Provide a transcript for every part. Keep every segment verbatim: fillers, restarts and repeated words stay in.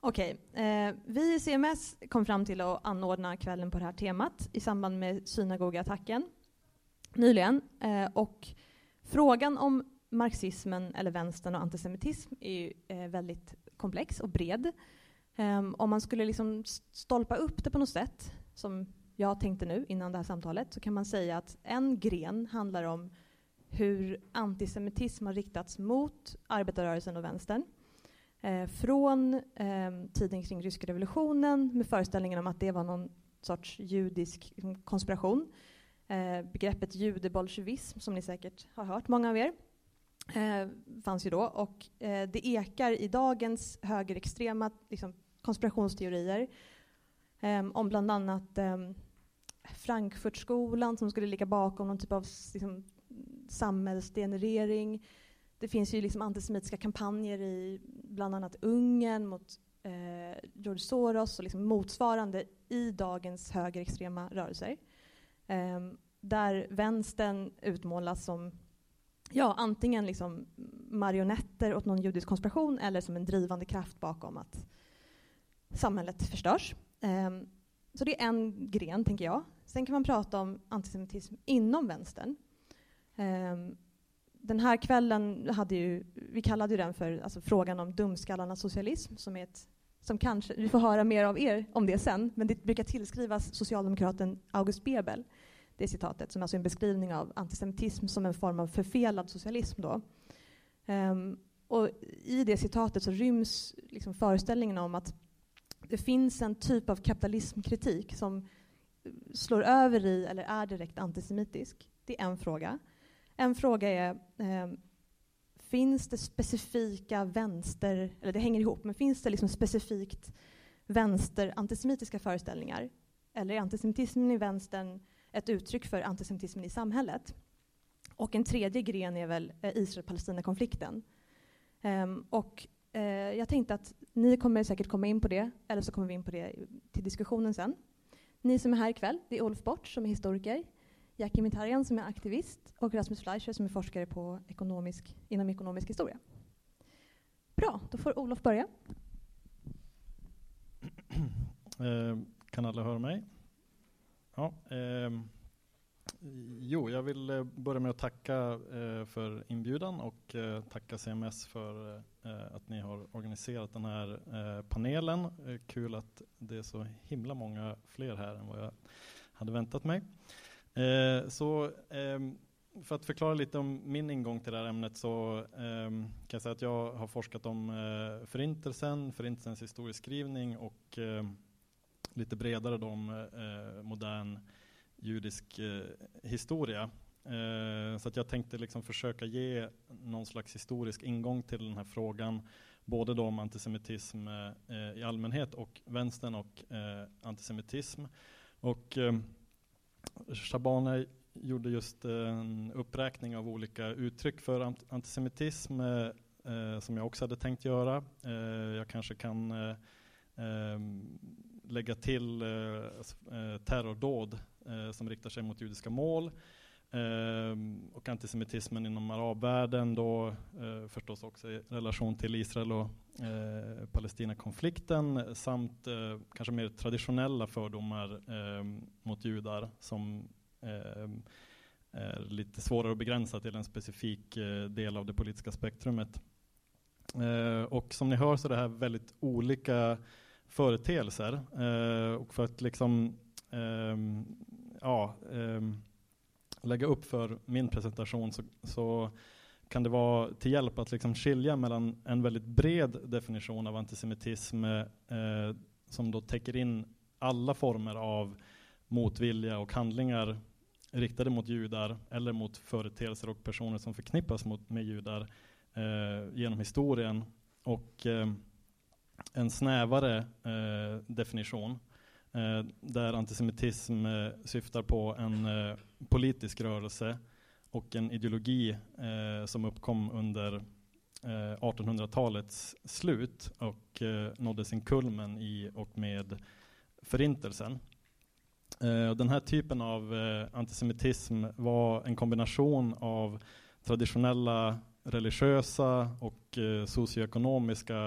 Okej, eh, vi i C M S kom fram till att anordna kvällen på det här temat i samband med synagogaattacken nyligen. Eh, och frågan om marxismen eller vänstern och antisemitism är ju eh, väldigt komplex och bred. Um, om man skulle liksom stolpa upp det på något sätt, som jag tänkte nu innan det här samtalet, så kan man säga att en gren handlar om hur antisemitism har riktats mot arbetarrörelsen och vänstern. Eh, från eh, tiden kring ryska revolutionen med föreställningen om att det var någon sorts judisk konspiration. Eh, begreppet judebolsjevism, som ni säkert har hört, många av er, eh, fanns ju då. Och eh, det ekar i dagens högerextrema liksom, konspirationsteorier eh, om bland annat eh, Frankfurtskolan som skulle ligga bakom någon typ av liksom, samhällsdegenerering. Det finns ju liksom antisemitiska kampanjer i bland annat Ungern mot eh, George Soros och liksom motsvarande i dagens högerextrema rörelser. Eh, där vänstern utmålas som ja, antingen liksom marionetter åt någon judisk konspiration eller som en drivande kraft bakom att samhället förstörs. Eh, så det är en gren, tänker jag. Sen kan man prata om antisemitism inom vänstern. Eh, Den här kvällen hade ju, vi kallade ju den för alltså, frågan om dumskallarnas socialism, som är ett, som kanske, vi får höra mer av er om det sen, men det brukar tillskrivas socialdemokraten August Bebel, det citatet, som är alltså en beskrivning av antisemitism som en form av förfelad socialism då. Um, och i det citatet så ryms liksom föreställningen om att det finns en typ av kapitalismkritik som slår över i eller är direkt antisemitisk. Det är en fråga. En fråga är, eh, finns det specifika vänster, eller det hänger ihop, men finns det liksom specifikt vänster-antisemitiska föreställningar? Eller är antisemitismen i vänstern ett uttryck för antisemitismen i samhället? Och en tredje gren är väl eh, Israel-Palestina-konflikten. Um, och eh, jag tänkte att ni kommer säkert komma in på det, eller så kommer vi in på det till diskussionen sen. Ni som är här ikväll, det är Ulf Bort som är historiker, Jackie Mitarian som är aktivist och Rasmus Fleischer som är forskare på ekonomisk, inom ekonomisk historia. Bra, då får Olof börja. Eh, kan alla höra mig? Ja. Eh, jo, jag vill eh, börja med att tacka eh, för inbjudan och eh, tacka C M S för eh, att ni har organiserat den här eh, panelen. Eh, kul att det är så himla många fler här än vad jag hade väntat mig. Eh, så eh, för att förklara lite om min ingång till det här ämnet så eh, kan jag säga att jag har forskat om eh, förintelsen, förintelsens historieskrivning och eh, lite bredare då om eh, modern judisk eh, historia. Eh, så att jag tänkte liksom försöka ge någon slags historisk ingång till den här frågan, både då om antisemitism eh, i allmänhet och vänstern och eh, antisemitism. Och eh, Shabana gjorde just en uppräkning av olika uttryck för antisemitism eh, som jag också hade tänkt göra. Eh, jag kanske kan eh, lägga till eh, terrordåd eh, som riktar sig mot judiska mål eh, och antisemitismen inom arabvärlden då eh, förstås också i relation till Israel och eh, Palestina-konflikten samt eh, kanske mer traditionella fördomar eh, mot judar som eh, är lite svårare att begränsa till en specifik eh, del av det politiska spektrumet. Eh, och som ni hör så är det här väldigt olika företeelser eh, och för att liksom eh, ja, eh, lägga upp för min presentation så, så kan det vara till hjälp att liksom skilja mellan en väldigt bred definition av antisemitism eh, som då täcker in alla former av motvilja och handlingar riktade mot judar eller mot företeelser och personer som förknippas mot, med judar eh, genom historien och eh, en snävare eh, definition eh, där antisemitism eh, syftar på en eh, politisk rörelse och en ideologi eh, som uppkom under eh, artonhundratalets slut och eh, nådde sin kulmen i och med förintelsen. Eh, den här typen av eh, antisemitism var en kombination av traditionella religiösa och eh, socioekonomiska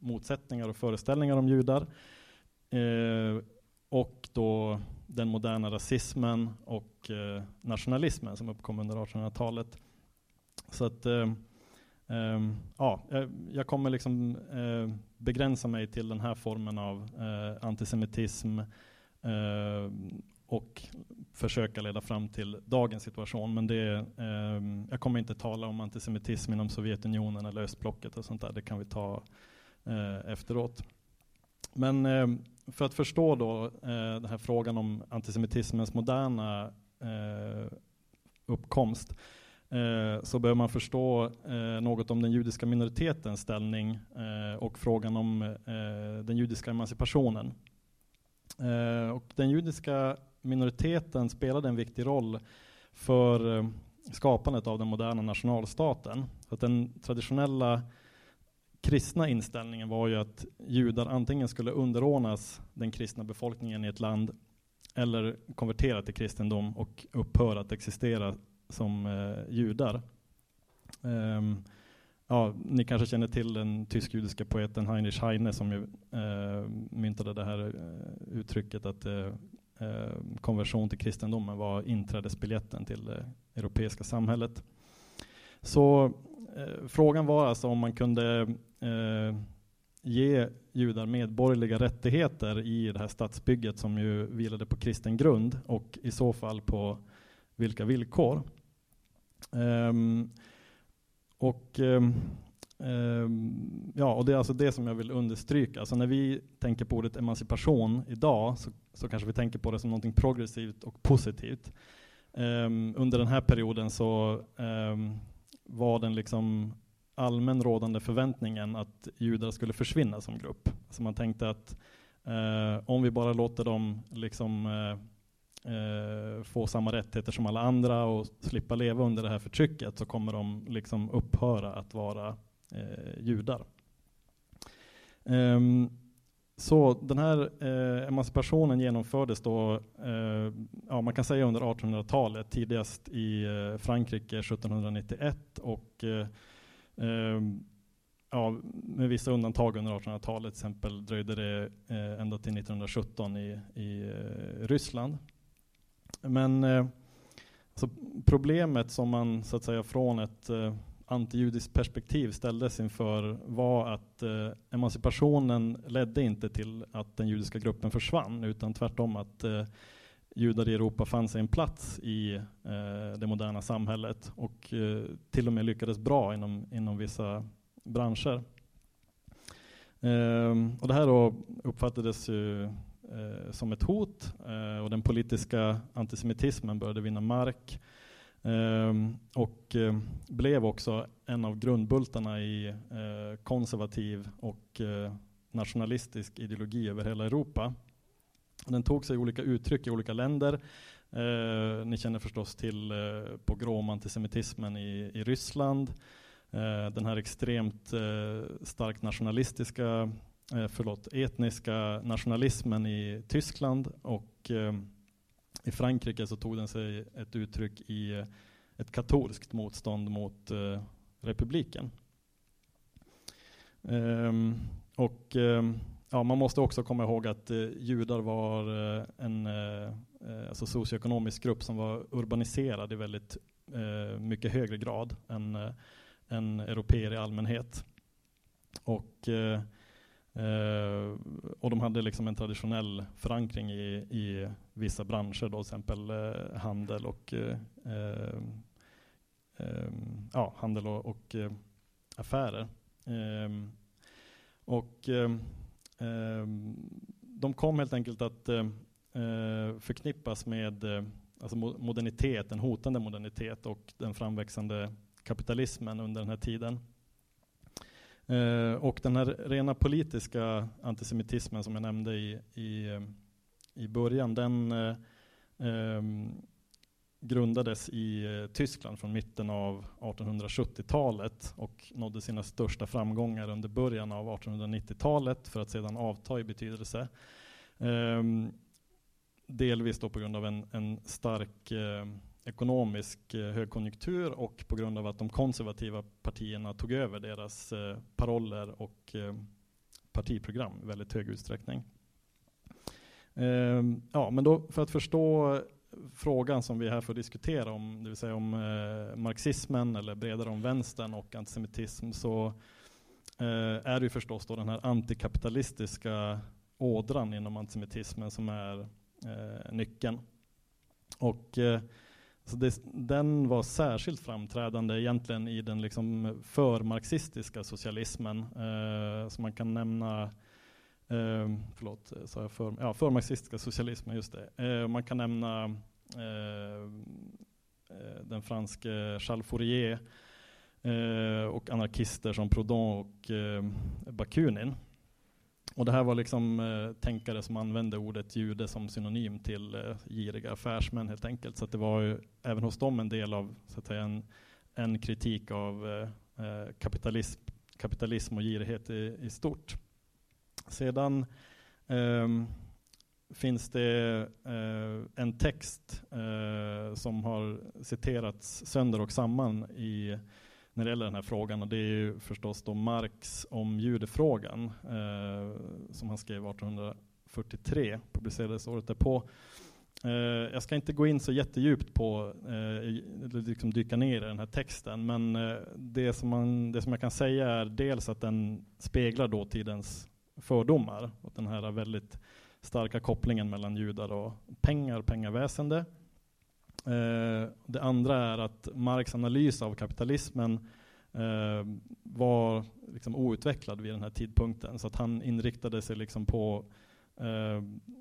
motsättningar och föreställningar om judar. Eh, och då den moderna rasismen och eh, nationalismen som uppkom under artonhundratalet. Så att eh, eh, ja, jag, jag kommer liksom eh, begränsa mig till den här formen av eh, antisemitism eh, och försöka leda fram till dagens situation. Men det, eh, jag kommer inte tala om antisemitism inom Sovjetunionen eller östblocket och sånt där. Det kan vi ta eh, efteråt. Men eh, för att förstå då eh, den här frågan om antisemitismens moderna eh, uppkomst eh, så behöver man förstå eh, något om den judiska minoritetens ställning eh, och frågan om eh, den judiska emancipationen. Eh, och den judiska minoriteten spelade en viktig roll för eh, skapandet av den moderna nationalstaten. Så att den traditionella kristna inställningen var ju att judar antingen skulle underordnas den kristna befolkningen i ett land eller konvertera till kristendom och upphöra att existera som eh, judar. Um, ja, ni kanske känner till den tysk-judiska poeten Heinrich Heine som ju eh, myntade det här eh, uttrycket att eh, konversion till kristendomen var inträdesbiljetten till det europeiska samhället. Så eh, frågan var alltså om man kunde eh, ge judar medborgerliga rättigheter i det här stadsbygget som ju vilade på kristen grund och i så fall på vilka villkor. Um, och um, um, ja, och det är alltså det som jag vill understryka. Alltså när vi tänker på ordet emancipation idag så, så kanske vi tänker på det som något progressivt och positivt. Um, under den här perioden så um, var den liksom allmän rådande förväntningen att judar skulle försvinna som grupp. Så man tänkte att eh, om vi bara låter dem liksom eh, eh, få samma rättigheter som alla andra och slippa leva under det här förtrycket så kommer de liksom upphöra att vara eh, judar. Um, så den här eh, emancipationen genomfördes då, eh, ja, man kan säga under artonhundratalet, tidigast i eh, Frankrike sjuttonhundranittioett och eh, eh, ja, med vissa undantag under artonhundratalet, till exempel dröjde det eh, ända till nittonhundrasjutton i, i eh, Ryssland. Men eh, alltså problemet som man så att säga från ett eh, antijudiskt perspektiv ställdes inför var att eh, emancipationen ledde inte till att den judiska gruppen försvann, utan tvärtom att eh, judar i Europa fann sig en plats i eh, det moderna samhället och eh, till och med lyckades bra inom, inom vissa branscher. Eh, och det här då uppfattades ju eh, som ett hot eh, och den politiska antisemitismen började vinna mark. Um, och uh, blev också en av grundbultarna i uh, konservativ och uh, nationalistisk ideologi över hela Europa. Den tog sig olika uttryck i olika länder. Uh, ni känner förstås till uh, pogromantisemitismen i, i Ryssland. Uh, den här extremt uh, starkt nationalistiska, uh, förlåt, etniska nationalismen i Tyskland och uh, i Frankrike så tog den sig ett uttryck i ett katolskt motstånd mot eh, republiken. Um, och um, ja, man måste också komma ihåg att eh, judar var eh, en eh, alltså socioekonomisk grupp som var urbaniserad i väldigt eh, mycket högre grad än, eh, än europeer i allmänhet. Och eh, Uh, och de hade liksom en traditionell förankring i, i vissa branscher, då, till exempel uh, handel och uh, uh, um, ja, handel och, och uh, affärer. Um, och um, um, de kom helt enkelt att uh, förknippas med uh, alltså modernitet, en hotande modernitet och den framväxande kapitalismen under den här tiden. Uh, och den här rena politiska antisemitismen som jag nämnde i, i, i början, den uh, um, grundades i uh, Tyskland från mitten av artonhundrasjuttiotalet och nådde sina största framgångar under början av artonhundranittiotalet för att sedan avta i betydelse. Um, delvis då på grund av en, en stark uh, ekonomisk eh, högkonjunktur och på grund av att de konservativa partierna tog över deras eh, paroller och eh, partiprogram i väldigt hög utsträckning. Um, ja, men då för att förstå frågan som vi är här för att diskutera om, det vill säga om eh, marxismen eller bredare om vänstern och antisemitism, så eh, är det ju förstås då den här antikapitalistiska ådran inom antisemitismen som är eh, nyckeln. Och eh, så det, den var särskilt framträdande egentligen i den liksom förmarxistiska socialismen, eh, som man kan nämna. Uh, förlåt, så jag för, ja, förmarxistiska socialismen, just det. Uh, man kan nämna uh, uh, den franske Charles Fourier uh, och anarkister som Proudhon och uh, Bakunin. Och det här var liksom uh, tänkare som använde ordet jude som synonym till uh, giriga affärsmän helt enkelt. Så att det var ju även hos dem en del av, så att säga, en, en kritik av uh, uh, kapitalism, kapitalism och girighet i, i stort. Sedan um, finns det uh, en text uh, som har citerats sönder och samman i, när det gäller den här frågan, och det är ju förstås då Marx om judefrågan uh, som han skrev arton fyrtiotre, publicerades året därpå. Uh, jag ska inte gå in så jättedjupt på uh, liksom dyka ner i den här texten, men uh, det, som man, det som jag kan säga är dels att den speglar dåtidens fördomar och den här väldigt starka kopplingen mellan judar och pengar, pengaväsende. Eh, det andra är att Marx analys av kapitalismen eh, var liksom outvecklad vid den här tidpunkten, så att han inriktade sig liksom på eh,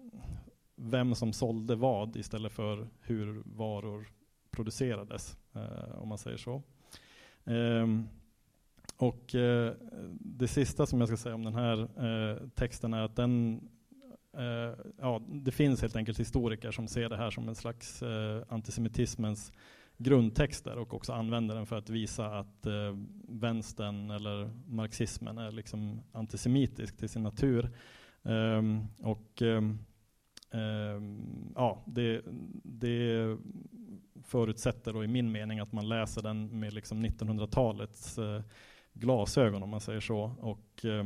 vem som sålde vad istället för hur varor producerades, eh, om man säger så. Eh, Och eh, det sista som jag ska säga om den här eh, texten är att den, eh, ja, det finns helt enkelt historiker som ser det här som en slags eh, antisemitismens grundtexter och också använder den för att visa att eh, vänstern eller marxismen är liksom antisemitisk till sin natur. Um, och um, um, ja, det, det förutsätter då i min mening att man läser den med liksom nittonhundratalets uh, glasögon, om man säger så, och, uh,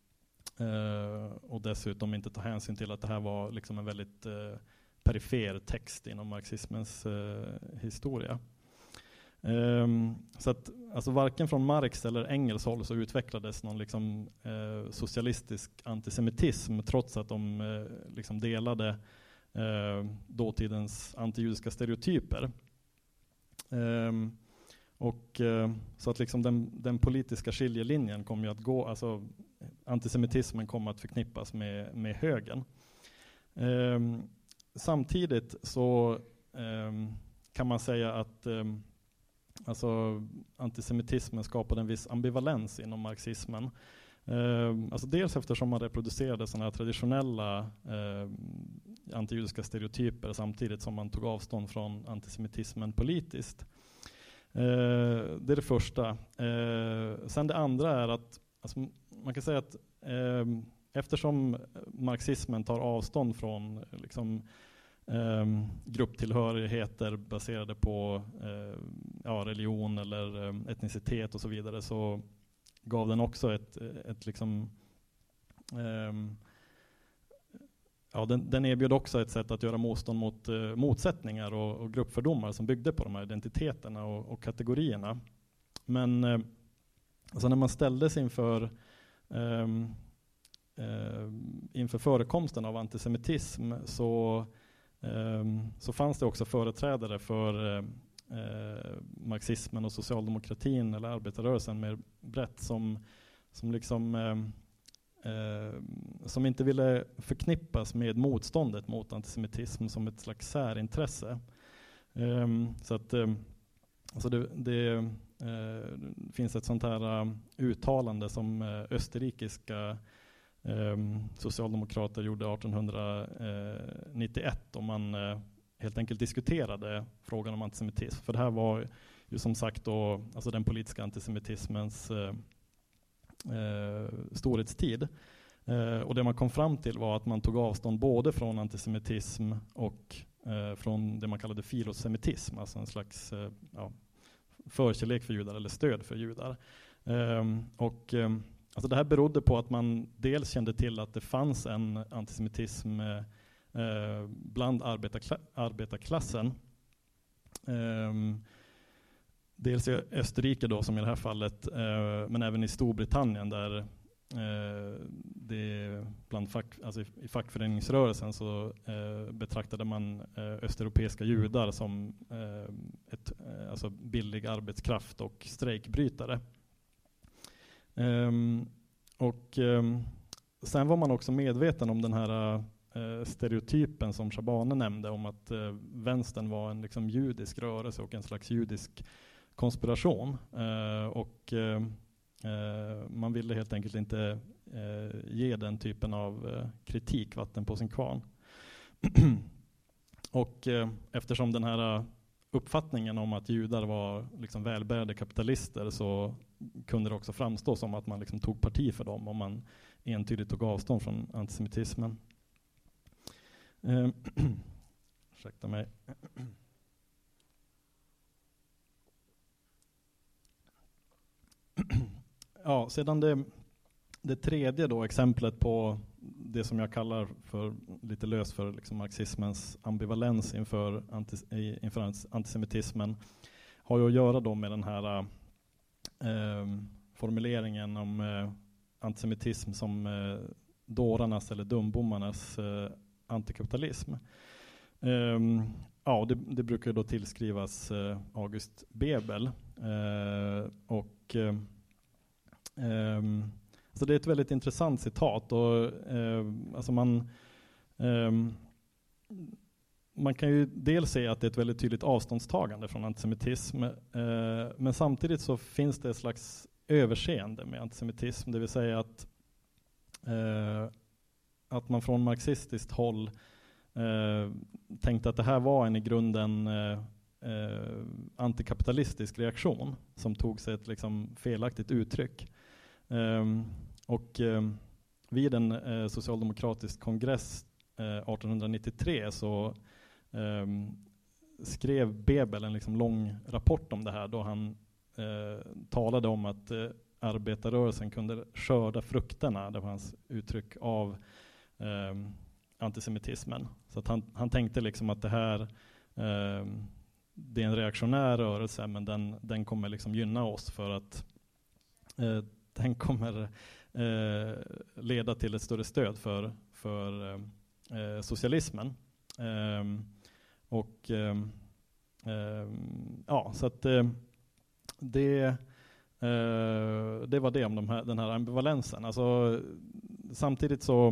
uh, och dessutom inte ta hänsyn till att det här var liksom en väldigt uh, perifer text inom marxismens uh, historia. Um, så att alltså varken från Marx eller Engels håll så utvecklades någon liksom, uh, socialistisk antisemitism, trots att de uh, liksom delade uh, dåtidens antijudiska stereotyper. Um, och uh, så att liksom den, den politiska skiljelinjen kommer ju att gå, alltså antisemitismen kommer att förknippas med, med högern. Um, samtidigt så um, kan man säga att um, alltså antisemitismen skapade en viss ambivalens inom marxismen. Eh, alltså dels eftersom man reproducerade sådana här traditionella eh, antijudiska stereotyper samtidigt som man tog avstånd från antisemitismen politiskt. Eh, det är det första. Eh, sen det andra är att alltså, man kan säga att eh, eftersom marxismen tar avstånd från liksom, Um, grupptillhörigheter baserade på uh, ja, religion eller um, etnicitet och så vidare, så gav den också ett, ett liksom um, ja, den, den erbjöd också ett sätt att göra motstånd mot uh, motsättningar och, och gruppfördomar som byggde på de här identiteterna och, och kategorierna. Men uh, alltså när man ställdes inför um, uh, inför förekomsten av antisemitism så Um, så fanns det också företrädare för uh, uh, marxismen och socialdemokratin eller arbetarrörelsen mer brett som, som, liksom, uh, uh, som inte ville förknippas med motståndet mot antisemitism som ett slags särintresse. Um, så att uh, alltså det, det uh, finns ett sånt här uh, uttalande som uh, österrikiska Um, socialdemokrater gjorde arton nittioett, och man uh, helt enkelt diskuterade frågan om antisemitism. För det här var ju som sagt då, alltså den politiska antisemitismens uh, uh, storhetstid. Uh, och det man kom fram till var att man tog avstånd både från antisemitism och uh, från det man kallade filosemitism, alltså en slags uh, ja, förkärlek för judar eller stöd för judar. Um, och um, alltså det här berodde på att man dels kände till att det fanns en antisemitism eh, bland arbetarkla- arbetarklassen. Eh, dels i Österrike då, som i det här fallet, eh, men även i Storbritannien där eh, det bland fack, alltså i, i fackföreningsrörelsen så eh, betraktade man eh, östeuropeiska judar som eh, ett, eh, alltså billig arbetskraft och strejkbrytare. Um, och um, sen var man också medveten om den här uh, stereotypen som Shabane nämnde om att uh, vänstern var en liksom judisk rörelse och en slags judisk konspiration. Uh, och uh, uh, man ville helt enkelt inte uh, ge den typen av uh, kritik vatten på sin kvarn. Och uh, eftersom den här uh, uppfattningen om att judar var liksom välbärgade kapitalister så kunde det också framstå som att man liksom tog parti för dem om man entydigt tog avstånd från antisemitismen. Eh, ursäkta mig. Ja, sedan det, det tredje då, exemplet på det som jag kallar för lite lös för liksom marxismens ambivalens inför, antis, inför antisemitismen har ju att göra då med den här eh, formuleringen om eh, antisemitism som eh, dårarnas eller dumbommarnas eh, antikapitalism. Eh, ja, det, det brukar då tillskrivas eh, August Bebel eh, och eh, eh, så det är ett väldigt intressant citat och eh, alltså man eh, man kan ju dels se att det är ett väldigt tydligt avståndstagande från antisemitism, eh, men samtidigt så finns det ett slags överseende med antisemitism, det vill säga att eh, att man från marxistiskt håll eh, tänkte att det här var en i grunden eh, eh, antikapitalistisk reaktion som tog sig ett liksom felaktigt uttryck. Um, och um, vid en uh, socialdemokratisk kongress uh, arton nittiotre så um, skrev Bebel en liksom lång rapport om det här då han uh, talade om att uh, arbetarrörelsen kunde skörda frukterna, det var hans uttryck, av um, antisemitismen. Så att han, han tänkte liksom att det här um, det är en reaktionär rörelse, men den, den kommer liksom gynna oss för att uh, den kommer eh, leda till ett större stöd för, för eh, socialismen. Eh, och eh, eh, ja, så att eh, det, eh, det var det om de här, den här ambivalensen. Alltså, samtidigt så,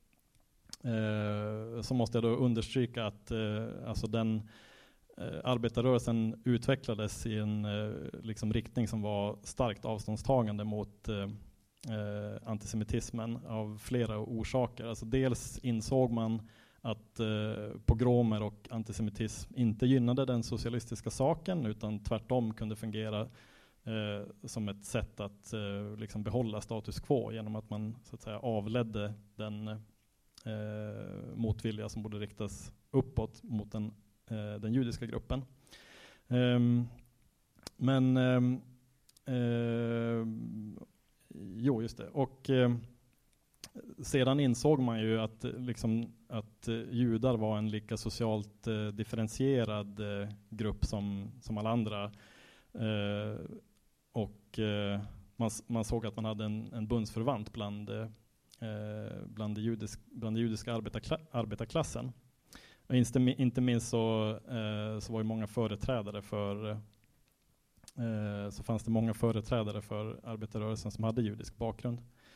eh, så måste jag då understryka att eh, alltså den arbetarrörelsen utvecklades i en eh, liksom riktning som var starkt avståndstagande mot eh, antisemitismen av flera orsaker. Alltså dels insåg man att eh, pogromer och antisemitism inte gynnade den socialistiska saken utan tvärtom kunde fungera eh, som ett sätt att eh, liksom behålla status quo genom att man så att säga avledde den eh, motvilja som borde riktas uppåt mot den den judiska gruppen. Um, men um, uh, jo, just det. Och uh, sedan insåg man ju att, liksom, att uh, judar var en lika socialt uh, differentierad uh, grupp som, som alla andra. Uh, och uh, man, man såg att man hade en, en bundsförvant bland, uh, bland, det judisk, bland den judiska arbetarkla, arbetarklassen. Inte, inte minst så, eh, så var ju många företrädare för eh, så fanns det många företrädare för arbetarrörelsen som hade judisk bakgrund.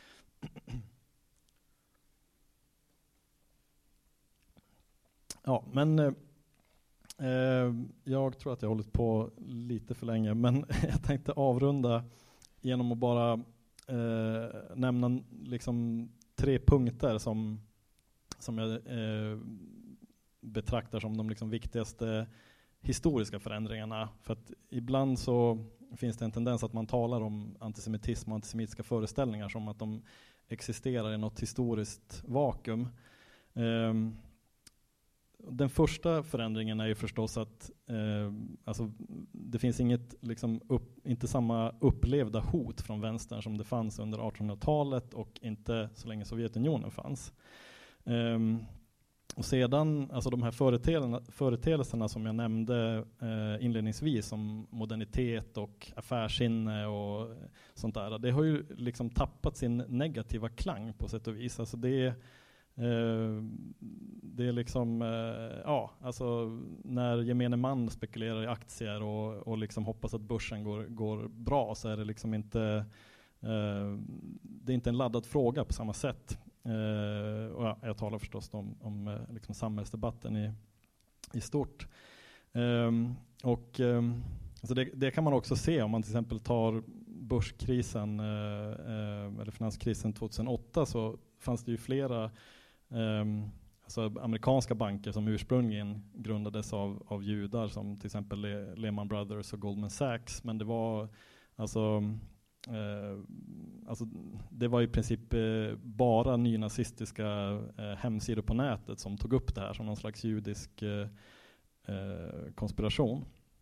Ja, men eh, jag tror att jag har hållit på lite för länge, men jag tänkte avrunda genom att bara eh, nämna liksom tre punkter som, som jag eh, betraktar som de liksom viktigaste historiska förändringarna. För att ibland så finns det en tendens att man talar om antisemitism och antisemitiska föreställningar som att de existerar i något historiskt vakuum. Um, den första förändringen är ju förstås att eh, alltså, det finns inget, liksom, upp, inte samma upplevda hot från vänstern som det fanns under artonhundratalet och inte så länge Sovjetunionen fanns. Um, och sedan, alltså de här företeelserna, företeelserna som jag nämnde eh, inledningsvis, som modernitet och affärsinne och sånt där, det har ju liksom tappat sin negativa klang på sätt och vis. Alltså det är Uh, det är liksom, uh, ja, alltså när gemene man spekulerar i aktier och, och liksom hoppas att börsen går, går bra, så är det liksom inte, uh, det är inte en laddad fråga på samma sätt. Uh, och ja, jag talar förstås om, om uh, liksom samhällsdebatten i, i stort. Um, och um, alltså det, det kan man också se om man till exempel tar börskrisen uh, uh, eller finanskrisen tjugohundraåtta, så fanns det ju flera Um, alltså amerikanska banker som ursprungligen grundades av, av judar, som till exempel Le- Lehman Brothers och Goldman Sachs, men det var alltså, uh, alltså det var i princip uh, bara nynazistiska uh, hemsidor på nätet som tog upp det här som någon slags judisk uh, uh, konspiration.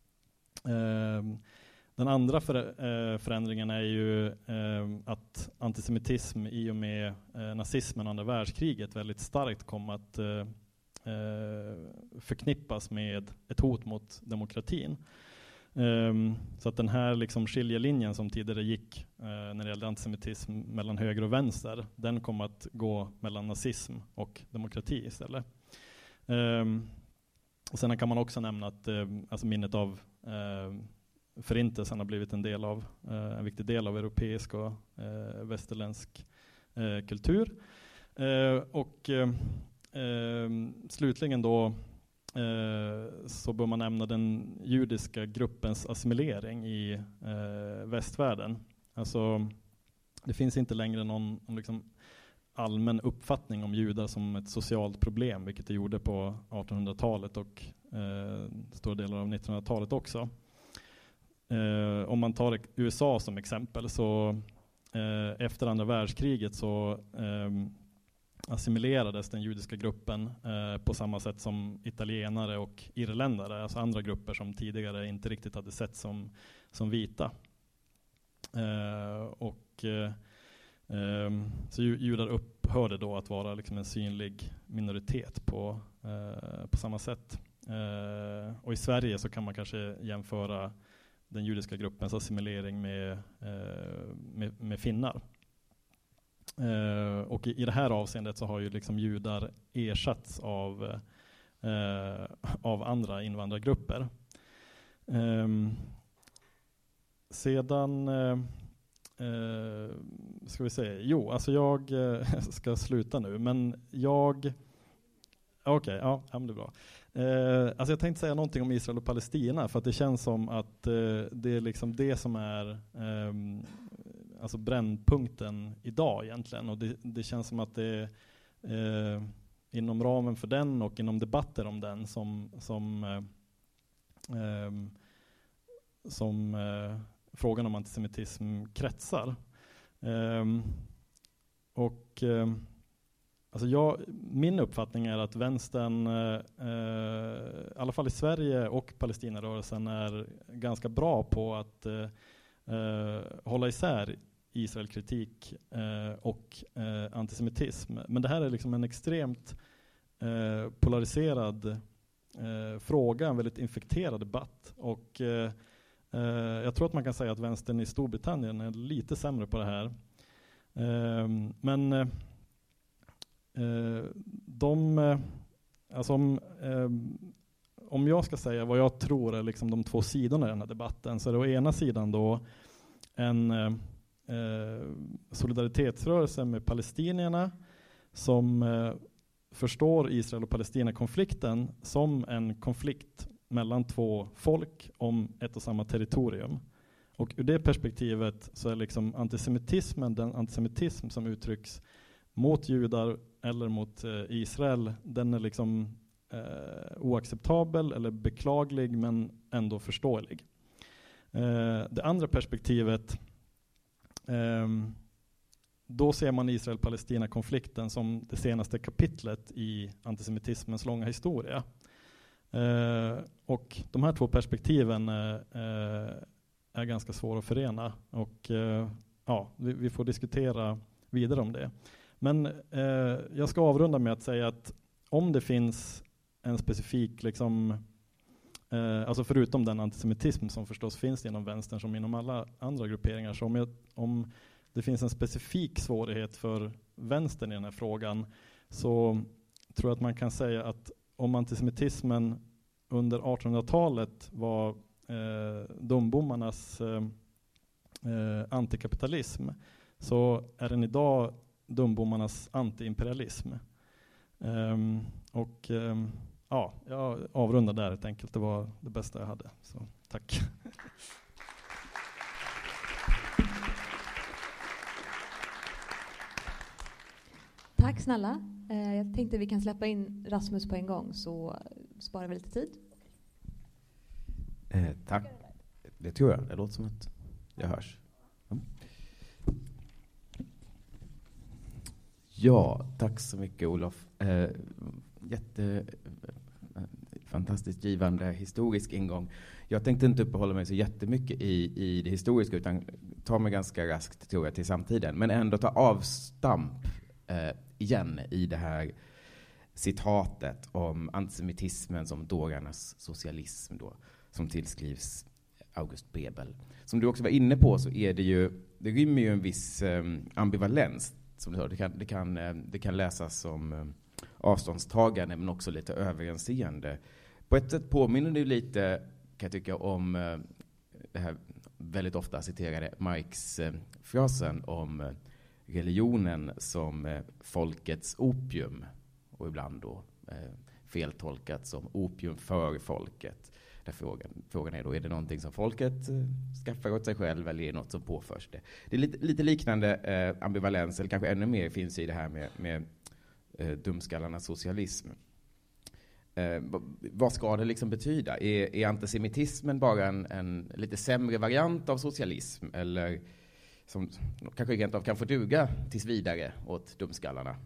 Uh, Den andra för, eh, förändringen är ju eh, att antisemitism i och med eh, nazismen och andra världskriget väldigt starkt kom att eh, förknippas med ett hot mot demokratin. Um, så att den här liksom skiljelinjen som tidigare gick eh, när det gällde antisemitism mellan höger och vänster, den kom att gå mellan nazism och demokrati istället. Um, och sen kan man också nämna att eh, alltså minnet av eh, Förintelsen har blivit en del av eh, en viktig del av europeisk och eh, västerländsk eh, kultur. Eh, och eh, eh, slutligen då eh, så bör man nämna den judiska gruppens assimilering i eh, västvärlden. Alltså det finns inte längre någon, någon liksom allmän uppfattning om judar som ett socialt problem, vilket det gjorde på artonhundratalet och eh, stora delar av nittonhundratalet också. Uh, om man tar U S A som exempel, så uh, efter andra världskriget så um, assimilerades den judiska gruppen uh, på samma sätt som italienare och irländare, alltså andra grupper som tidigare inte riktigt hade sett som, som vita. Uh, och uh, um, så judar upphörde då att vara liksom en synlig minoritet på, uh, på samma sätt. Uh, och i Sverige så kan man kanske jämföra den judiska gruppens assimilering med, eh, med, med finnar. Eh, och i, i det här avseendet så har ju liksom judar ersatts av, eh, av andra invandrargrupper. Eh, sedan eh, eh, ska vi se, jo, alltså jag eh, ska sluta nu, men jag Okej, okay, ja, ja, det är bra. Eh, alltså jag tänkte säga någonting om Israel och Palestina, för att det känns som att eh, det är liksom det som är eh, alltså brännpunkten idag egentligen. Och det, det känns som att det är eh, inom ramen för den och inom debatter om den som, som, eh, eh, som eh, frågan om antisemitism kretsar. Eh, och eh, Alltså jag, min uppfattning är att vänstern, eh, i alla fall i Sverige och Palestinarörelsen, är ganska bra på att eh, hålla isär Israelkritik eh, och eh, antisemitism. Men det här är liksom en extremt eh, polariserad eh, fråga, en väldigt infekterad debatt. Och eh, eh, jag tror att man kan säga att vänstern i Storbritannien är lite sämre på det här. Eh, men eh, Uh, de, uh, alltså om, uh, om jag ska säga vad jag tror är liksom de två sidorna i den här debatten, så är det å ena sidan då en uh, uh, solidaritetsrörelse med palestinierna som uh, förstår Israel och Palestina-konflikten som en konflikt mellan två folk om ett och samma territorium. Och ur det perspektivet så är liksom antisemitismen, den antisemitism som uttrycks mot judar eller mot eh, Israel, den är liksom eh, oacceptabel eller beklaglig, men ändå förståelig. Eh, det andra perspektivet eh, då ser man Israel-Palestina-konflikten som det senaste kapitlet i antisemitismens långa historia. Eh, och de här två perspektiven eh, är ganska svåra att förena. Och eh, ja, vi, vi får diskutera vidare om det. Men eh, jag ska avrunda med att säga att om det finns en specifik, liksom, eh, alltså förutom den antisemitism som förstås finns inom vänstern som inom alla andra grupperingar, så om, jag, om det finns en specifik svårighet för vänstern i den här frågan, så tror jag att man kan säga att om antisemitismen under artonhundratalet var eh, dumbommarnas eh, eh, antikapitalism, så är den idag dumbommarnas antiimperialism. Um, och um, ja, jag avrundar där helt enkelt. Det var det bästa jag hade. Så tack. Tack snälla. Eh, jag tänkte vi kan släppa in Rasmus på en gång så sparar vi lite tid. Eh, tack. Det tror jag. Det låter som att jag hörs. Ja. Ja, tack så mycket Olof. Eh, jätte eh, fantastiskt givande historisk ingång. Jag tänkte inte uppehålla mig så jättemycket i, i det historiska utan ta mig ganska raskt tror jag till samtiden. Men ändå ta avstamp eh, igen i det här citatet om antisemitismen som dårarnas socialism då, som tillskrivs August Bebel. Som du också var inne på så är det ju, det rymmer ju en viss eh, ambivalens. Som du hör, det, kan, det, kan, det kan läsas som avståndstagande men också lite överensseende. På ett sätt påminner det lite, kan jag tycka, om det här väldigt ofta citerade Marx frasen om religionen som folkets opium och ibland då feltolkat som opium för folket. Där frågan, frågan är då, är det någonting som folket eh, skaffar åt sig själv eller är det något som påförs det? Det är lite, lite liknande eh, ambivalens, eller kanske ännu mer finns i det här med, med eh, dumskallarnas socialism. Eh, vad ska det liksom betyda? Är, är antisemitismen bara en, en lite sämre variant av socialism eller som kanske rent av kan få duga tills vidare åt dumskallarna?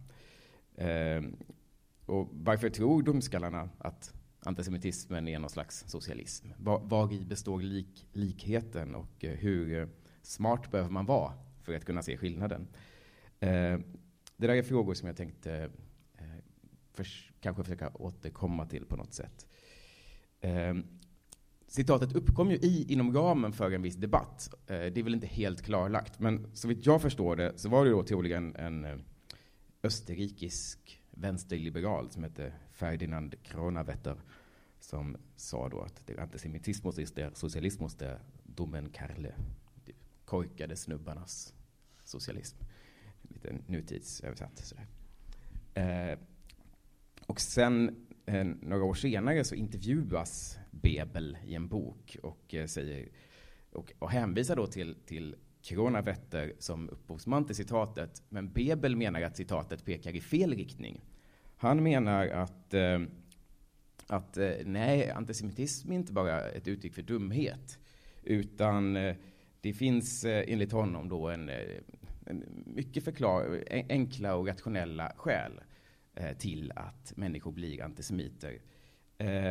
Eh, och varför tror dumskallarna att antisemitismen är någon slags socialism? Var, var i består lik, likheten och eh, hur eh, smart behöver man vara för att kunna se skillnaden? Eh, det där är frågor som jag tänkte eh, förs- kanske försöka återkomma till på något sätt. Eh, citatet uppkom ju i, inom ramen för en viss debatt. Eh, det är väl inte helt klarlagt, men så vitt jag förstår det så var det då troligen en eh, österrikisk vänsterliberal som hette Ferdinand Kronawetter som sa då att det antisemitismus ist der Sozialismus der dummen Kerle, korkade snubbarnas socialism. Lite nutidsöversatt sådär. Eh, och sen eh, några år senare så intervjuas Bebel i en bok och eh, säger och, och hänvisar då till, till Kronawetter som upphovsman till citatet, men Bebel menar att citatet pekar i fel riktning. Han menar att, eh, att eh, nej, antisemitism är inte bara ett uttryck för dumhet, utan eh, det finns eh, enligt honom då en, en mycket förklar, en, enkla och rationella skäl eh, till att människor blir antisemiter. Eh,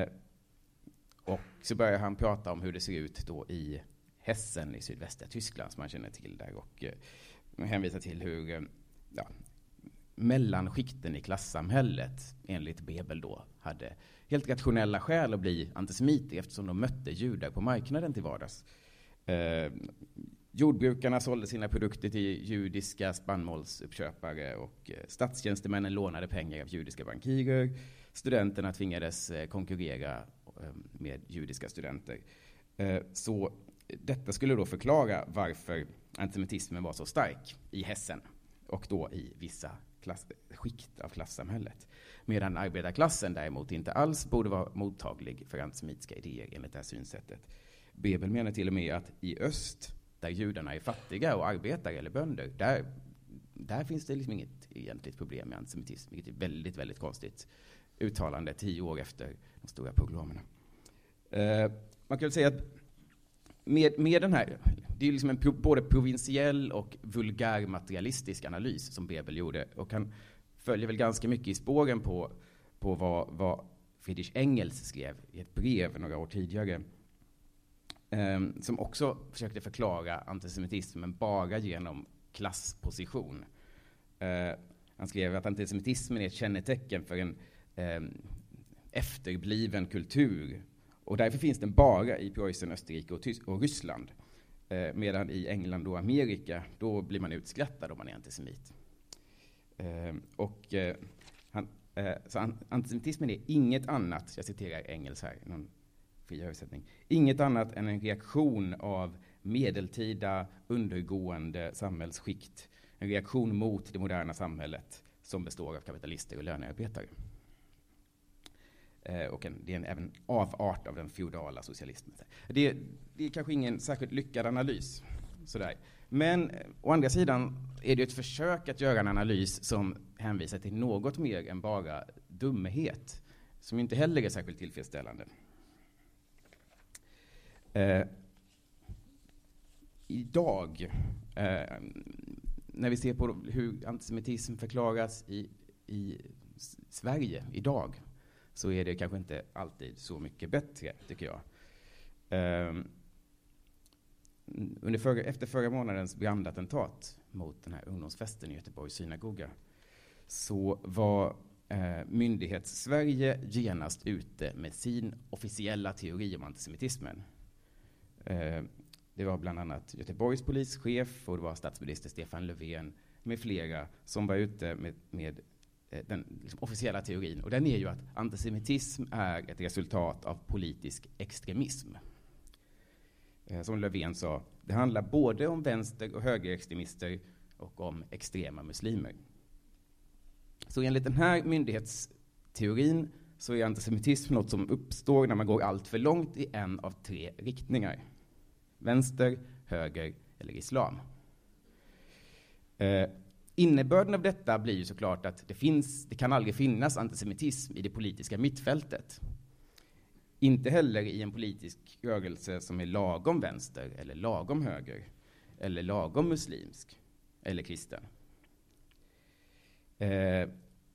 och så börjar han prata om hur det ser ut då i Hessen i sydvästra Tyskland som man känner till där och eh, hänvisar till hur eh, ja, mellanskikten i klassamhället enligt Bebel då hade helt rationella skäl att bli antisemiter eftersom de mötte judar på marknaden till vardags. Eh, jordbrukarna sålde sina produkter till judiska spannmålsuppköpare och eh, statstjänstemännen lånade pengar av judiska bankirer. Studenterna tvingades eh, konkurrera eh, med judiska studenter. Eh, så detta skulle då förklara varför antisemitismen var så stark i Hessen och då i vissa klass, skikt av klassamhället. Medan arbetarklassen däremot inte alls borde vara mottaglig för antisemitiska idéer enligt det här synsättet. Bebel menar till och med att i öst, där judarna är fattiga och arbetar eller bönder, där, där finns det liksom inget egentligt problem med antisemitism, vilket är väldigt, väldigt konstigt uttalande tio år efter de stora pogromerna. Eh, man kan säga att med, med den här, det är ju liksom en pro, både provinsiell och vulgär materialistisk analys som Bebel gjorde, och han följer väl ganska mycket i spåren på, på vad, vad Friedrich Engels skrev i ett brev några år tidigare, um, som också försökte förklara antisemitismen bara genom klassposition. Uh, han skrev att antisemitismen är ett kännetecken för en um, efterbliven kultur, och därför finns den bara i Preussen, Österrike och, Tys- och Ryssland. Eh, medan i England och Amerika, då blir man utskrattad om man är antisemit. Eh, och, eh, han, eh, så an- antisemitismen är inget annat, jag citerar Engels här, någon fri översättning, inget annat än en reaktion av medeltida undergående samhällsskikt. En reaktion mot det moderna samhället som består av kapitalister och lönearbetare. Och en, det är en även avart av den feodala socialismen. Det, det är kanske ingen särskilt lyckad analys. Sådär. Men å andra sidan är det ett försök att göra en analys som hänvisar till något mer än bara dumhet, som inte heller är särskilt tillfredsställande. Eh, idag, eh, när vi ser på hur antisemitism förklaras i, i Sverige idag, så är det kanske inte alltid så mycket bättre, tycker jag. Um, under förra, efter förra månadens brandattentat mot den här ungdomsfesten i Göteborgs synagoga, så var eh, myndighets-Sverige genast ute med sin officiella teori om antisemitismen. Eh, det var bland annat Göteborgs polischef och det var statsminister Stefan Löfven med flera som var ute med, med den liksom officiella teorin, och den är ju att antisemitism är ett resultat av politisk extremism. Eh, som Löfven sa, det handlar både om vänster- och högerextremister och om extrema muslimer. Så enligt den här myndighetsteorin så är antisemitism något som uppstår när man går allt för långt i en av tre riktningar. Vänster, höger eller islam. Eh, Innebörden av detta blir ju såklart att det, finns, det kan aldrig finnas antisemitism i det politiska mittfältet. Inte heller i en politisk rörelse som är lagom vänster, eller lagom höger, eller lagom muslimsk, eller kristen. Eh,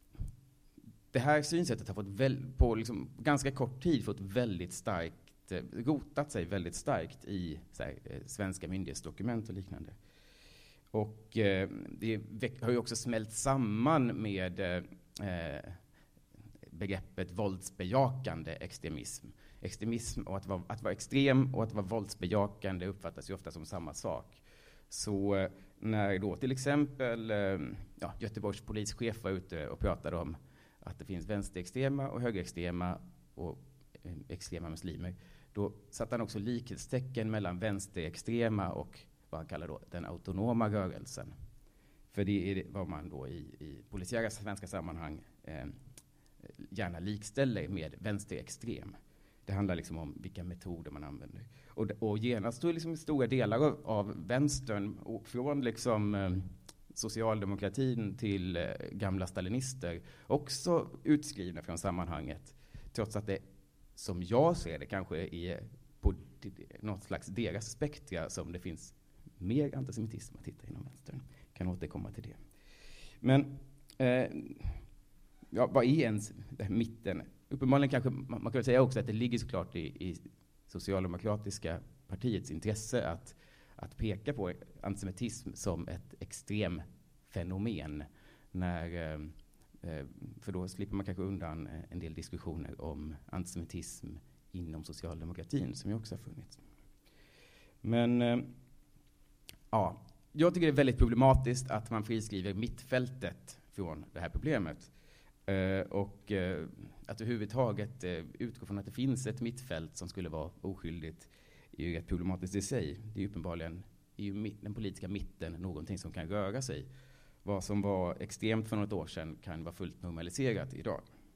det här synsättet har fått väl, på liksom ganska kort tid fått väldigt starkt, eh, rotat sig väldigt starkt i så här, eh, svenska myndighetsdokument och liknande. Och eh, det har ju också smält samman med eh, begreppet våldsbejakande extremism. Extremism och att vara, att vara extrem och att vara våldsbejakande uppfattas ju ofta som samma sak. Så eh, när då till exempel eh, ja, Göteborgs polischef var ute och pratade om att det finns vänsterextrema och högerextrema och eh, extrema muslimer, då satte han också likhetstecken mellan vänsterextrema och vad han kallar då den autonoma rörelsen. För det är vad man då i, i polisiära svenska sammanhang eh, gärna likställer med vänsterextrem. Det handlar liksom om vilka metoder man använder. Och, och genast då är liksom stora delar av, av vänstern, och från liksom eh, socialdemokratin till eh, gamla stalinister, också utskrivna från sammanhanget. Trots att det, som jag ser det, kanske är på något slags deras spektra som det finns mer antisemitism att hitta inom vänstern. Kan återkomma till det. Men eh, ja, vad är ens mitten? Uppenbarligen kanske man, man kan säga också att det ligger såklart i, i socialdemokratiska partiets intresse att, att peka på antisemitism som ett extrem fenomen. När, eh, för då slipper man kanske undan en del diskussioner om antisemitism inom socialdemokratin, som ju också har funnits. Men eh, ja, jag tycker det är väldigt problematiskt att man friskriver mittfältet från det här problemet. Uh, och uh, att överhuvudtaget uh, utgå från att det finns ett mittfält som skulle vara oskyldigt är ju rätt problematiskt i sig. Det är uppenbarligen är ju mitt, den politiska mitten någonting som kan röra sig. Vad som var extremt för något år sedan kan vara fullt normaliserat idag.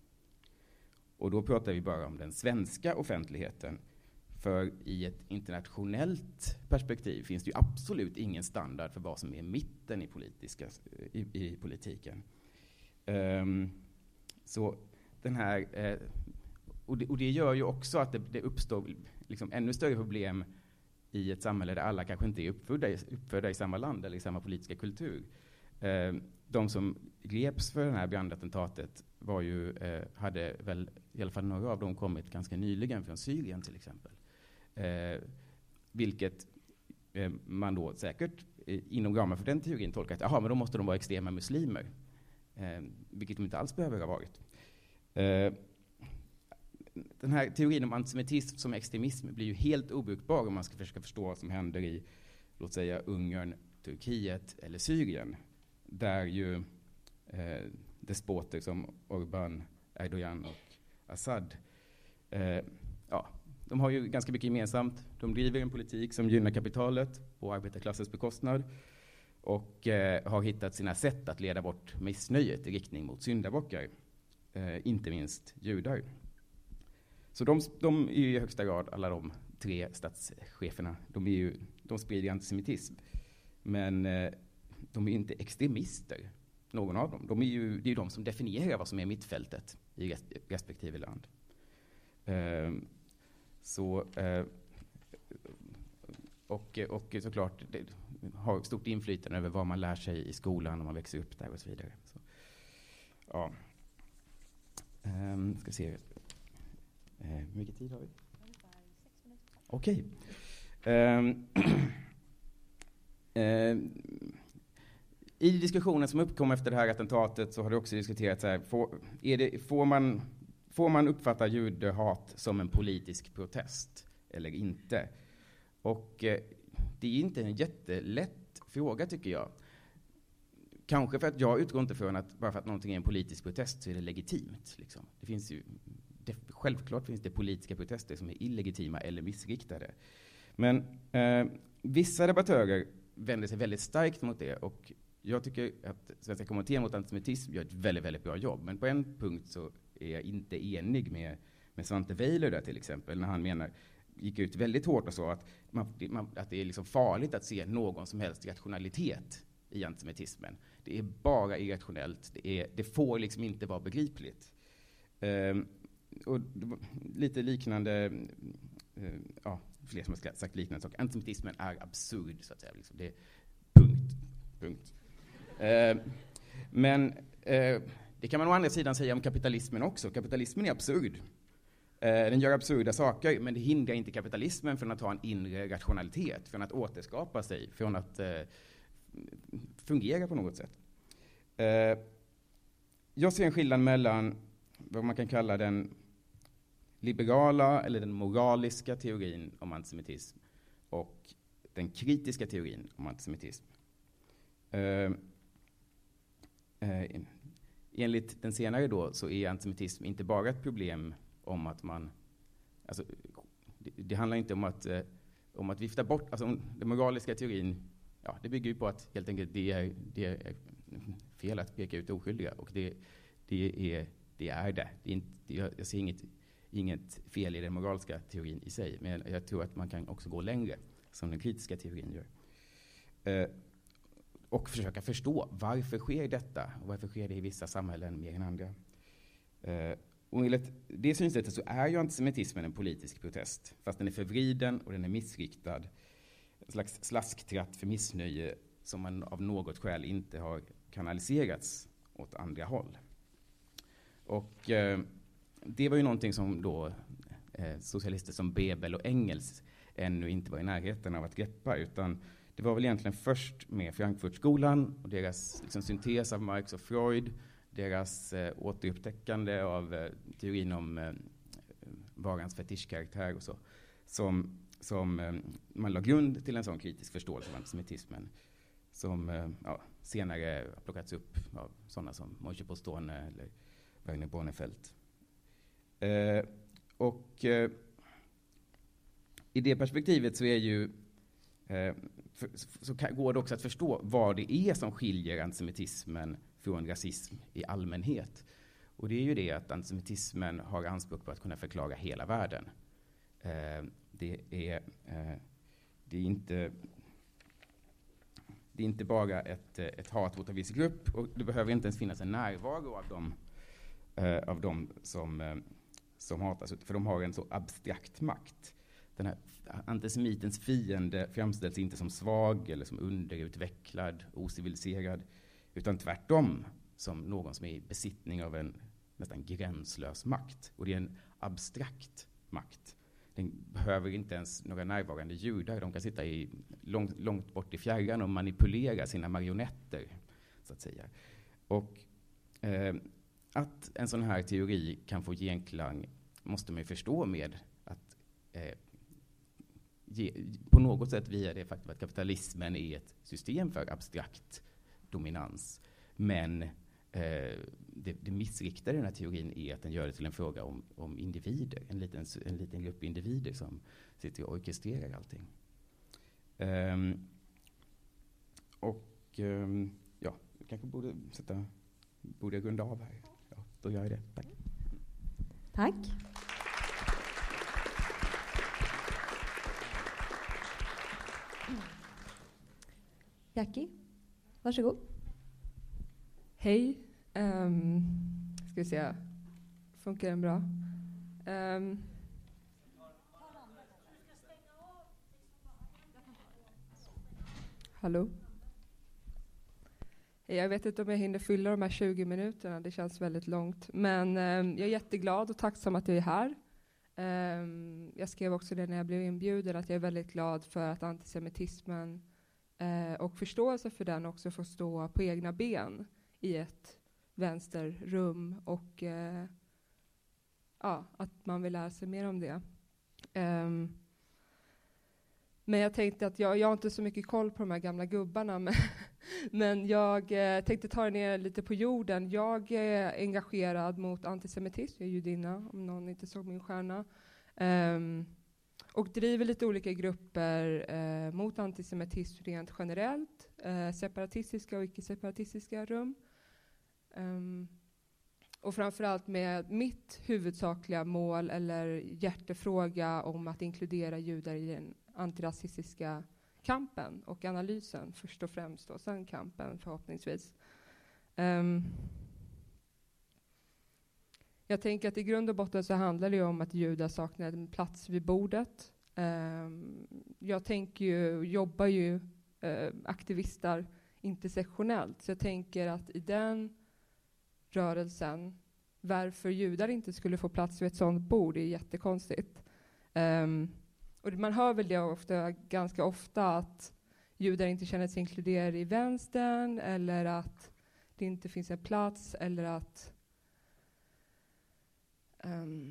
Och då pratar vi bara om den svenska offentligheten. För i ett internationellt perspektiv finns det ju absolut ingen standard för vad som är mitten i, politiska, i, i politiken. Um, så den här, eh, och, det, och det gör ju också att det, det uppstår liksom ännu större problem i ett samhälle där alla kanske inte är uppfödda i, uppfödda i samma land eller i samma politiska kultur. Eh, de som greps för det här brandattentatet var ju, eh, hade väl, i alla fall några av dem kommit ganska nyligen från Syrien till exempel. Eh, vilket eh, man då säkert eh, inom ramen för den teorin tolkar att aha, men då måste de vara extrema muslimer. Eh, vilket de inte alls behöver ha varit. Eh, den här teorin om antisemitism som extremism blir ju helt obrukbar om man ska försöka förstå vad som händer i, låt säga, Ungern, Turkiet eller Syrien. Där ju eh, despoter som Orbán, Erdogan och Assad eh, ja, de har ju ganska mycket gemensamt. De driver en politik som gynnar kapitalet på arbetarklassens bekostnad och eh, har hittat sina sätt att leda bort missnöjet i riktning mot syndabockar, eh, inte minst judar. Så de, de är ju i högsta grad, alla de tre statscheferna, de, är ju, de sprider antisemitism. Men eh, de är inte extremister, någon av dem. De är ju, det är ju de som definierar vad som är mittfältet i res, respektive land. Eh, så, eh, och, och såklart det har stort inflytande över vad man lär sig i skolan när man växer upp där och så vidare. Så, ja. Eh, ska se. Eh, hur mycket tid har vi? Okej. Um, uh, I diskussionen som uppkom efter det här attentatet så har det också diskuterats så här, får, är det, får, man, får man uppfatta judehat som en politisk protest eller inte? Och uh, det är inte en jättelätt fråga tycker jag. Kanske för att jag utgår inte från att bara för att någonting är en politisk protest så är det legitimt. Liksom. Det finns ju Det, självklart finns det politiska protester som är illegitima eller missriktade. Men eh, vissa debattörer vänder sig väldigt starkt mot det. Och jag tycker att Svenska kommittén mot antisemitism gör ett väldigt, väldigt bra jobb. Men på en punkt så är jag inte enig med, med Svante Weiler där till exempel. När han menar, gick ut väldigt hårt och sa att, man, man, att det är liksom farligt att se någon som helst rationalitet i antisemitismen. Det är bara irrationellt. Det, är, det får liksom inte vara begripligt. Eh, Och lite liknande, eh, ja, fler som har sagt liknande saker. Antisemitismen är absurd, så att säga. Liksom. Det är punkt. punkt. Eh, men eh, det kan man å andra sidan säga om kapitalismen också. Kapitalismen är absurd. Eh, den gör absurda saker, men det hindrar inte kapitalismen från att ha en inre rationalitet, från att återskapa sig, från att eh, fungera på något sätt. Eh, jag ser en skillnad mellan vad man kan kalla den liberala eller den moraliska teorin om antisemitism och den kritiska teorin om antisemitism. Uh, uh, enligt den senare då så är antisemitism inte bara ett problem om att man, alltså, det, det handlar inte om att, uh, om att vifta bort, alltså den moraliska teorin, ja, det bygger ju på att helt enkelt det är, det är fel att peka ut oskyldiga och det, det är Det är det. det är inte, jag, jag ser inget, inget fel i den moraliska teorin i sig. Men jag, jag tror att man kan också gå längre, som den kritiska teorin gör. Eh, och försöka förstå varför sker detta? Och varför sker det i vissa samhällen mer än andra? Eh, och enligt det synsättet så är ju antisemitismen en politisk protest. Fast den är förvriden och den är missriktad. En slags slasktratt för missnöje som man av något skäl inte har kanaliserats åt andra håll. Och eh, det var ju någonting som då eh, socialister som Bebel och Engels ännu inte var i närheten av att greppa, utan det var väl egentligen först med Frankfurtskolan och deras liksom, syntes av Marx och Freud, deras eh, återupptäckande av eh, teorin om eh, varans fetischkaraktär och så, som, som eh, man la grund till en sån kritisk förståelse av antisemitismen som eh, ja, senare har plockats upp av sådana som Moishe Postone eller Werner Bonnefeld. Eh, och eh, i det perspektivet så är ju eh, för, så kan, går det också att förstå vad det är som skiljer antisemitismen från rasism i allmänhet. Och det är ju det att antisemitismen har anspråk på att kunna förklara hela världen. Eh, det är eh, det är inte det är inte bara ett, ett hat mot en viss grupp, och det behöver inte ens finnas en närvaro av dem Uh, av de som, uh, som hatas, för de har en så abstrakt makt. den här antisemitens fiende framställs inte som svag eller som underutvecklad, ociviliserad, utan tvärtom som någon som är i besittning av en nästan gränslös makt. Och det är en abstrakt makt. Den behöver inte ens några närvarande judar. De kan sitta i långt, långt bort i fjärran och manipulera sina marionetter, så att säga. Och eh, att en sån här teori kan få genklang måste man ju förstå med att eh, ge, på något sätt via det faktum att kapitalismen är ett system för abstrakt dominans. Men eh, det, det missriktade i den här teorin är att den gör det till en fråga om, om individer. En liten, en liten grupp individer som sitter och orkestrerar allting. Um, och um, ja, jag kanske borde sätta, borde jag runda av här. Ja, då gör jag det. Tack. Tack. Jackie, varsågod. Hej. Um, ska vi se. Funkar den bra? Um, Hallå? Jag vet inte om jag hinner fylla de här tjugo minuterna. Det känns väldigt långt. Men um, jag är jätteglad och tacksam att jag är här. Um, jag skrev också det när jag blev inbjuden att jag är väldigt glad för att antisemitismen uh, och förståelse för den också får stå på egna ben i ett vänsterrum och uh, ja, att man vill lära sig mer om det. Um, Men jag tänkte att jag, jag har inte så mycket koll på de här gamla gubbarna. Men, men jag eh, tänkte ta ner lite på jorden. Jag är engagerad mot antisemitism. Jag är judinna, om någon inte såg min stjärna. Um, och driver lite olika grupper eh, mot antisemitism rent generellt. Eh, separatistiska och icke-separatistiska rum. Um, och framförallt med mitt huvudsakliga mål eller hjärtefråga om att inkludera judar i den antirasistiska kampen och analysen först och främst och sen kampen förhoppningsvis. Um, jag tänker att i grund och botten så handlar det om att judar saknar en plats vid bordet. Um, jag tänker ju, jobbar ju uh, aktivistar intersektionellt, så jag tänker att i den rörelsen varför judar inte skulle få plats vid ett sådant bord är jättekonstigt. Um, Och man hör väl det ofta, ganska ofta att judar inte känner sig inkluderade i vänstern eller att det inte finns en plats eller att um,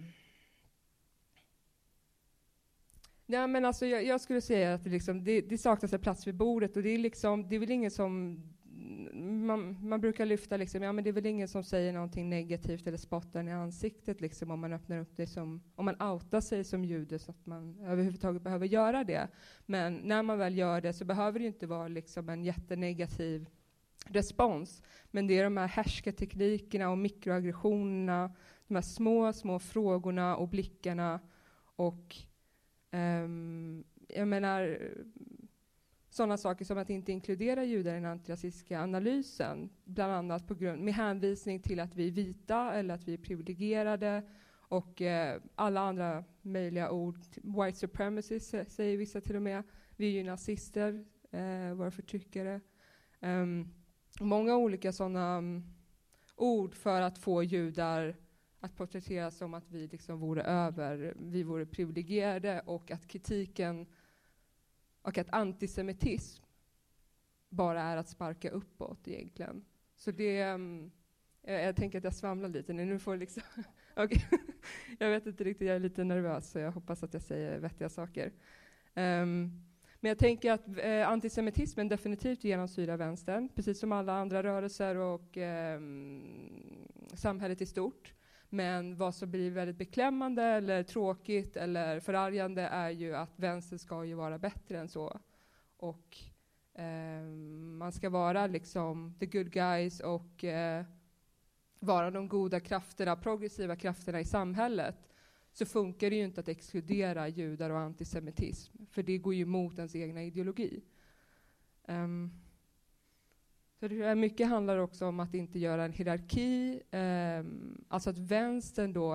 ja, men alltså jag, jag skulle säga att det, liksom, det, det saknas en plats vid bordet och det är, liksom, det är väl ingen som man, man brukar lyfta liksom, ja men det är väl ingen som säger någonting negativt eller spottar i ansiktet liksom, om man öppnar upp det som, om man outar sig som jude så att man överhuvudtaget behöver göra det. Men när man väl gör det så behöver det ju inte vara liksom en jättenegativ respons. Men det är de här härskarteknikerna och mikroaggressionerna, de här små, små frågorna och blickarna och um, jag menar sådana saker som att inte inkludera judar i den antirasistiska analysen, bland annat på grund, med hänvisning till att vi är vita eller att vi är privilegierade och eh, alla andra möjliga ord. White supremacy säger vissa till och med. Vi är ju nazister, eh, våra förtryckare. Um, många olika sådana um, ord för att få judar att porträtteras som att vi liksom vore över, vi vore privilegierade och att kritiken och att antisemitism bara är att sparka uppåt egentligen. Så det, um, jag, jag tänker att jag svamlar lite nu. Nu får liksom okay. Jag vet inte riktigt, jag är lite nervös så jag hoppas att jag säger vettiga saker. Um, men jag tänker att eh, antisemitismen definitivt genomsyrar vänstern, precis som alla andra rörelser och eh, samhället i stort. Men vad som blir väldigt beklämmande eller tråkigt eller förargande är ju att vänster ska ju vara bättre än så. Och eh, man ska vara liksom the good guys och eh, vara de goda krafterna, progressiva krafterna i samhället. Så funkar det ju inte att exkludera judar och antisemitism. För det går ju emot ens egna ideologi. Um, Så det är mycket handlar också om att inte göra en hierarki. Um, alltså att vänstern då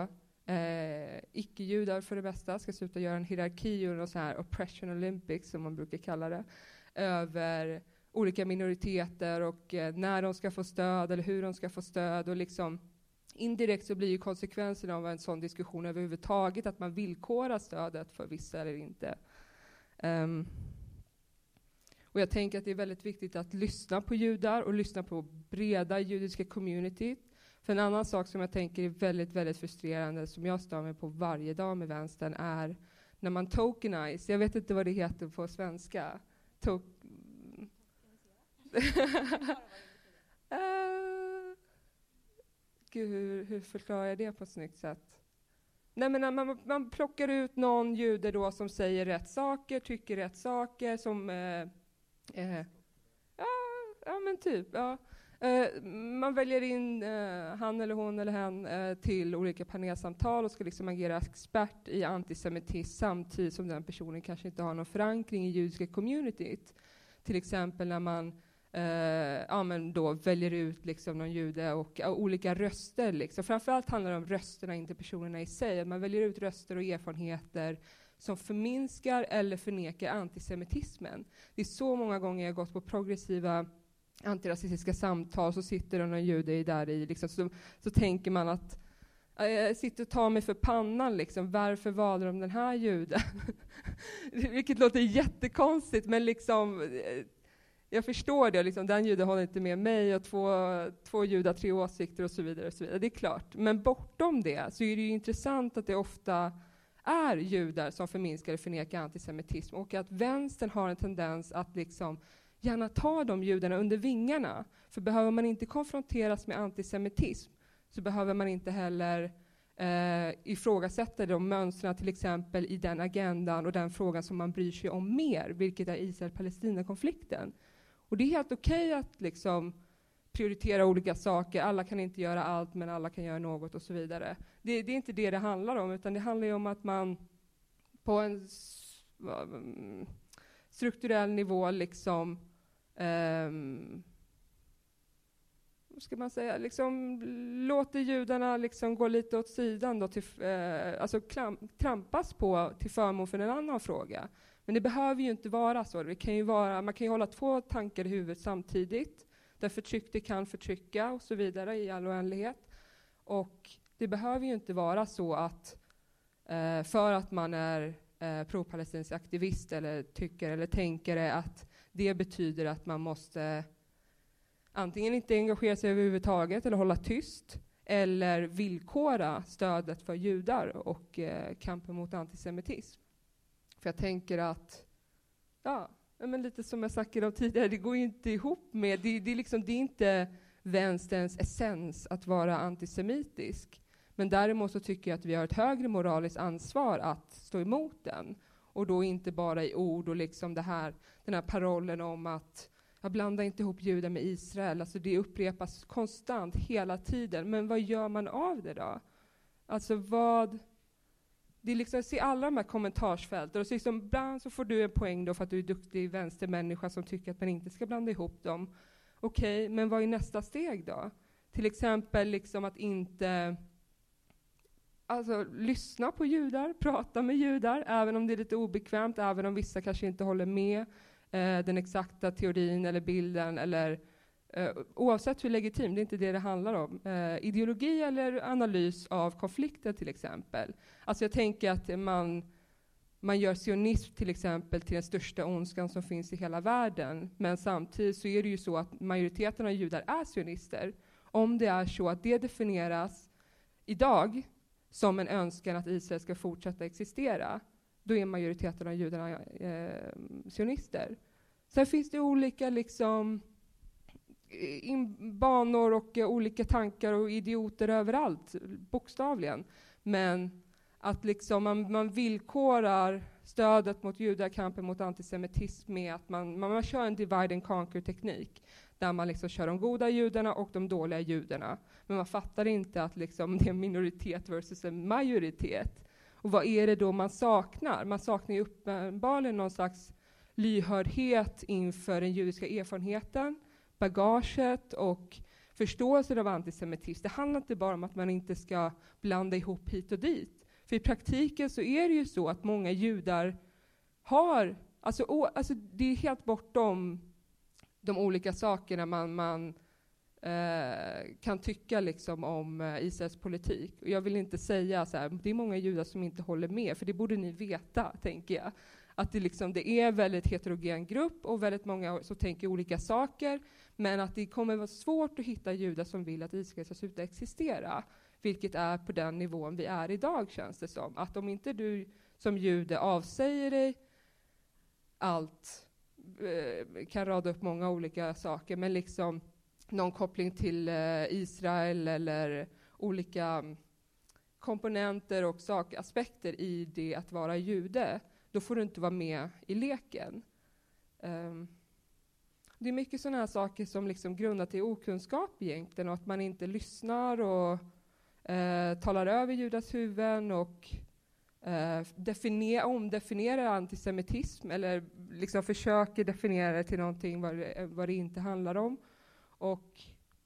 eh, icke-judar för det bästa ska sluta göra en hierarki och en sån här oppression olympics som man brukar kalla det, över olika minoriteter och eh, när de ska få stöd eller hur de ska få stöd. Och liksom indirekt så blir ju konsekvensen av en sån diskussion överhuvudtaget att man villkorar stödet för vissa eller inte. Um, och jag tänker att det är väldigt viktigt att lyssna på judar och lyssna på breda judiska community. För en annan sak som jag tänker är väldigt, väldigt frustrerande, som jag stör mig på varje dag med vänstern, är när man tokenize, jag vet inte vad det heter på svenska. To- uh, Gud, hur, hur förklarar jag det på ett snyggt sätt? Nej, men man, man plockar ut någon jude då som säger rätt saker, tycker rätt saker, som... Eh, eh, ja, ja, men typ, ja. Uh, man väljer in uh, han eller hon eller hen uh, till olika panelsamtal och ska liksom agera expert i antisemitism samtidigt som den personen kanske inte har någon förankring i judiska communityt. Till exempel när man uh, ja, men då väljer ut liksom någon jude och uh, olika röster. Liksom. Framförallt handlar det om rösterna, inte personerna i sig. Man väljer ut röster och erfarenheter som förminskar eller förnekar antisemitismen. Det är så många gånger jag har gått på progressiva antirasistiska samtal, så sitter det någon jude där i, liksom, så, så tänker man att jag sitter och tar mig för pannan, liksom, varför valde de den här juden? Vilket låter jättekonstigt, men liksom, jag förstår det, liksom, den juden håller inte med mig och två, två judar, tre åsikter och så vidare, och så vidare. Det är klart, men bortom det så är det ju intressant att det ofta är judar som förminskar och förnekar antisemitism, och att vänstern har en tendens att liksom gärna ta de judarna under vingarna. För behöver man inte konfronteras med antisemitism så behöver man inte heller eh, ifrågasätta de mönstren, till exempel i den agendan och den frågan som man bryr sig om mer, vilket är Israel-Palestina-konflikten. Och det är helt okej att liksom prioritera olika saker. Alla kan inte göra allt, men alla kan göra något och så vidare. Det, det är inte det det handlar om, utan det handlar ju om att man på en s- strukturell nivå liksom Um, vad ska man säga, liksom låter judarna liksom gå lite åt sidan då till, uh, alltså klam, trampas på till förmån för en annan fråga. Men det behöver ju inte vara så. Det kan ju vara, man kan ju hålla två tankar i huvudet samtidigt, där förtryckte kan förtrycka och så vidare i all oändlighet. Och det behöver ju inte vara så att uh, för att man är uh, pro-palestinsk aktivist eller tycker eller tänker det, att det betyder att man måste antingen inte engagera sig överhuvudtaget eller hålla tyst, eller villkora stödet för judar och eh, kampen mot antisemitism. För jag tänker att, ja, men lite som jag sagt om tidigare, det går ju inte ihop med, det, det, är liksom, det är inte vänsterns essens att vara antisemitisk. Men däremot så tycker jag att vi har ett högre moraliskt ansvar att stå emot den. Och då inte bara i ord och liksom det här, den här parollen om att jag blandar inte ihop judar med Israel. Alltså det upprepas konstant hela tiden. Men vad gör man av det då? Alltså vad... Det är liksom, jag ser alla de här kommentarsfälten och så liksom, ibland så får du en poäng då för att du är duktig vänstermänniska som tycker att man inte ska blanda ihop dem. Okej, okay, men vad är nästa steg då? Till exempel liksom att inte... Alltså, lyssna på judar, prata med judar, även om det är lite obekvämt, även om vissa kanske inte håller med eh, den exakta teorin eller bilden, eller eh, oavsett hur legitim, det är inte det det handlar om. Eh, ideologi eller analys av konflikter till exempel. Alltså jag tänker att man, man gör sionism till exempel till den största ondskan som finns i hela världen, men samtidigt så är det ju så att majoriteten av judar är sionister. Om det är så att det definieras idag som en önskan att Israel ska fortsätta existera, då är majoriteten av judarna eh, sionister. Sen finns det olika liksom, in, banor och eh, olika tankar och idioter överallt, bokstavligen. Men att liksom man, man villkorar stödet mot judar, kampen mot antisemitism med att man, man, man kör en divide and conquer-teknik. Där man liksom kör de goda judarna och de dåliga judarna. Men man fattar inte att liksom det är en minoritet versus en majoritet. Och vad är det då man saknar? Man saknar ju uppenbarligen någon slags lyhördhet inför den judiska erfarenheten, bagaget och förståelsen av antisemitism. Det handlar inte bara om att man inte ska blanda ihop hit och dit. För i praktiken så är det ju så att många judar har, alltså, å, alltså det är helt bortom de olika sakerna man, man eh, kan tycka liksom om eh, Israels politik. Och jag vill inte säga så här, det är många judar som inte håller med, för det borde ni veta, tänker jag. Att det, liksom, det är en väldigt heterogen grupp och väldigt många som tänker olika saker, men att det kommer vara svårt att hitta judar som vill att Israel ska sluta existera, vilket är på den nivån vi är idag, känns det som. Att om inte du som jude avsäger dig allt, eh, kan rada upp många olika saker, men liksom någon koppling till eh, Israel eller olika komponenter och sak, aspekter i det att vara jude, då får du inte vara med i leken. Um, det är mycket sådana här saker som liksom grundar till okunskap egentligen, och att man inte lyssnar och uh, talar över judas huvuden och uh, definier, omdefinierar antisemitism, eller liksom försöker definiera det till någonting vad det, vad det inte handlar om. Och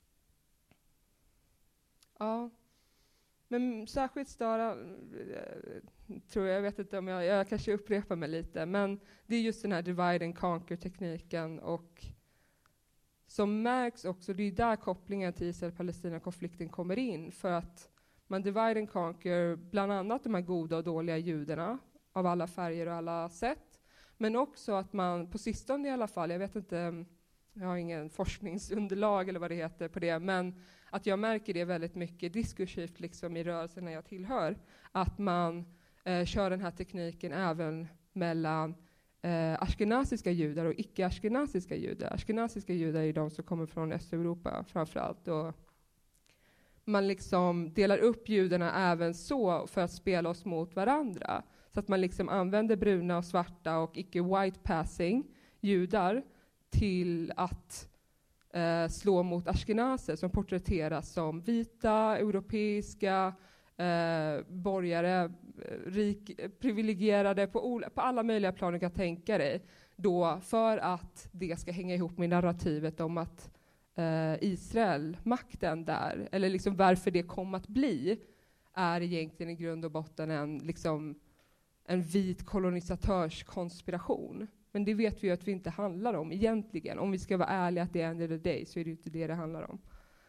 ja, men särskilt störa, tror jag, jag vet inte om jag, jag kanske upprepar mig lite, men det är just den här divide and conquer-tekniken, och som märks också, det är där kopplingen till Israel-Palestina-konflikten kommer in, för att man divide and conquer bland annat de här goda och dåliga judarna av alla färger och alla sätt, men också att man på sistone i alla fall, jag vet inte, jag har ingen forskningsunderlag eller vad det heter på det, men att jag märker det väldigt mycket diskursivt liksom i rörelsen när jag tillhör, att man eh, kör den här tekniken även mellan eh, ashkenaziska judar och icke-ashkenaziska judar. Ashkenaziska judar är de som kommer från Östeuropa framförallt, och man liksom delar upp judarna även så för att spela oss mot varandra, så att man liksom använder bruna och svarta och icke-white passing judar till att eh, slå mot ashkenazer som porträtteras som vita, europeiska, eh, borgare, rik, privilegierade på, ol- på alla möjliga plan du kan tänka dig, då för att det ska hänga ihop med narrativet om att eh, Israel, makten där, eller liksom varför det kom att bli, är egentligen i grund och botten en, liksom, en vit kolonisatörskonspiration. Men det vet vi ju att vi inte handlar om egentligen. Om vi ska vara ärliga att det är end of the day, så är det inte det det handlar om.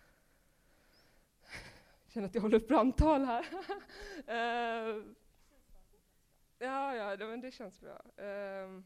Jag känner att jag håller upp brandtal här. uh, ja, ja, det, men det känns bra. Uh,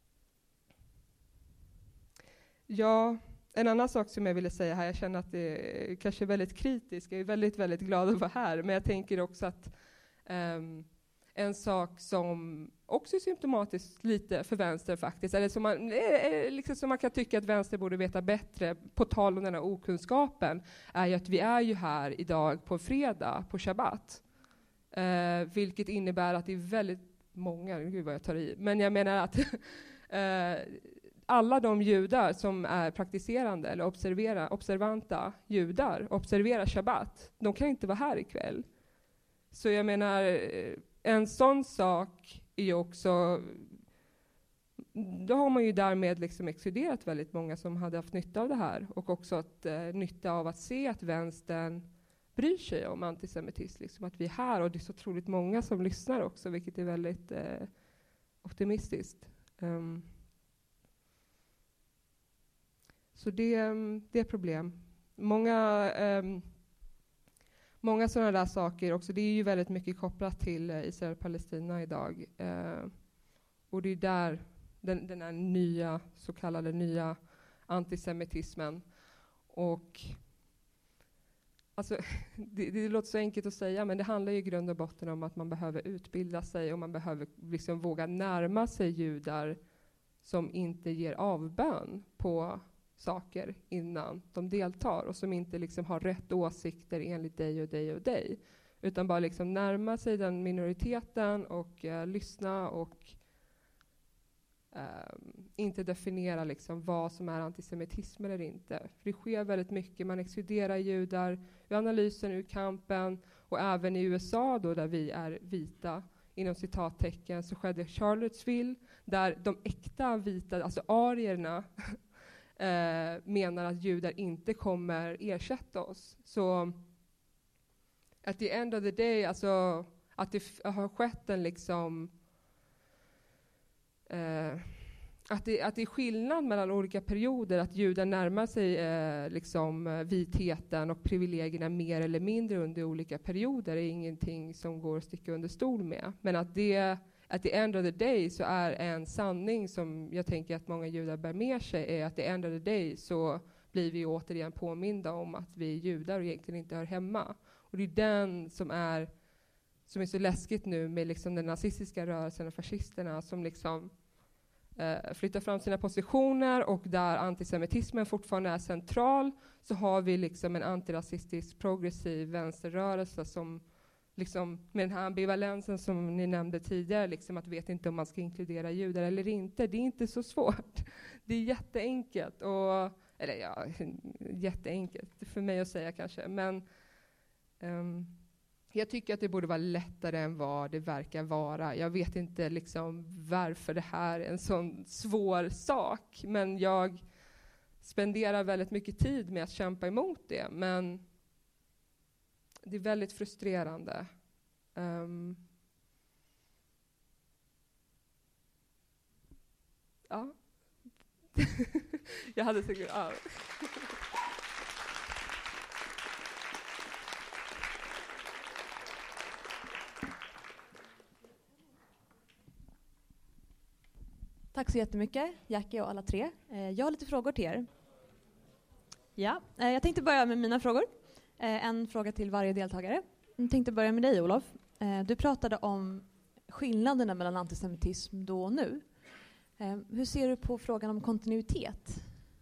ja, en annan sak som jag ville säga här, jag känner att det är kanske är väldigt kritisk. Jag är väldigt, väldigt glad att vara här. Men jag tänker också att um, en sak som också är symptomatiskt lite för vänster faktiskt, eller som man, liksom som man kan tycka att vänster borde veta bättre, på tal om den här okunskapen, är ju att vi är ju här idag på fredag, på Shabbat. Eh, vilket innebär att det är väldigt många, gud vad jag tar i, men jag menar att eh, alla de judar som är praktiserande eller observera, observanta judar, observerar Shabbat, de kan inte vara här ikväll. Så jag menar, en sån sak är ju också, då har man ju därmed liksom exkluderat väldigt många som hade haft nytta av det här, och också att, eh, nytta av att se att vänstern bryr sig om antisemitism, liksom att vi är här, och det är så otroligt många som lyssnar också, vilket är väldigt eh, optimistiskt. Um, så det, det är problem. Många um, Många sådana där saker också, det är ju väldigt mycket kopplat till uh, Israel-Palestina idag. Uh, och det är där den, den här nya, så kallade nya antisemitismen. Och alltså, det, det låter så enkelt att säga, men det handlar ju i grund och botten om att man behöver utbilda sig, och man behöver liksom våga närma sig judar som inte ger avbön på saker innan de deltar, och som inte liksom har rätt åsikter enligt dig och dig och dig, utan bara liksom närma sig den minoriteten och uh, lyssna och uh, inte definiera liksom vad som är antisemitism eller inte. För det sker väldigt mycket, man exkluderar judar ur analysen, ur kampen, och även i U S A då, där vi är vita inom citattecken, så skedde Charlottesville, där de äkta vita, alltså arierna eh, menar att judar inte kommer ersätta oss. Så at the end of the day, alltså att det f- har skett en liksom eh, att, det, att det är skillnad mellan olika perioder, att judar närmar sig eh, liksom vitheten och privilegierna mer eller mindre under olika perioder är ingenting som går att sticka under stol med. Men att det at the end of the day så är en sanning som jag tänker att många judar bär med sig, är att at the end of the day så blir vi återigen påminda om att vi är judar och egentligen inte hör hemma. Och det är den som är, som är så läskigt nu med liksom den nazistiska rörelsen och fascisterna som liksom eh, flyttar fram sina positioner, och där antisemitismen fortfarande är central, så har vi liksom en antirasistisk progressiv vänsterrörelse som liksom, med den här ambivalensen som ni nämnde tidigare, liksom att vet inte om man ska inkludera judar eller inte. Det är inte så svårt. Det är jätteenkelt. Och, eller ja, jätteenkelt för mig att säga kanske. Men um, jag tycker att det borde vara lättare än vad det verkar vara. Jag vet inte liksom varför det här är en sån svår sak. Men jag spenderar väldigt mycket tid med att kämpa emot det. Men det är väldigt frustrerande. Um, ja. Jag hade säkert... Ja. Tack så jättemycket, Jackie och alla tre. Jag har lite frågor till er. Ja, jag tänkte börja med mina frågor. En fråga till varje deltagare. Jag tänkte börja med dig, Olof. Du pratade om skillnaderna mellan antisemitism då och nu. Hur ser du på frågan om kontinuitet?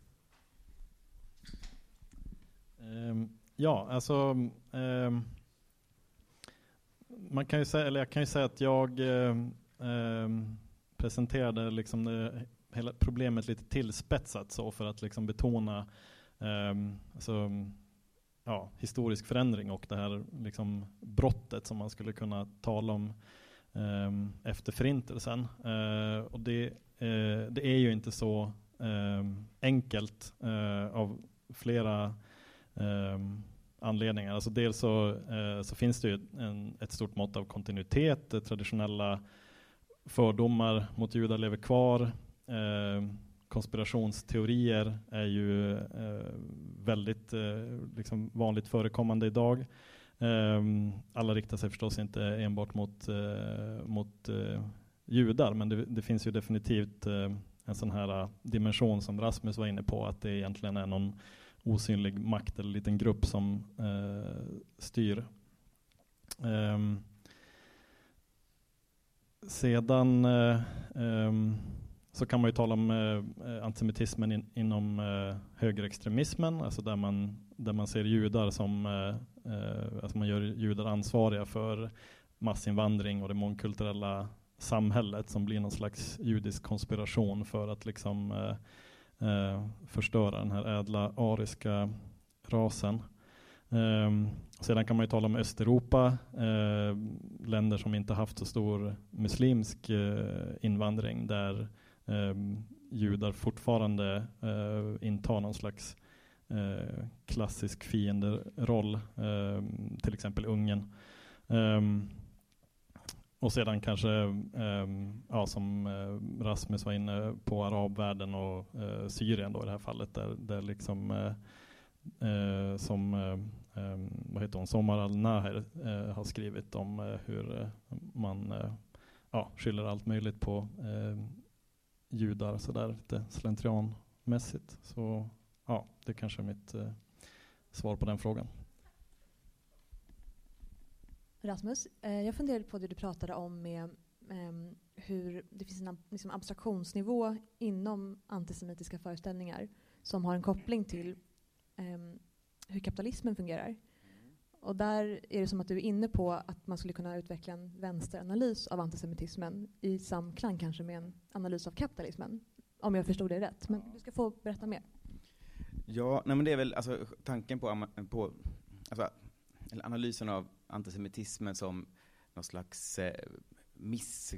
Um, ja, alltså um, man kan ju säga, eller jag kan ju säga att jag um, presenterade liksom det, hela problemet lite tillspetsat så för att liksom betona um, alltså, ja, historisk förändring och det här liksom brottet som man skulle kunna tala om um, efter förintelsen. Uh, och det, uh, det är ju inte så um, enkelt uh, av flera um, anledningar. Alltså dels så, uh, så finns det ju en, ett stort mått av kontinuitet. Traditionella fördomar mot judar lever kvar. Uh, konspirationsteorier är ju uh, väldigt uh, liksom vanligt förekommande idag. Um, alla riktar sig förstås inte enbart mot, uh, mot uh, judar, men det, det finns ju definitivt uh, en sån här uh, dimension som Rasmus var inne på, att det egentligen är någon osynlig makt eller liten grupp som uh, styr. Um, sedan uh, um, så kan man ju tala om uh, antisemitismen in, inom uh, högerextremismen, alltså där man, där man ser judar som uh, uh, alltså man gör judar ansvariga för massinvandring och det mångkulturella samhället som blir någon slags judisk konspiration för att liksom uh, uh, förstöra den här ädla ariska rasen. Um, sedan kan man ju tala om Östeuropa, uh, länder som inte haft så stor muslimsk uh, invandring, där um, judar fortfarande uh, intar någon slags uh, klassisk fienderoll, uh, till exempel Ungern. Um, och sedan kanske, um, ja, som uh, Rasmus var inne på, arabvärlden och uh, Syrien då i det här fallet, där, där liksom uh, Uh, som uh, um, vad heter hon, Somar al-Naher uh, har skrivit om uh, hur uh, man uh, ja, skyller allt möjligt på uh, judar så där lite slentrianmässigt. Så ja, det kanske är mitt uh, svar på den frågan. Rasmus, eh, jag funderade på det du pratade om med um, hur det finns en liksom, abstraktionsnivå inom antisemitiska föreställningar som har en koppling till Um, hur kapitalismen fungerar. Mm. Och där är det som att du är inne på att man skulle kunna utveckla en vänsteranalys av antisemitismen i samklang kanske med en analys av kapitalismen. Om jag förstod det rätt. Men du ska få berätta mer. Ja, nej men det är väl alltså, tanken på, på alltså, eller analysen av antisemitismen som någon slags eh,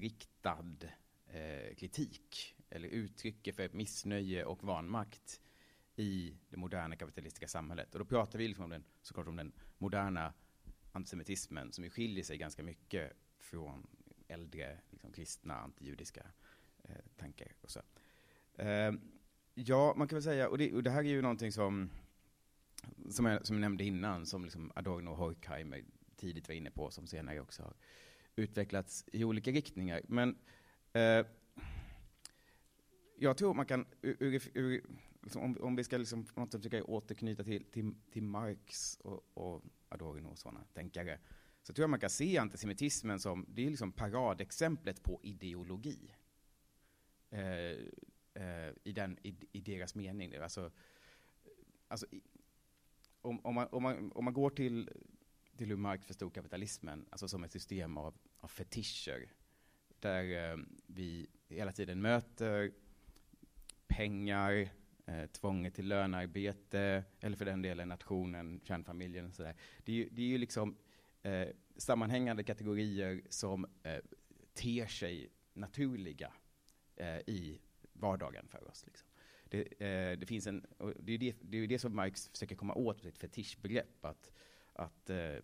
missriktad eh, kritik eller uttryck för ett missnöje och vanmakt i det moderna kapitalistiska samhället. Och då pratar vi liksom om den, såklart om den moderna antisemitismen som ju skiljer sig ganska mycket från äldre liksom, kristna, antijudiska eh, tankar och så. Eh, ja, man kan väl säga, och det, och det här är ju någonting som som jag, som jag nämnde innan, som liksom Adorno och Horkheimer tidigt var inne på, som senare också har utvecklats i olika riktningar. Men eh, jag tror man kan, ur, ur, ur, liksom, om, om vi ska liksom, på något sätt försöka återknyta till, till, till Marx och, och Adorno och sådana tänkare, så tror jag man kan se antisemitismen som, det är liksom paradexemplet på ideologi. Eh, eh, i, den, i, i deras mening. Alltså, alltså i, om, om, man, om, man, om man går till, till hur Marx förstod kapitalismen, alltså som ett system av, av fetischer, där eh, vi hela tiden möter pengar, eh, tvånget till lönearbete, eller för den delen nationen, kärnfamiljen och sådär. Det är ju, det är ju liksom eh, sammanhängande kategorier som eh, ter sig naturliga eh, i vardagen för oss. Liksom. Det, eh, det finns en, och det är det, det är det som Marx försöker komma åt med ett fetischbegrepp, att, att, eh,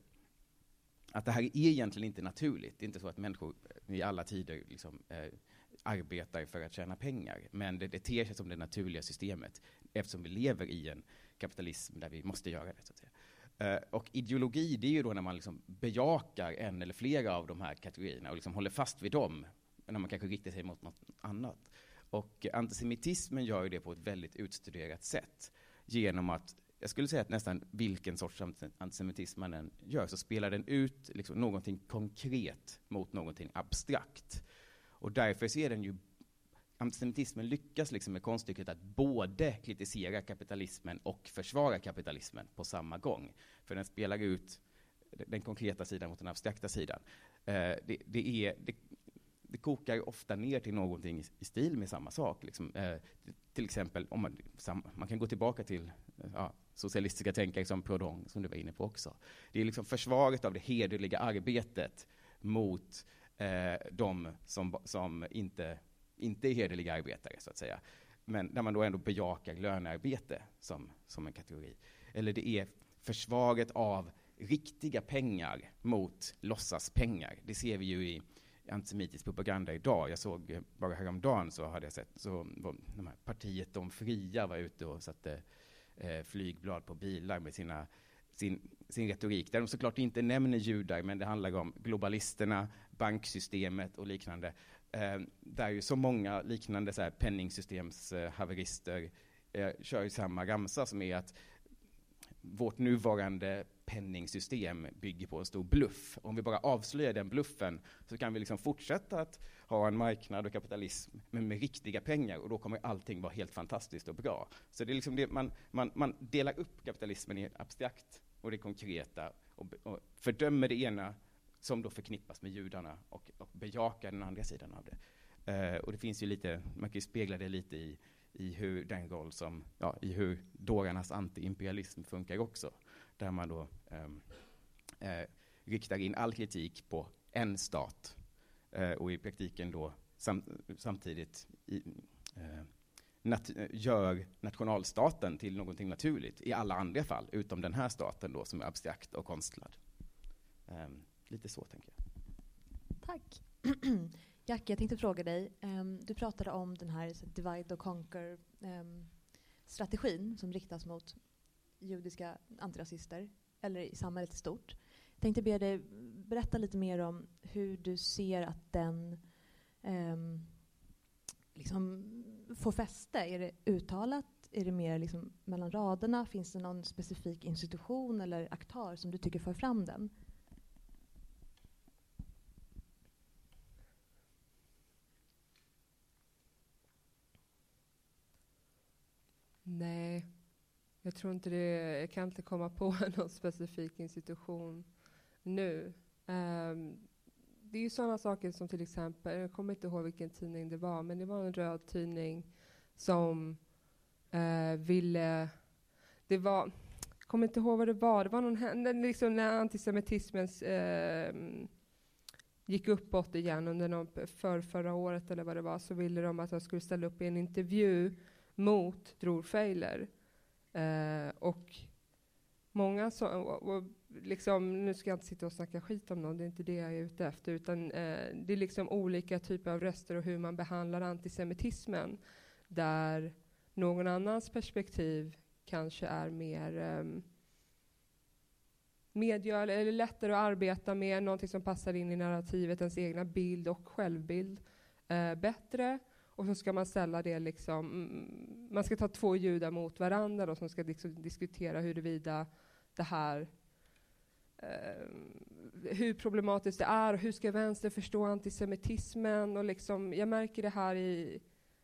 att det här är egentligen inte naturligt. Det är inte så att människor i alla tider liksom, eh, arbetar för att tjäna pengar, men det, det ter sig som det naturliga systemet, eftersom vi lever i en kapitalism där vi måste göra det, så att säga. Uh, och ideologi, det är ju då när man liksom bejakar en eller flera av de här kategorierna och liksom håller fast vid dem, när man kanske riktar sig mot något annat. Och antisemitismen gör ju det på ett väldigt utstuderat sätt, genom att, jag skulle säga att nästan vilken sorts antisemitism man än gör, så spelar den ut liksom någonting konkret mot någonting abstrakt. Och därför ser den ju, antisemitismen lyckas liksom med konststycket att både kritisera kapitalismen och försvara kapitalismen på samma gång. För den spelar ut den konkreta sidan mot den abstrakta sidan. Eh, det, det, är, det, det kokar ofta ner till någonting i, i stil med samma sak. Liksom. Eh, till exempel, om man, sam, man kan gå tillbaka till ja, socialistiska tänkare som Proudhon, som du var inne på också. Det är liksom försvaret av det hederliga arbetet mot eh, de som, som inte... inte är hederliga arbetare, så att säga. Men där man då ändå bejakar lönearbete som, som en kategori. Eller det är försvaret av riktiga pengar mot låtsaspengar. Det ser vi ju i antisemitisk propaganda idag. Jag såg bara häromdagen, så hade jag sett, så var de här partiet De Fria var ute och satte eh, flygblad på bilar med sina, sin, sin retorik. Där de såklart inte nämner judar, men det handlar om globalisterna, banksystemet och liknande. Eh, där ju så många liknande så här penningsystemshaverister eh, kör ju samma ramsa, som är att vårt nuvarande penningsystem bygger på en stor bluff. Om vi bara avslöjar den bluffen, så kan vi liksom fortsätta att ha en marknad och kapitalism, men med riktiga pengar, och då kommer allting vara helt fantastiskt och bra. Så det är liksom det, man, man, man delar upp kapitalismen i abstrakt och det konkreta, och, och fördömer det ena som då förknippas med judarna, och, och bejakar den andra sidan av det. Uh, och det finns ju lite, man kan ju spegla det lite i, i hur den roll som, ja, i hur dårarnas antiimperialism funkar också. Där man då um, uh, riktar in all kritik på en stat, uh, och i praktiken då sam, samtidigt i, uh, nat- gör nationalstaten till någonting naturligt i alla andra fall, utom den här staten då, som är abstrakt och konstlad. Um, Lite så, tänker jag. Tack. Jackie, jag tänkte fråga dig. Um, du pratade om den här så, divide och conquer um, strategin som riktas mot judiska antirasister, eller i samhället i stort. Jag tänkte be dig berätta lite mer om hur du ser att den um, liksom får fäste. Är det uttalat? Är det mer liksom mellan raderna? Finns det någon specifik institution eller aktör som du tycker för fram den? Nej, jag tror inte det. Jag kan inte komma på någon specifik institution nu. Um, det är ju sådana saker som till exempel, jag kommer inte ihåg vilken tidning det var, men det var en röd tidning som uh, ville, det var, jag kommer inte ihåg vad det var, det var någon, liksom när antisemitismen uh, gick uppåt igen under någon, för förra året eller vad det var, så ville de att jag skulle ställa upp i en intervju mot Dror Feiler. Eh, och många så, och, och liksom, nu ska jag inte sitta och snacka skit om någon, det är inte det jag är ute efter, utan eh, det är liksom olika typer av röster och hur man behandlar antisemitismen, där någon annans perspektiv kanske är mer um, medgör, eller lättare att arbeta med, någonting som passar in i narrativet, ens egna bild och självbild uh, bättre. Och så ska man ställa det liksom, mm, man ska ta två judar mot varandra och som ska liksom diskutera huruvida det här, uh, hur problematiskt det är, hur ska vänster förstå antisemitismen, och liksom, jag märker det här i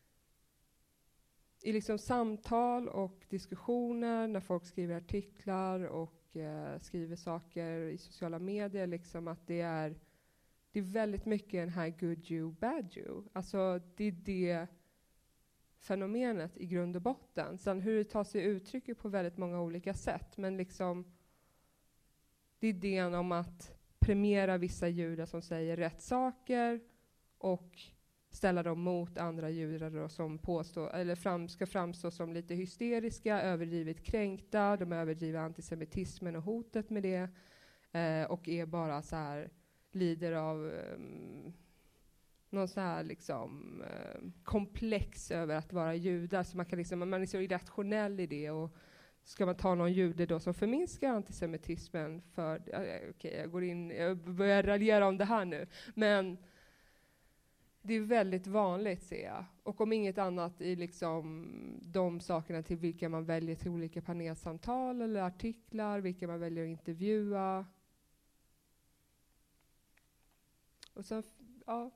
i liksom samtal och diskussioner, när folk skriver artiklar och uh, skriver saker i sociala medier, liksom att det är, det är väldigt mycket en här good you, bad you. Alltså det är det fenomenet i grund och botten. Sen hur det tar sig uttryck på väldigt många olika sätt, men liksom det är idén om att premiera vissa judar som säger rätt saker och ställa dem mot andra judar då, som påstår, eller fram, ska framstå som lite hysteriska, överdrivet kränkta, de överdriver antisemitismen och hotet med det, eh, och är bara så här, lider av um, någon så här liksom um, komplex över att vara judar, så man kan liksom, man är så irrationell i det, och ska man ta någon jude då som förminskar antisemitismen för, uh, okej okay, jag går in, jag börjar raljera om det här nu, men det är väldigt vanligt, ser jag. Och om inget annat i liksom de sakerna till vilka man väljer till olika panelsamtal eller artiklar, vilka man väljer att intervjua. Och sen, ja,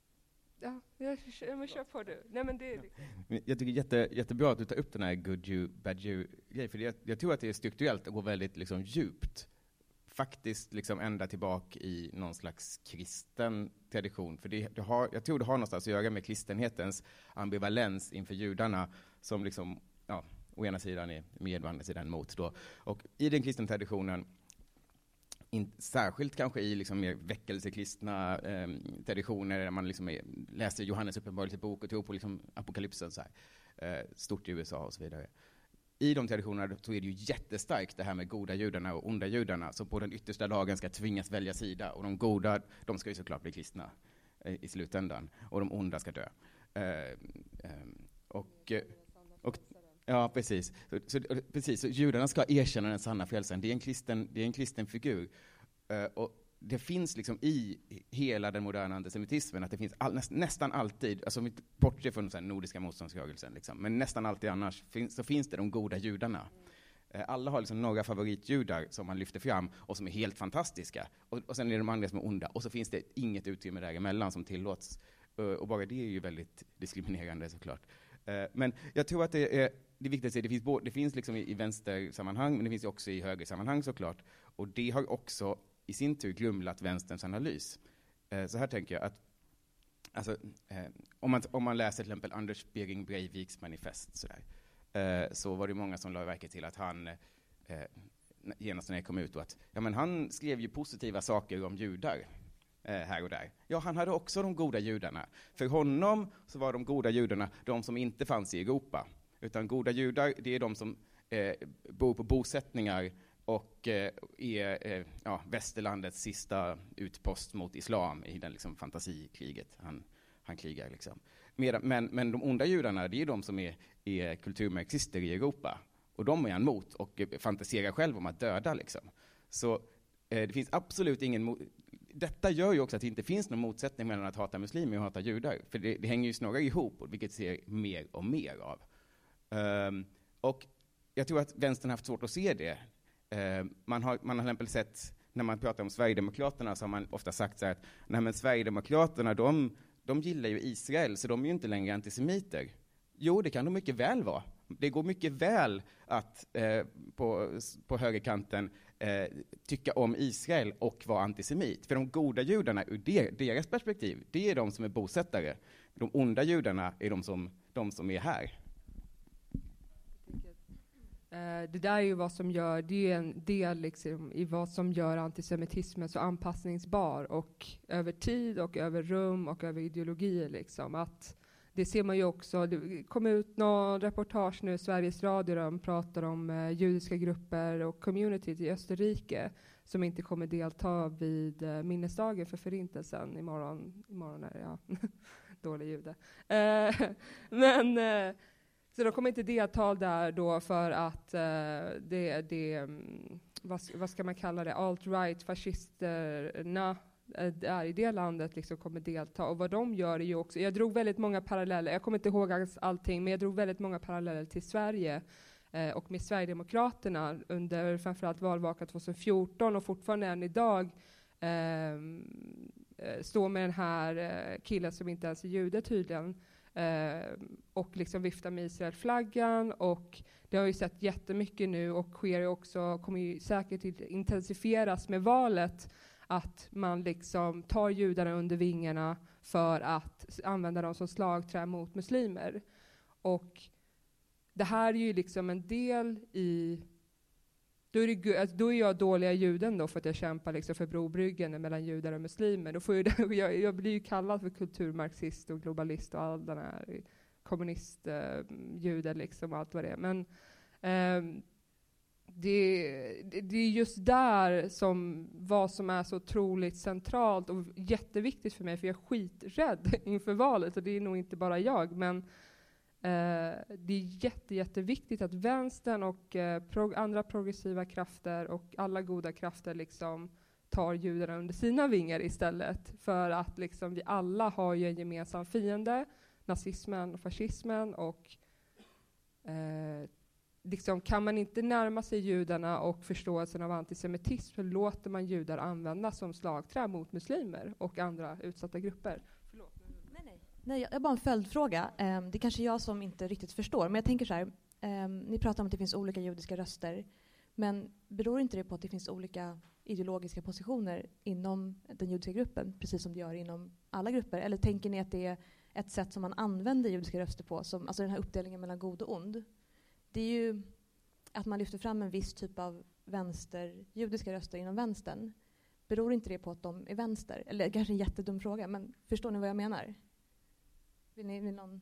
ja jag, jag kör på du. Nej, men det är liksom. Jag tycker jätte, jättebra att du tar upp den här good you, bad you-grej, för jag, jag tror att det är strukturellt och går väldigt liksom djupt. Faktiskt liksom ända tillbaka i någon slags kristen tradition. För det, det har, jag tror det har någonstans att göra med kristenhetens ambivalens inför judarna, som liksom, ja, å ena sidan är med, å andra sidan mot då. Och i den kristna traditionen, in, särskilt kanske i liksom mer väckelsekristna eh, traditioner, där man liksom är, läser Johannes uppenbarelsebok och tror på liksom apokalypsen, så här, eh, stort i U S A och så vidare. I de traditionerna så är det ju jättestarkt det här med goda judarna och onda judarna, som på den yttersta dagen ska tvingas välja sida. Och de goda, de ska ju såklart bli kristna eh, i slutändan. Och de onda ska dö. Eh, eh, och, och, ja, precis. Så, så, precis. Så judarna ska erkänna den sanna frälsaren. Det är en kristen, det är en kristen figur. Eh, och det finns liksom i hela den moderna antisemitismen att det finns all, näst, nästan alltid, alltså bortsett från den nordiska motståndsrörelsen, liksom, men nästan alltid annars finns, så finns det de goda judarna. Mm. Alla har liksom några favoritjudar som man lyfter fram och som är helt fantastiska. Och, och sen är det de andra som är onda. Och så finns det inget utrymme däremellan som tillåts. Och bara det är ju väldigt diskriminerande, såklart. Men jag tror att det är, det är viktigt att säga, det finns, både, det finns liksom i, i vänstersammanhang, men det finns också i högersammanhang, såklart. Och det har också i sin tur glumlat vänsterns analys. Eh, så här tänker jag att alltså, eh, om, man, om man läser till exempel Anders Behring Breiviks manifest, så, där, eh, så var det många som la verke till att han eh, genast när det kom ut och att ja, men han skrev ju positiva saker om judar eh, här och där. Ja, han hade också de goda judarna. För honom så var de goda judarna de som inte fanns i Europa. Utan goda judar, det är de som eh, bor på bosättningar och eh, är eh, ja, västerlandets sista utpost mot islam i den liksom, fantasikriget han, han krigar. Liksom. Medan, men, men de onda judarna, det är de som är, är kulturmarxister i Europa. Och de är han mot och eh, fantiserar själv om att döda. Liksom. Så eh, det finns absolut ingen... Mo- Detta gör ju också att det inte finns någon motsättning mellan att hata muslimer och hata judar. För det, det hänger ju snarare ihop, vilket ser mer och mer av. Um, och jag tror att vänstern har haft svårt att se det. Uh, man har, man har till exempel sett, när man pratar om Sverigedemokraterna, så har man ofta sagt så här att nej, men Sverigedemokraterna, de, de gillar ju Israel, så de är ju inte längre antisemiter. Jo, det kan de mycket väl vara. Det går mycket väl att eh, på, på högerkanten eh, tycka om Israel och vara antisemit. För de goda judarna, ur der, deras perspektiv, det är de som är bosättare. De onda judarna är de som, de som är här. Uh, det där är ju vad som gör, det är en del liksom, i vad som gör antisemitismen så anpassningsbar och över tid och över rum och över ideologier. Liksom. Att det ser man ju också. Det kom ut någon reportage nu i Sveriges Radio där de pratar om eh, judiska grupper och communities i Österrike som inte kommer delta vid eh, minnesdagen för förintelsen imorgon. Imorgon är det, ja, dålig jude. Eh, men eh, så de kommer inte delta där då för att eh, det, det vad, vad ska man kalla det, alt-right fascisterna är i det landet liksom kommer delta. Och vad de gör är ju också, jag drog väldigt många paralleller, jag kommer inte ihåg allting, men jag drog väldigt många paralleller till Sverige eh, och med Sverigedemokraterna under framförallt valvakan tjugohundrafjorton och fortfarande än idag eh, står med den här eh, killen som inte ens är jude tydligen eh, och liksom viftar med Israel-flaggan, och det har ju sett jättemycket nu och sker också, kommer ju säkert intensifieras med valet, att man liksom tar judarna under vingarna för att använda dem som slagträ mot muslimer. Och det här är ju liksom en del i... Då är, det, alltså då är jag dåliga juden då för att jag kämpar liksom för brobryggen mellan judar och muslimer. Då får ju det, jag, jag blir ju kallad för kulturmarxist och globalist och all den här kommunistjuden uh, liksom och allt vad det är. Men... Um, Det, det, det är just där som vad som är så otroligt centralt och jätteviktigt för mig, för jag är skiträdd inför valet, och det är nog inte bara jag, men eh, det är jätte, jätteviktigt att vänstern och eh, prog- andra progressiva krafter och alla goda krafter liksom tar judarna under sina vingar istället, för att liksom vi alla har ju en gemensam fiende, nazismen och fascismen, och eh, liksom, kan man inte närma sig judarna och förståelsen av antisemitism, så låter man judar användas som slagträ mot muslimer och andra utsatta grupper. Förlåt. Nej, nej. nej, jag har bara en följdfråga. Um, det är kanske jag som inte riktigt förstår, men jag tänker så här. Um, ni pratar om att det finns olika judiska röster, men beror inte det på att det finns olika ideologiska positioner inom den judiska gruppen, precis som det gör inom alla grupper? Eller tänker ni att det är ett sätt som man använder judiska röster på, som, alltså den här uppdelningen mellan god och ond? Det är ju att man lyfter fram en viss typ av vänster, judiska röster inom vänstern. Beror inte det på att de är vänster? Eller kanske en jättedum fråga, men förstår ni vad jag menar? Vill ni, vill någon?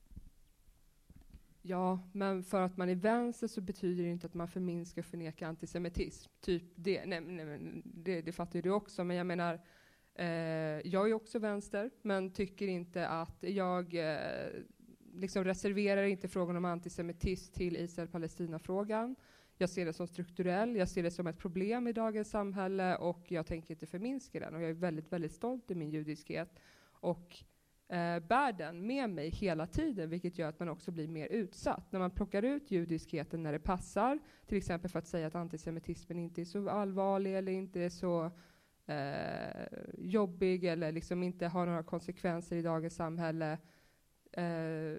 Ja, men för att man är vänster så betyder det inte att man förminskar och förnekar antisemitism. Typ det, nej, nej, det, det fattar ju du också, men jag menar, eh, jag är också vänster, men tycker inte att jag... Eh, liksom reserverar inte frågan om antisemitism till Israel-Palestina-frågan. Jag ser det som strukturell, jag ser det som ett problem i dagens samhälle, och jag tänker inte förminska den. Och jag är väldigt, väldigt stolt i min judiskhet och eh, bär den med mig hela tiden, vilket gör att man också blir mer utsatt. När man plockar ut judiskheten när det passar, till exempel för att säga att antisemitismen inte är så allvarlig eller inte är så eh, jobbig eller liksom inte har några konsekvenser i dagens samhälle. Uh,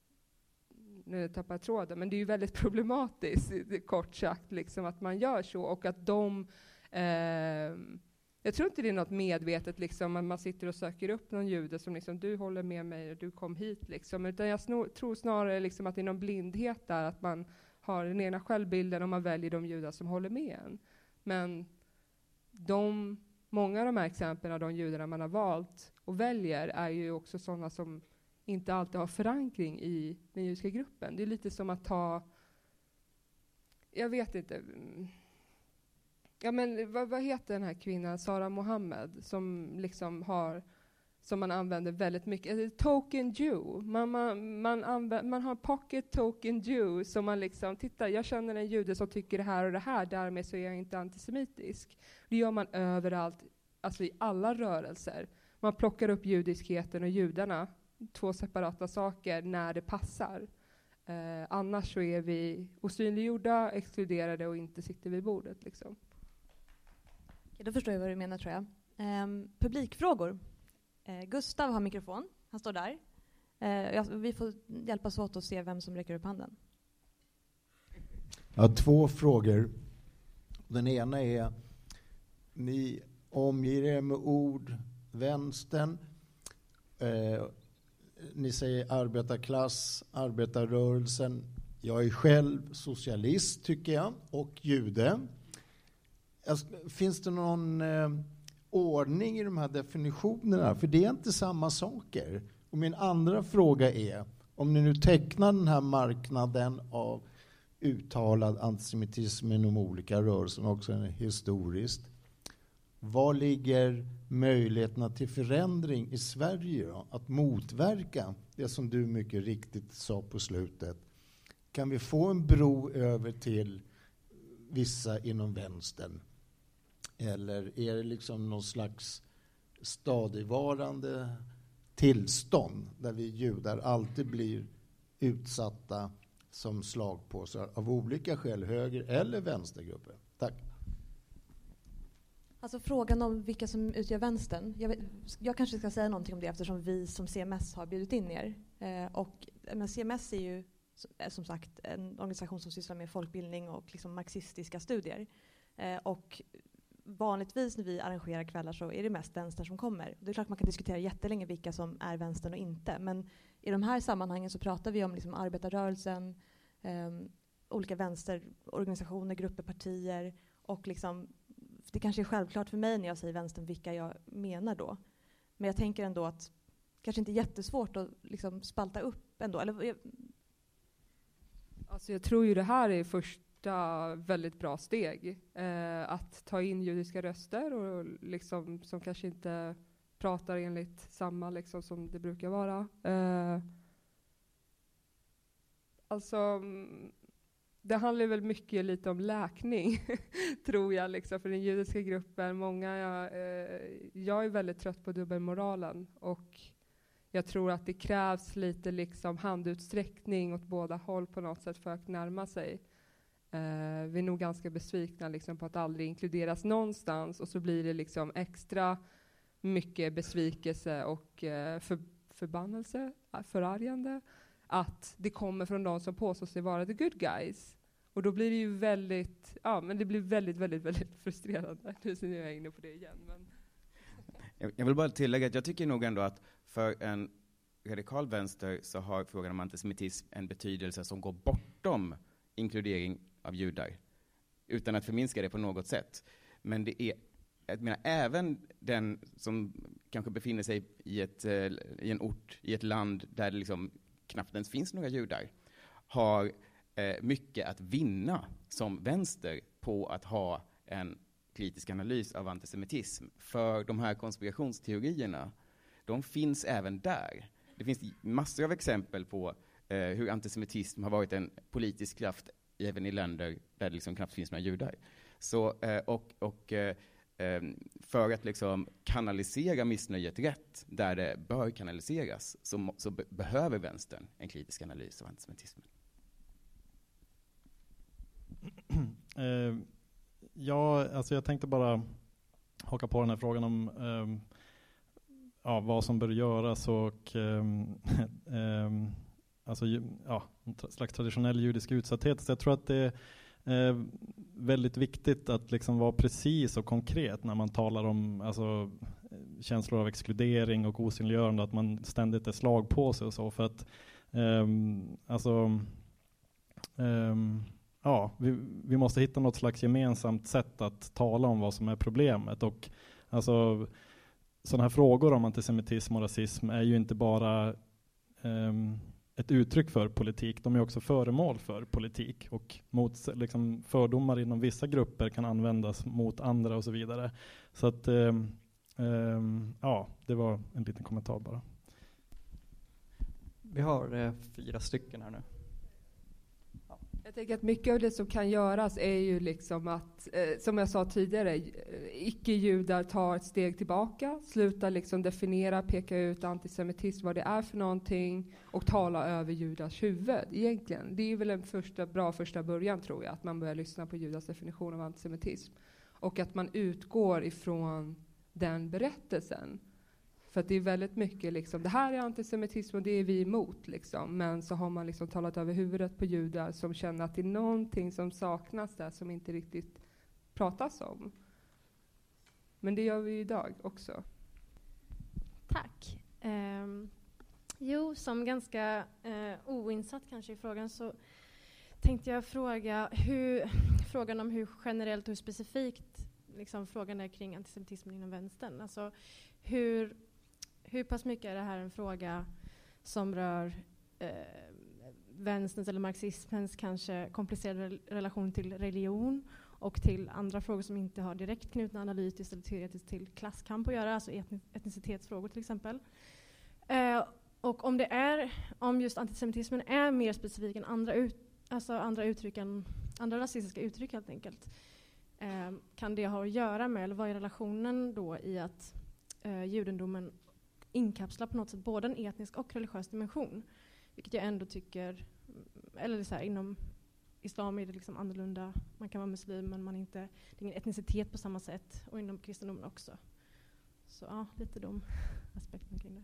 nu tappar jag tråden, men det är ju väldigt problematiskt, kort sagt, liksom, att man gör så, och att de uh, jag tror inte det är något medvetet liksom, att man sitter och söker upp någon jude som liksom, du håller med mig och du kom hit liksom, utan jag snor, tror snarare liksom att det är någon blindhet där, att man har den ena självbilden och man väljer de judar som håller med en. Men de, många av de här exemplen av de judarna man har valt och väljer är ju också sådana som inte alltid har förankring i den judiska gruppen. Det är lite som att ta, jag vet inte, ja men vad, vad heter den här kvinnan, Sara Mohammed, som liksom har, som man använder väldigt mycket, token Jew. Man, man, man, använder, man har pocket token Jew, som man liksom, titta, jag känner en jude som tycker det här och det här, därmed så är jag inte antisemitisk. Det gör man överallt, alltså i alla rörelser. Man plockar upp judiskheten och judarna, två separata saker, när det passar. Eh, annars så är vi osynliggjorda, exkluderade och inte sitter vid bordet. Liksom. Okej, då förstår jag vad du menar, tror jag. Um, publikfrågor. Uh, Gustav har mikrofon. Han står där. Uh, jag, vi får hjälpas åt att se vem som räcker upp handen. Jag har två frågor. Den ena är, ni omger er med ord, vänstern. Uh, Ni säger arbetarklass, arbetarrörelsen. Jag är själv socialist, tycker jag, och jude. Finns det någon eh, ordning i de här definitionerna? För det är inte samma saker. Och min andra fråga är, om ni nu tecknar den här marknaden av uttalad antisemitism inom olika rörelser, också historiskt, vad ligger möjligheterna till förändring i Sverige då? Att motverka det som du mycket riktigt sa på slutet? Kan vi få en bro över till vissa inom vänstern? Eller är det liksom någon slags stadigvarande tillstånd där vi judar alltid blir utsatta som slagpåsar av olika skäl, höger- eller vänstergrupper? Tack. Alltså frågan om vilka som utgör vänstern. Jag, vet, jag kanske ska säga någonting om det eftersom vi som C M S har bjudit in er. Eh, och, men C M S är ju som sagt en organisation som sysslar med folkbildning och liksom marxistiska studier. Eh, och vanligtvis när vi arrangerar kvällar så är det mest vänster som kommer. Det är klart man kan diskutera jättelänge vilka som är vänstern och inte. Men i de här sammanhangen så pratar vi om liksom arbetarrörelsen, eh, olika vänsterorganisationer, grupper, partier och liksom, det kanske är självklart för mig när jag säger vänstern vilka jag menar då. Men jag tänker ändå att kanske inte är jättesvårt att liksom spalta upp ändå. Eller, jag... Alltså jag tror ju det här är första väldigt bra steg. Eh, att ta in judiska röster och liksom, som kanske inte pratar enligt samma liksom, som det brukar vara. Eh, alltså... Det handlar väl mycket lite om läkning, tror jag, liksom, för den judiska gruppen. Många, jag, eh, jag är väldigt trött på dubbelmoralen och jag tror att det krävs lite liksom handutsträckning åt båda håll på något sätt för att närma sig. Eh, vi är nog ganska besvikna liksom, på att aldrig inkluderas någonstans och så blir det liksom extra mycket besvikelse och eh, för, förbannelse, förargande. Att det kommer från de som påstår sig vara the good guys. Och då blir det ju väldigt, ja men det blir väldigt, väldigt, väldigt frustrerande. Nu ser jag inne på det igen. Men. Jag vill bara tillägga att jag tycker nog ändå att för en radikal vänster så har frågan om antisemitism en betydelse som går bortom inkludering av judar. Utan att förminska det på något sätt. Men det är, jag menar, även den som kanske befinner sig i, ett, i en ort, i ett land där det liksom knappt ens finns några judar, har eh, mycket att vinna som vänster på att ha en kritisk analys av antisemitism. För de här konspirationsteorierna, de finns även där. Det finns massor av exempel på eh, hur antisemitism har varit en politisk kraft även i länder där det liksom knappt finns några judar. Så, eh, och, och eh, för att liksom kanalisera missnöjet rätt där det bör kanaliseras så, så be- behöver vänstern en kritisk analys av antisemitismen. eh, ja, alltså jag tänkte bara haka på den här frågan om eh, ja, vad som bör göras och eh, eh, alltså, ja, en tra- slags traditionell judisk utsatthet. Så jag tror att det är väldigt viktigt att liksom vara precis och konkret när man talar om alltså, känslor av exkludering och osynliggörande, att man ständigt är slag på sig och så, för att um, alltså um, ja, vi, vi måste hitta något slags gemensamt sätt att tala om vad som är problemet. Och alltså sådana här frågor om antisemitism och rasism är ju inte bara um, ett uttryck för politik, de är också föremål för politik och mot, liksom, fördomar inom vissa grupper kan användas mot andra och så vidare. Så att eh, eh, ja, det var en liten kommentar bara. Vi har eh, fyra stycken här nu. Jag tänker att mycket av det som kan göras är ju liksom att, eh, som jag sa tidigare, icke-judar tar ett steg tillbaka, slutar liksom definiera, peka ut antisemitism, vad det är för någonting, och tala över judars huvud egentligen. Det är väl en första, bra första början, tror jag, att man börjar lyssna på judars definition av antisemitism. Och att man utgår ifrån den berättelsen. För att det är väldigt mycket liksom, det här är antisemitism och det är vi emot liksom. Men så har man liksom talat över huvudet på judar som känner att det är någonting som saknas där som inte riktigt pratas om. Men det gör vi idag också. Tack. Um, jo, som ganska uh, oinsatt kanske i frågan så tänkte jag fråga hur, frågan om hur generellt och hur specifikt liksom, frågan är kring antisemitismen inom vänstern. Alltså hur Hur pass mycket är det här en fråga som rör eh, vänsterns eller marxismens kanske komplicerade relation till religion och till andra frågor som inte har direkt knutna analytiskt eller teoretiskt till klasskamp att göra, alltså etni- etnicitetsfrågor till exempel. Eh, och om det är, om just antisemitismen är mer specifik än andra, ut, alltså andra uttryck än, andra rasistiska uttryck helt enkelt, eh, kan det ha att göra med, eller vad är relationen då i att eh, judendomen inkapslar på något sätt både en etnisk och religiös dimension, vilket jag ändå tycker, eller så här, inom islam är det liksom annorlunda. Man kan vara muslim men man inte, det är ingen etnicitet på samma sätt, och inom kristendomen också. Så ja, lite de aspekterna kring det.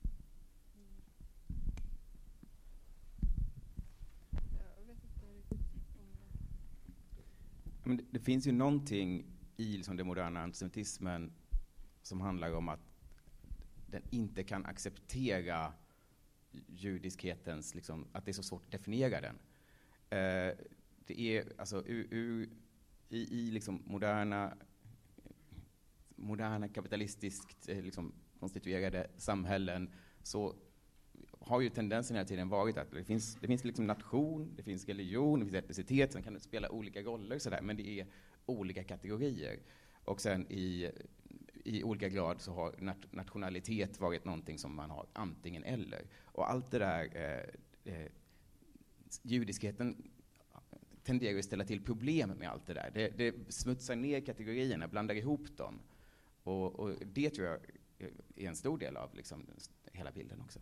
Men det, det finns ju någonting i liksom den moderna antisemitismen som handlar om att den inte kan acceptera judiskhetens, liksom, att det är så svårt att definiera den. Eh, det är alltså ur, ur, i, i liksom moderna, moderna kapitalistiskt eh, liksom, konstituerade samhällen så har ju tendensen hela tiden varit att det finns, det finns liksom nation, det finns religion, det finns etnicitet, sen kan det spela olika roller sådär, men det är olika kategorier. Och sen i, i olika grad så har nat- nationalitet varit någonting som man har antingen eller. Och allt det där, eh, eh, judiskheten tenderar att ställa till problem med allt det där. Det, det smutsar ner kategorierna, blandar ihop dem. Och, och det tror jag är en stor del av liksom, hela bilden också.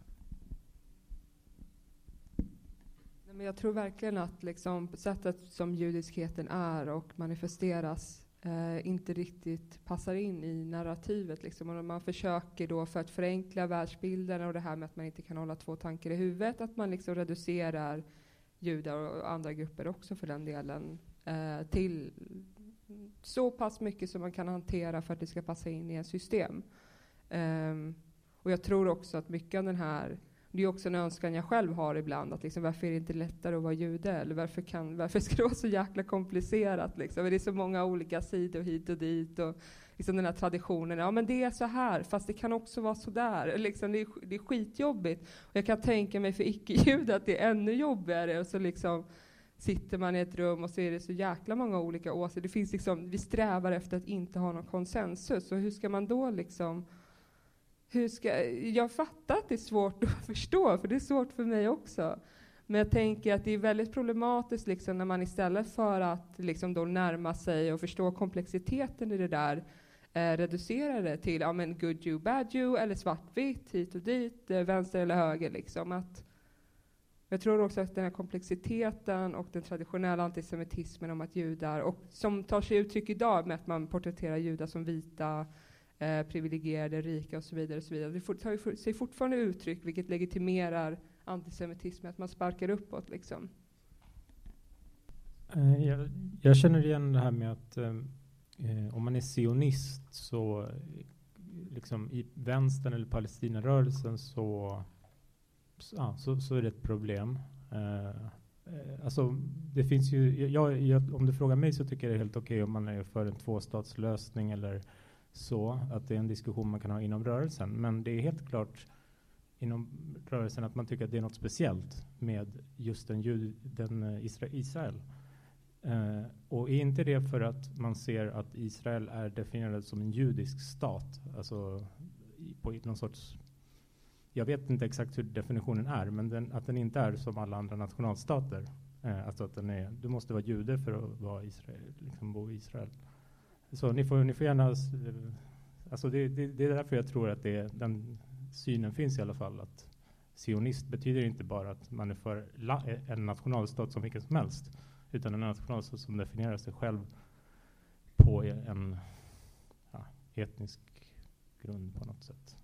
Men jag tror verkligen att liksom, sättet som judiskheten är och manifesteras eh, inte riktigt passar in i narrativet. Liksom. Och man försöker då, för att förenkla världsbilden och det här med att man inte kan hålla två tankar i huvudet, att man liksom reducerar judar och andra grupper också för den delen eh, till så pass mycket som man kan hantera för att det ska passa in i ett system. Um, och jag tror också att mycket av den här, det är också en önskan jag själv har ibland, att liksom, varför är det inte lättare att vara jude? Eller varför, kan, varför ska det vara så jäkla komplicerat? Liksom? Det är så många olika sidor hit och dit. Och liksom den här traditionen, ja men det är så här, fast det kan också vara så där. Liksom, det, är, det är skitjobbigt. Och jag kan tänka mig för icke-judar att det är ännu jobbigare. Och så liksom sitter man i ett rum och så är det så jäkla många olika åsikter. Det finns liksom, vi strävar efter att inte ha någon konsensus. Så hur ska man då liksom... Hur ska, jag fattar att det är svårt att förstå, för det är svårt för mig också. Men jag tänker att det är väldigt problematiskt liksom, när man istället för att liksom, då närma sig och förstå komplexiteten i det där, eh, reducerar det till ja, men good you, bad you, eller svartvitt, hit och dit, eh, vänster eller höger. Liksom, att jag tror också att den här komplexiteten och den traditionella antisemitismen om att judar, och som tar sig uttryck idag med att man porträtterar judar som vita, Eh, privilegierade, rika och så vidare. Och så vidare. Det får, tar ju sig fortfarande uttryck, vilket legitimerar antisemitism, att man sparkar uppåt. Liksom. Eh, jag, jag känner igen det här med att eh, om man är sionist så liksom, i vänstern eller Palestinarörelsen så, så, ja, så, så är det ett problem. Eh, alltså, det finns ju, jag, jag, om du frågar mig så tycker jag det är helt okej om man är för en tvåstatslösning eller så, att det är en diskussion man kan ha inom rörelsen. Men det är helt klart inom rörelsen att man tycker att det är något speciellt med just den, jud, den Isra- Israel. Eh, och är inte det för att man ser att Israel är definierad som en judisk stat? Alltså på någon sorts... Jag vet inte exakt hur definitionen är, men den, att den inte är som alla andra nationalstater. Eh, alltså att den är, du måste vara jude för att vara Israel, liksom bo i Israel. Så ni får, ni får gärna... Alltså det, det, det är därför jag tror att det, den synen finns i alla fall. Att sionist betyder inte bara att man är för la, en nationalstat som vilken som helst. Utan en nationalstat som definierar sig själv på en ja, etnisk grund på något sätt.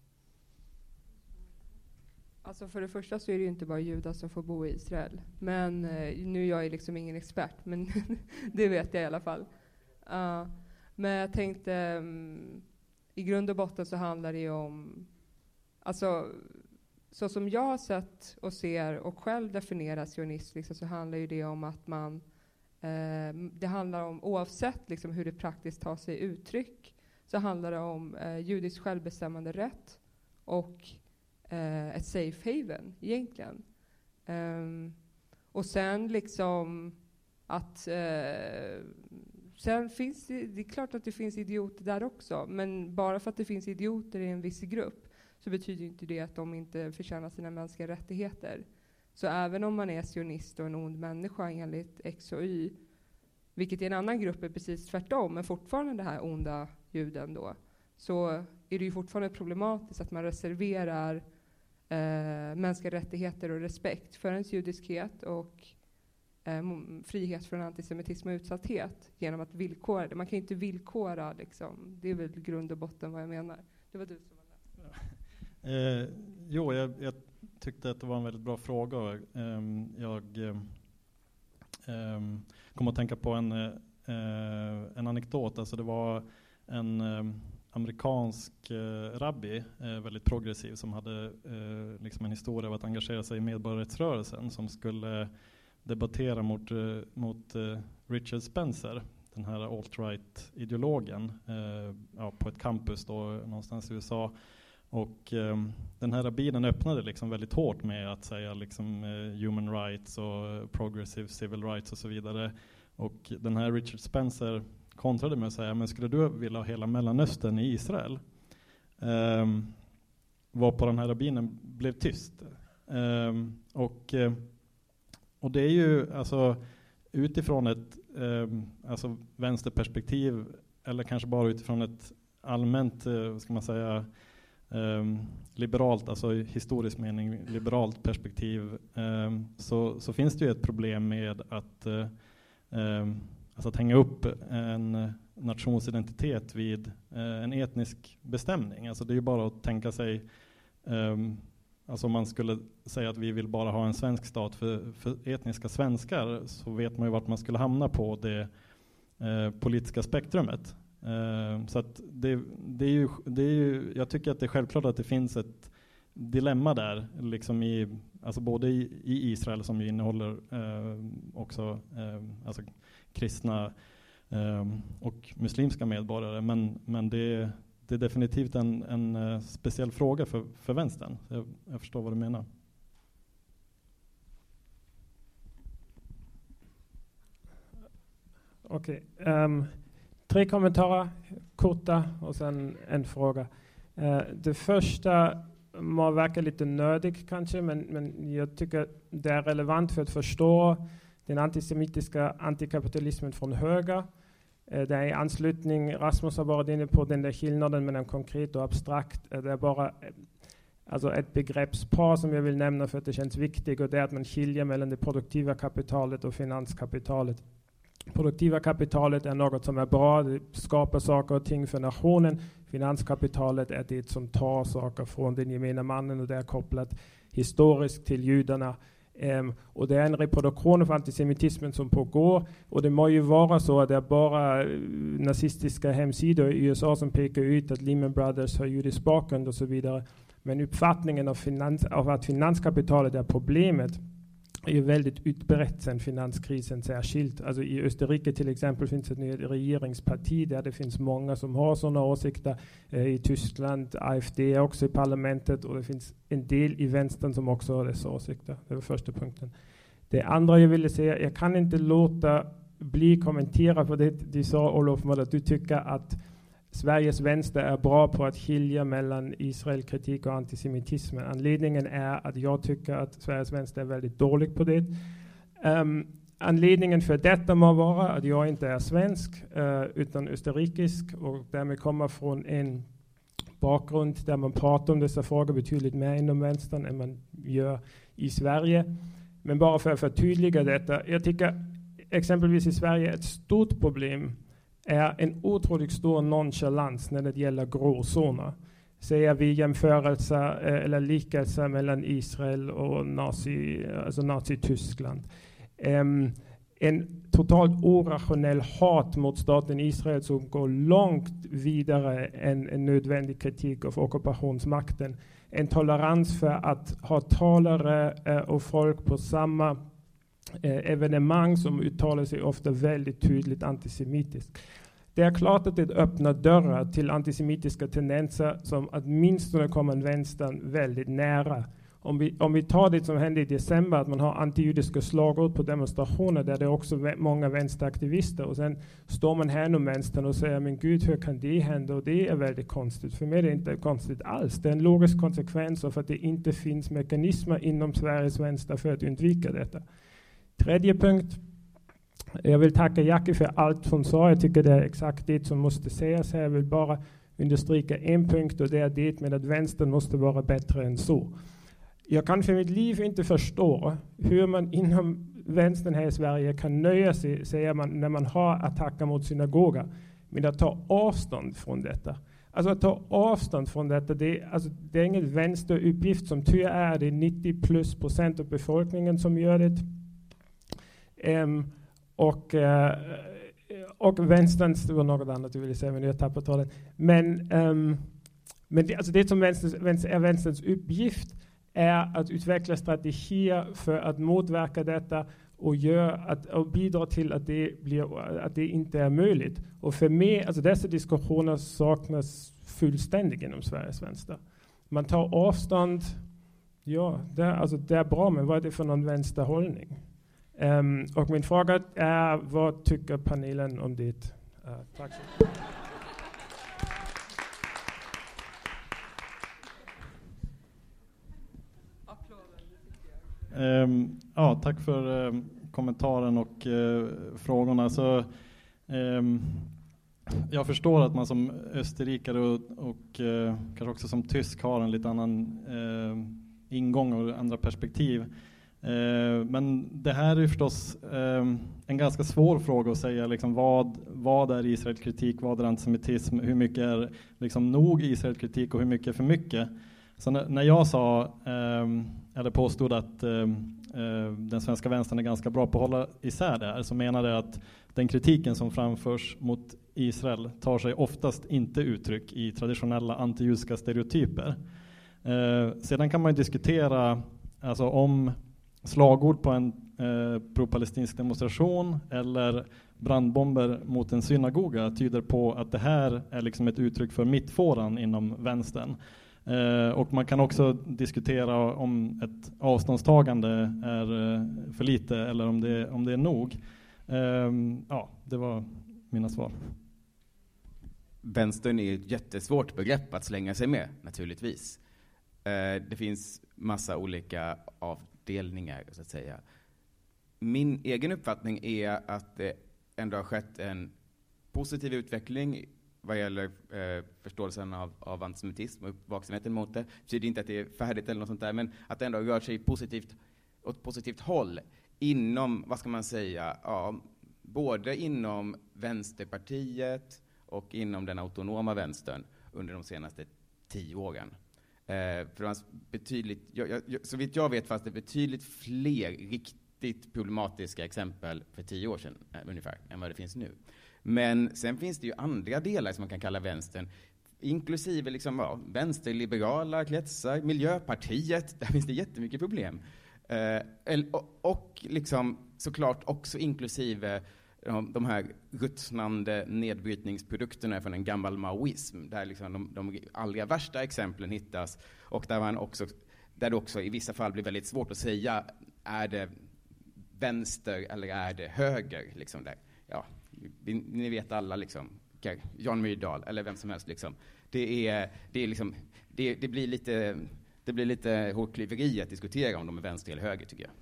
Alltså för det första så är det ju inte bara judar som får bo i Israel. Men eh, nu är jag liksom ingen expert, men det vet jag i alla fall. Uh, Men jag tänkte, um, i grund och botten så handlar det ju om, alltså så som jag har sett och ser och själv definierar sionism, liksom, så handlar ju det om att man, eh, det handlar om, oavsett liksom, hur det praktiskt tar sig uttryck, så handlar det om eh, judisk självbestämmande rätt och eh, ett safe haven egentligen. Um, och sen liksom att eh, sen finns det, det är klart att det finns idioter där också, men bara för att det finns idioter i en viss grupp så betyder inte det att de inte förtjänar sina mänskliga rättigheter. Så även om man är sionist och en ond människa enligt X och Y, vilket i en annan grupp är precis tvärtom, men fortfarande det här onda juden då, så är det ju fortfarande problematiskt att man reserverar eh, mänskliga rättigheter och respekt för ens judiskhet och eh, frihet från antisemitism och utsatthet genom att villkora det. Man kan ju inte villkora, liksom. Det är väl grund och botten vad jag menar. Det var du som var där. Eh, jo, jag, jag tyckte att det var en väldigt bra fråga. Um, jag um, kom att tänka på en, uh, en anekdot. Alltså det var en um, amerikansk uh, rabbi, uh, väldigt progressiv, som hade uh, liksom en historia av att engagera sig i medborgarrättsrörelsen, som skulle debattera mot, uh, mot uh, Richard Spencer, den här alt-right-ideologen, uh, ja, på ett campus då, någonstans i U S A. Och um, den här rabbinen öppnade liksom väldigt hårt med att säga liksom, uh, human rights och progressive civil rights och så vidare. Och den här Richard Spencer kontrade med att säga, men skulle du vilja ha hela Mellanöstern i Israel? Um, var på den här rabbinen blev tyst. Um, och, uh, och det är ju alltså utifrån ett um, alltså vänsterperspektiv, eller kanske bara utifrån ett allmänt, uh, vad ska man säga, Um, liberalt, alltså i historisk mening liberalt perspektiv, um, så, så finns det ju ett problem med att, uh, um, alltså att hänga upp en nationsidentitet vid uh, en etnisk bestämning. Alltså det är ju bara att tänka sig, um, alltså om man skulle säga att vi vill bara ha en svensk stat för, för etniska svenskar, så vet man ju vart man skulle hamna på det uh, politiska spektrumet. Uh, så att det, det, är ju, det är ju, jag tycker att det är självklart att det finns ett dilemma där, liksom i, alltså både i, i Israel, som ju innehåller uh, också uh, alltså kristna uh, och muslimska medborgare, men, men det, det är definitivt en, en uh, speciell fråga för, för vänstern. Jag, jag förstår vad du menar. Okej. Okay. Um. Tre kommentarer, korta, och sen en fråga. Uh, det första må verka lite nördigt kanske, men, men jag tycker det är relevant för att förstå den antisemitiska antikapitalismen från höger. Uh, det är i anslutning, Rasmus har varit inne på den där skillnaden mellan konkret och abstrakt. Uh, det är bara uh, alltså ett begreppspar som jag vill nämna för att det känns viktigt, och det är att man skiljer mellan det produktiva kapitalet och finanskapitalet. Produktiva kapitalet är något som är bra, det skapar saker och ting för nationen. Finanskapitalet är det som tar saker från den gemena mannen, och det är kopplat historiskt till judarna. Um, och det är en reproduktion av antisemitismen som pågår, och det må ju vara så att det är bara uh, nazistiska hemsidor i U S A som pekar ut att Lehman Brothers har judisk bakgrund och så vidare. Men uppfattningen av, finans, av att finanskapitalet är problemet är ju väldigt utbrett sedan finanskrisen särskilt. Alltså i Österrike till exempel finns det ett regeringsparti där det finns många som har sådana åsikter. Eh, I Tyskland, A F D också i parlamentet, och det finns en del i vänstern som också har dessa åsikter. Det var första punkten. Det andra jag ville säga, jag kan inte låta bli kommentera på det du sa, Olof, att du tycker att Sveriges vänster är bra på att skilja mellan Israelkritik och antisemitism. Anledningen är att jag tycker att Sveriges vänster är väldigt dålig på det. Um, anledningen för detta må vara att jag inte är svensk uh, utan österrikisk, och därmed kommer från en bakgrund där man pratar om dessa frågor betydligt mer inom vänstern än man gör i Sverige. Men bara för att förtydliga detta, jag tycker exempelvis i Sverige ett stort problem är en otroligt stor nonchalans när det gäller gråzoner. Säger vi jämförelser eller likelser mellan Israel och Nazi, alltså Nazi-Tyskland. Um, en totalt orationell hat mot staten Israel som går långt vidare än en nödvändig kritik av ockupationsmakten. En tolerans för att ha talare uh, och folk på samma Eh, evenemang som uttalar sig ofta väldigt tydligt antisemitiskt. Det är klart att det öppnar dörrar till antisemitiska tendenser som åtminstone kommer vänstern väldigt nära. Om vi, om vi tar det som hände i december, att man har antijudiska slagord på demonstrationer där det är också vä- många vänsteraktivister, och sen står man här inom vänstern och säger, men gud, hur kan det hända? Och det är väldigt konstigt. För mig är det inte konstigt alls. Det är en logisk konsekvens av att det inte finns mekanismer inom Sveriges vänster för att undvika detta. Tredje punkt. Jag vill tacka Jackie för allt hon sa. Jag tycker det är exakt det som måste sägas här. Jag vill bara understryka en punkt, och det är det med att vänstern måste vara bättre än så. Jag kan för mitt liv inte förstå hur man inom vänstern här i Sverige kan nöja sig, säger man, när man har attacker mot synagoga, med att ta avstånd från detta. Alltså att ta avstånd från detta, det, alltså, det är ingen vänsteruppgift, som tur är det nittio plus procent av befolkningen som gör det. Um, och, uh, och vänsterns, det var något annat du ville säga, men jag tappade tråden. Men, um, men det, alltså det som vänsters, vänster, är vänsterns uppgift är att utveckla strategier för att motverka detta och, gör att, och bidra till att det, blir, att det inte är möjligt. Och för mig, alltså dessa diskussioner saknas fullständigt inom Sveriges vänster. Man tar avstånd, ja, det är, alltså det är bra, men vad är det för någon vänsterhållning? Um, och min fråga är, vad tycker panelen om det? Uh, tack så mycket. Um, ja, tack för um, kommentaren och uh, frågorna. Så, um, jag förstår att man som österrikare och, och uh, kanske också som tysk har en lite annan uh, ingång och andra perspektiv. Uh, men det här är ju förstås um, en ganska svår fråga att säga liksom, vad, vad är Israelkritik, vad är antisemitism, hur mycket är liksom, nog Israelkritik och hur mycket är för mycket. Så när, när jag sa um, eller påstod att um, uh, den svenska vänstern är ganska bra på att hålla isär det här, så menade jag att den kritiken som framförs mot Israel tar sig oftast inte uttryck i traditionella antijudiska stereotyper. Uh, sedan kan man ju diskutera alltså, om slagord på en uh, pro-palestinsk demonstration eller brandbomber mot en synagoga tyder på att det här är liksom ett uttryck för mittfåran inom vänstern. Uh, och man kan också diskutera om ett avståndstagande är uh, för lite eller om det, om det är nog. Uh, ja, det var mina svar. Vänstern är ett jättesvårt begrepp att slänga sig med, naturligtvis. Uh, det finns massa olika avdelningar, så att säga. Min egen uppfattning är att det ändå har skett en positiv utveckling vad gäller eh, förståelsen av, av antisemitism och vaksamheten mot det. Det betyder inte att det är färdigt eller något sånt där, men att det ändå rör sig positivt, åt ett positivt håll inom, vad ska man säga, ja, både inom Vänsterpartiet och inom den autonoma vänstern under de senaste tio åren. Eh, för det var betydligt, jag, jag, så vitt jag vet fanns det betydligt fler riktigt problematiska exempel för tio år sedan eh, ungefär än vad det finns nu. Men sen finns det ju andra delar som man kan kalla vänstern, inklusive liksom, ja, vänsterliberala kretsar, Miljöpartiet, där finns det jättemycket problem. Eh, och, och liksom, såklart också inklusive de, de här ruttnande nedbrytningsprodukterna från en gammal maoism, där liksom de, de allra värsta exemplen hittas, och där, man också, där det också i vissa fall blir väldigt svårt att säga, är det vänster eller är det höger? Liksom där. Ja. Vi, ni vet alla liksom, Jan Myrdal eller vem som helst liksom. Det är det är liksom det, det blir lite det blir lite hårklyveri att diskutera om de är vänster eller höger, tycker jag.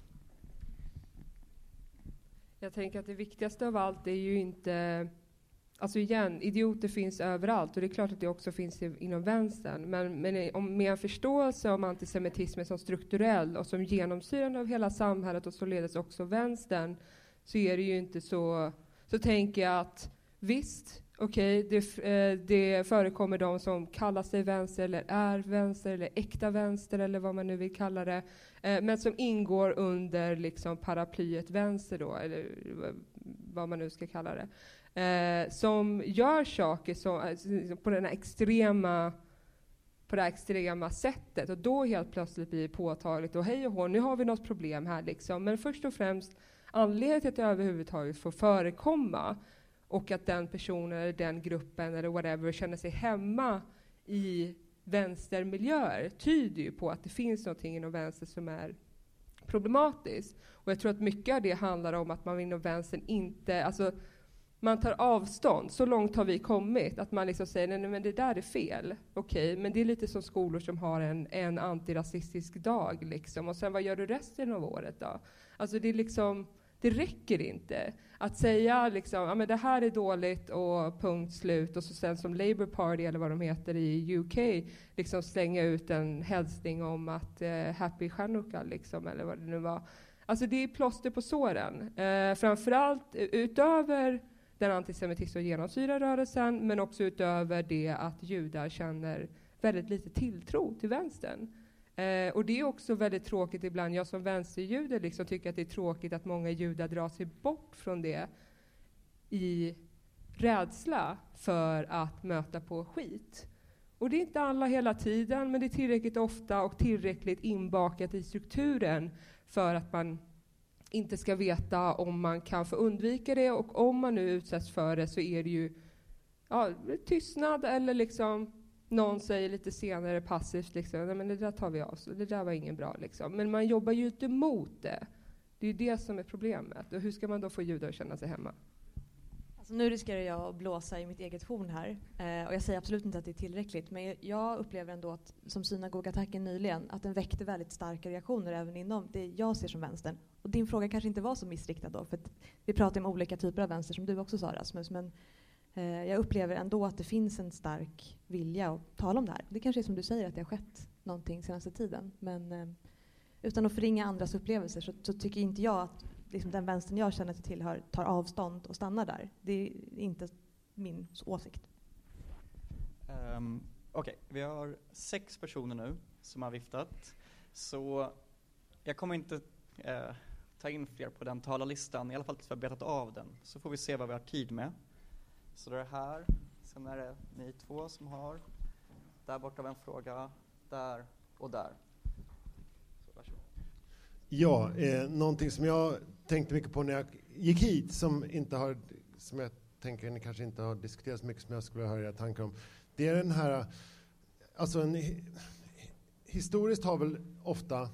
Jag tänker att det viktigaste av allt är ju inte, alltså igen, idioter finns överallt, och det är klart att det också finns inom vänstern, men, men om med en förståelse om antisemitismen som strukturell och som genomsyrande av hela samhället och således också vänstern, så är det ju inte så. Så tänker jag att visst, okej, okay, det, eh, det förekommer de som kallar sig vänster eller är vänster eller äkta vänster eller vad man nu vill kalla det, eh, men som ingår under liksom paraplyet vänster då, eller vad man nu ska kalla det, eh, som gör saker som, alltså, på den här extrema på det här extrema sättet, och då helt plötsligt blir det påtagligt och hej och hå, nu har vi något problem här liksom. Men först och främst, anledningen till att det överhuvudtaget får förekomma och att den personen eller den gruppen eller whatever känner sig hemma i vänstermiljöer tyder ju på att det finns någonting inom vänster som är problematiskt. Och jag tror att mycket av det handlar om att man inom vänstern inte, alltså man tar avstånd. Så långt har vi kommit att man liksom säger nej, nej men det där är fel. Okej, okay, men det är lite som skolor som har en, en antirasistisk dag liksom. Och sen vad gör du resten av året då? Alltså det är liksom, det räcker inte att säga liksom, ja men det här är dåligt och punkt slut. Och så sen som Labour Party eller vad de heter i U K liksom slänga ut en hälsning om att eh, Happy Chanukka liksom, eller vad det nu var. Alltså det är plåster på såren. Eh, framförallt utöver den antisemitism och genomsyrar rörelsen, men också utöver det att judar känner väldigt lite tilltro till vänstern. Eh, och det är också väldigt tråkigt ibland. Jag som vänsterjude liksom tycker att det är tråkigt att många judar drar sig bort från det i rädsla för att möta på skit. Och det är inte alla hela tiden, men det är tillräckligt ofta och tillräckligt inbakat i strukturen för att man inte ska veta om man kan få undvika det, och om man nu utsätts för det så är det ju ja, tystnad eller liksom någon säger lite senare passivt liksom, nej men det där tar vi av, så det där var ingen bra liksom. Men man jobbar ju inte mot det. Det är ju det som är problemet. Och hur ska man då få judar att känna sig hemma? Alltså nu riskerar jag att blåsa i mitt eget horn här. Eh, och jag säger absolut inte att det är tillräckligt. Men jag upplever ändå att, som synagogatacken nyligen, att den väckte väldigt starka reaktioner även inom det jag ser som vänstern. Och din fråga kanske inte var så missriktad då. För att vi pratar om olika typer av vänster som du också sa, Rasmus. Men eh, jag upplever ändå att det finns en stark vilja att tala om det här. Det kanske är som du säger att det har skett någonting senaste tiden. Men eh, utan att förringa andras upplevelser så, så tycker inte jag att liksom den vänstern jag känner till tillhör tar avstånd och stannar där. Det är inte min åsikt. Um, Okej, okay. Vi har sex personer nu som har viftat. Så jag kommer inte uh, ta in fler på den talarlistan. I alla fall tills vi har betat av den. Så får vi se vad vi har tid med. Så det är här. Sen är det ni två som har. Där borta var en fråga. Där och där. Så varsågod. Ja, eh, någonting som jag tänkte mycket på när jag gick hit, som inte har, som jag tänker ni kanske inte har diskuterat så mycket som jag skulle höra era tankar om. Det är den här, alltså en, historiskt har väl ofta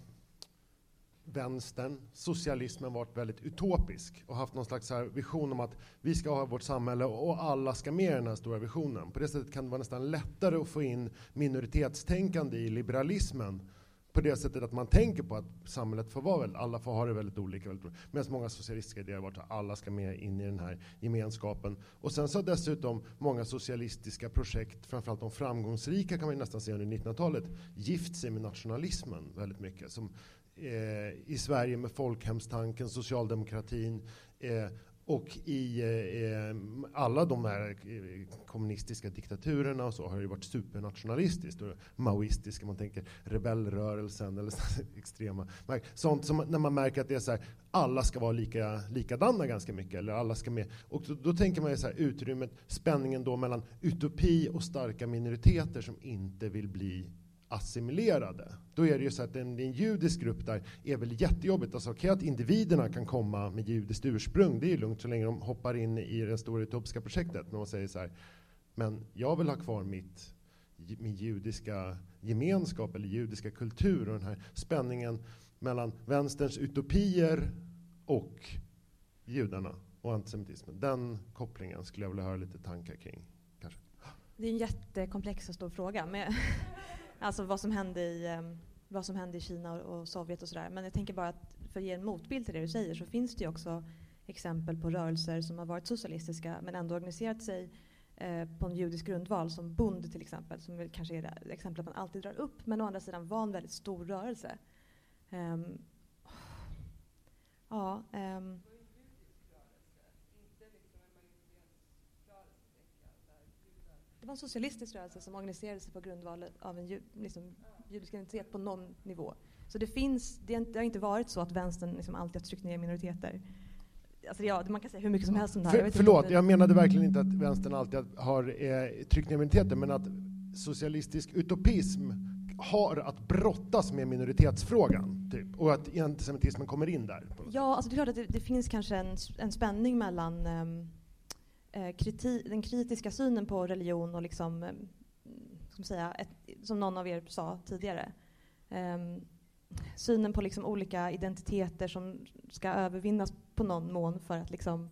vänstern, socialismen varit väldigt utopisk och haft någon slags här vision om att vi ska ha vårt samhälle och alla ska med i den här stora visionen. På det sättet kan det vara nästan lättare att få in minoritetstänkande i liberalismen. På det sättet att man tänker på att samhället får vara väldigt, alla får ha det väldigt olika. Väldigt, medan många socialistiska idéer har varit att alla ska med in i den här gemenskapen. Och sen så har dessutom många socialistiska projekt, framförallt de framgångsrika kan man nästan se under nittonhundratalet, gift sig med nationalismen väldigt mycket. Som eh, i Sverige med folkhemstanken, socialdemokratin eh, och i eh, alla de här eh, kommunistiska diktaturerna och så har det varit supernationalistiskt och maoistiska, man tänker rebellrörelsen eller extrema. Sånt som när man märker att det är så här, alla ska vara lika, likadana ganska mycket, eller alla ska med. Och då, då tänker man ju så här, utrymmet, spänningen då mellan utopi och starka minoriteter som inte vill bli assimilerade. Då är det ju så att en, en judisk grupp där är väl jättejobbigt. Alltså, okay, att individerna kan komma med judiskt ursprung, det är ju lugnt så länge de hoppar in i det stora utopiska projektet. När man säger så här, men jag vill ha kvar mitt, min judiska gemenskap eller judiska kultur, och den här spänningen mellan vänsterns utopier och judarna och antisemitismen. Den kopplingen skulle jag vilja höra lite tankar kring. Kanske. Det är en jättekomplex och stor fråga. Med alltså vad som hände i um, vad som hände i Kina och, och Sovjet och sådär. Men jag tänker bara att för att ge en motbild till det du säger så finns det ju också exempel på rörelser som har varit socialistiska men ändå organiserat sig eh, på en judisk grundval, som Bund till exempel, som väl kanske är det exemplet man alltid drar upp, men å andra sidan var en väldigt stor rörelse. Um, ja, um, det var en socialistisk rörelse som organiserade sig på grundval av en ju, liksom, judisk identitet på någon nivå. Så det finns, det, det har inte varit så att vänstern liksom alltid har tryckt ner minoriteter. Alltså ja, man kan säga hur mycket som helst om det här. För, jag förlåt, jag menade verkligen inte att vänstern alltid har eh, tryckt ner minoriteter, men att socialistisk utopism har att brottas med minoritetsfrågan, typ, och att antisemitismen kommer in där. Ja, alltså det är klart att det, det finns kanske en, en spänning mellan um, eh, kriti- den kritiska synen på religion och liksom, eh, ska man säga, ett, som någon av er sa tidigare, eh, synen på liksom olika identiteter som ska övervinnas på någon mån för att liksom,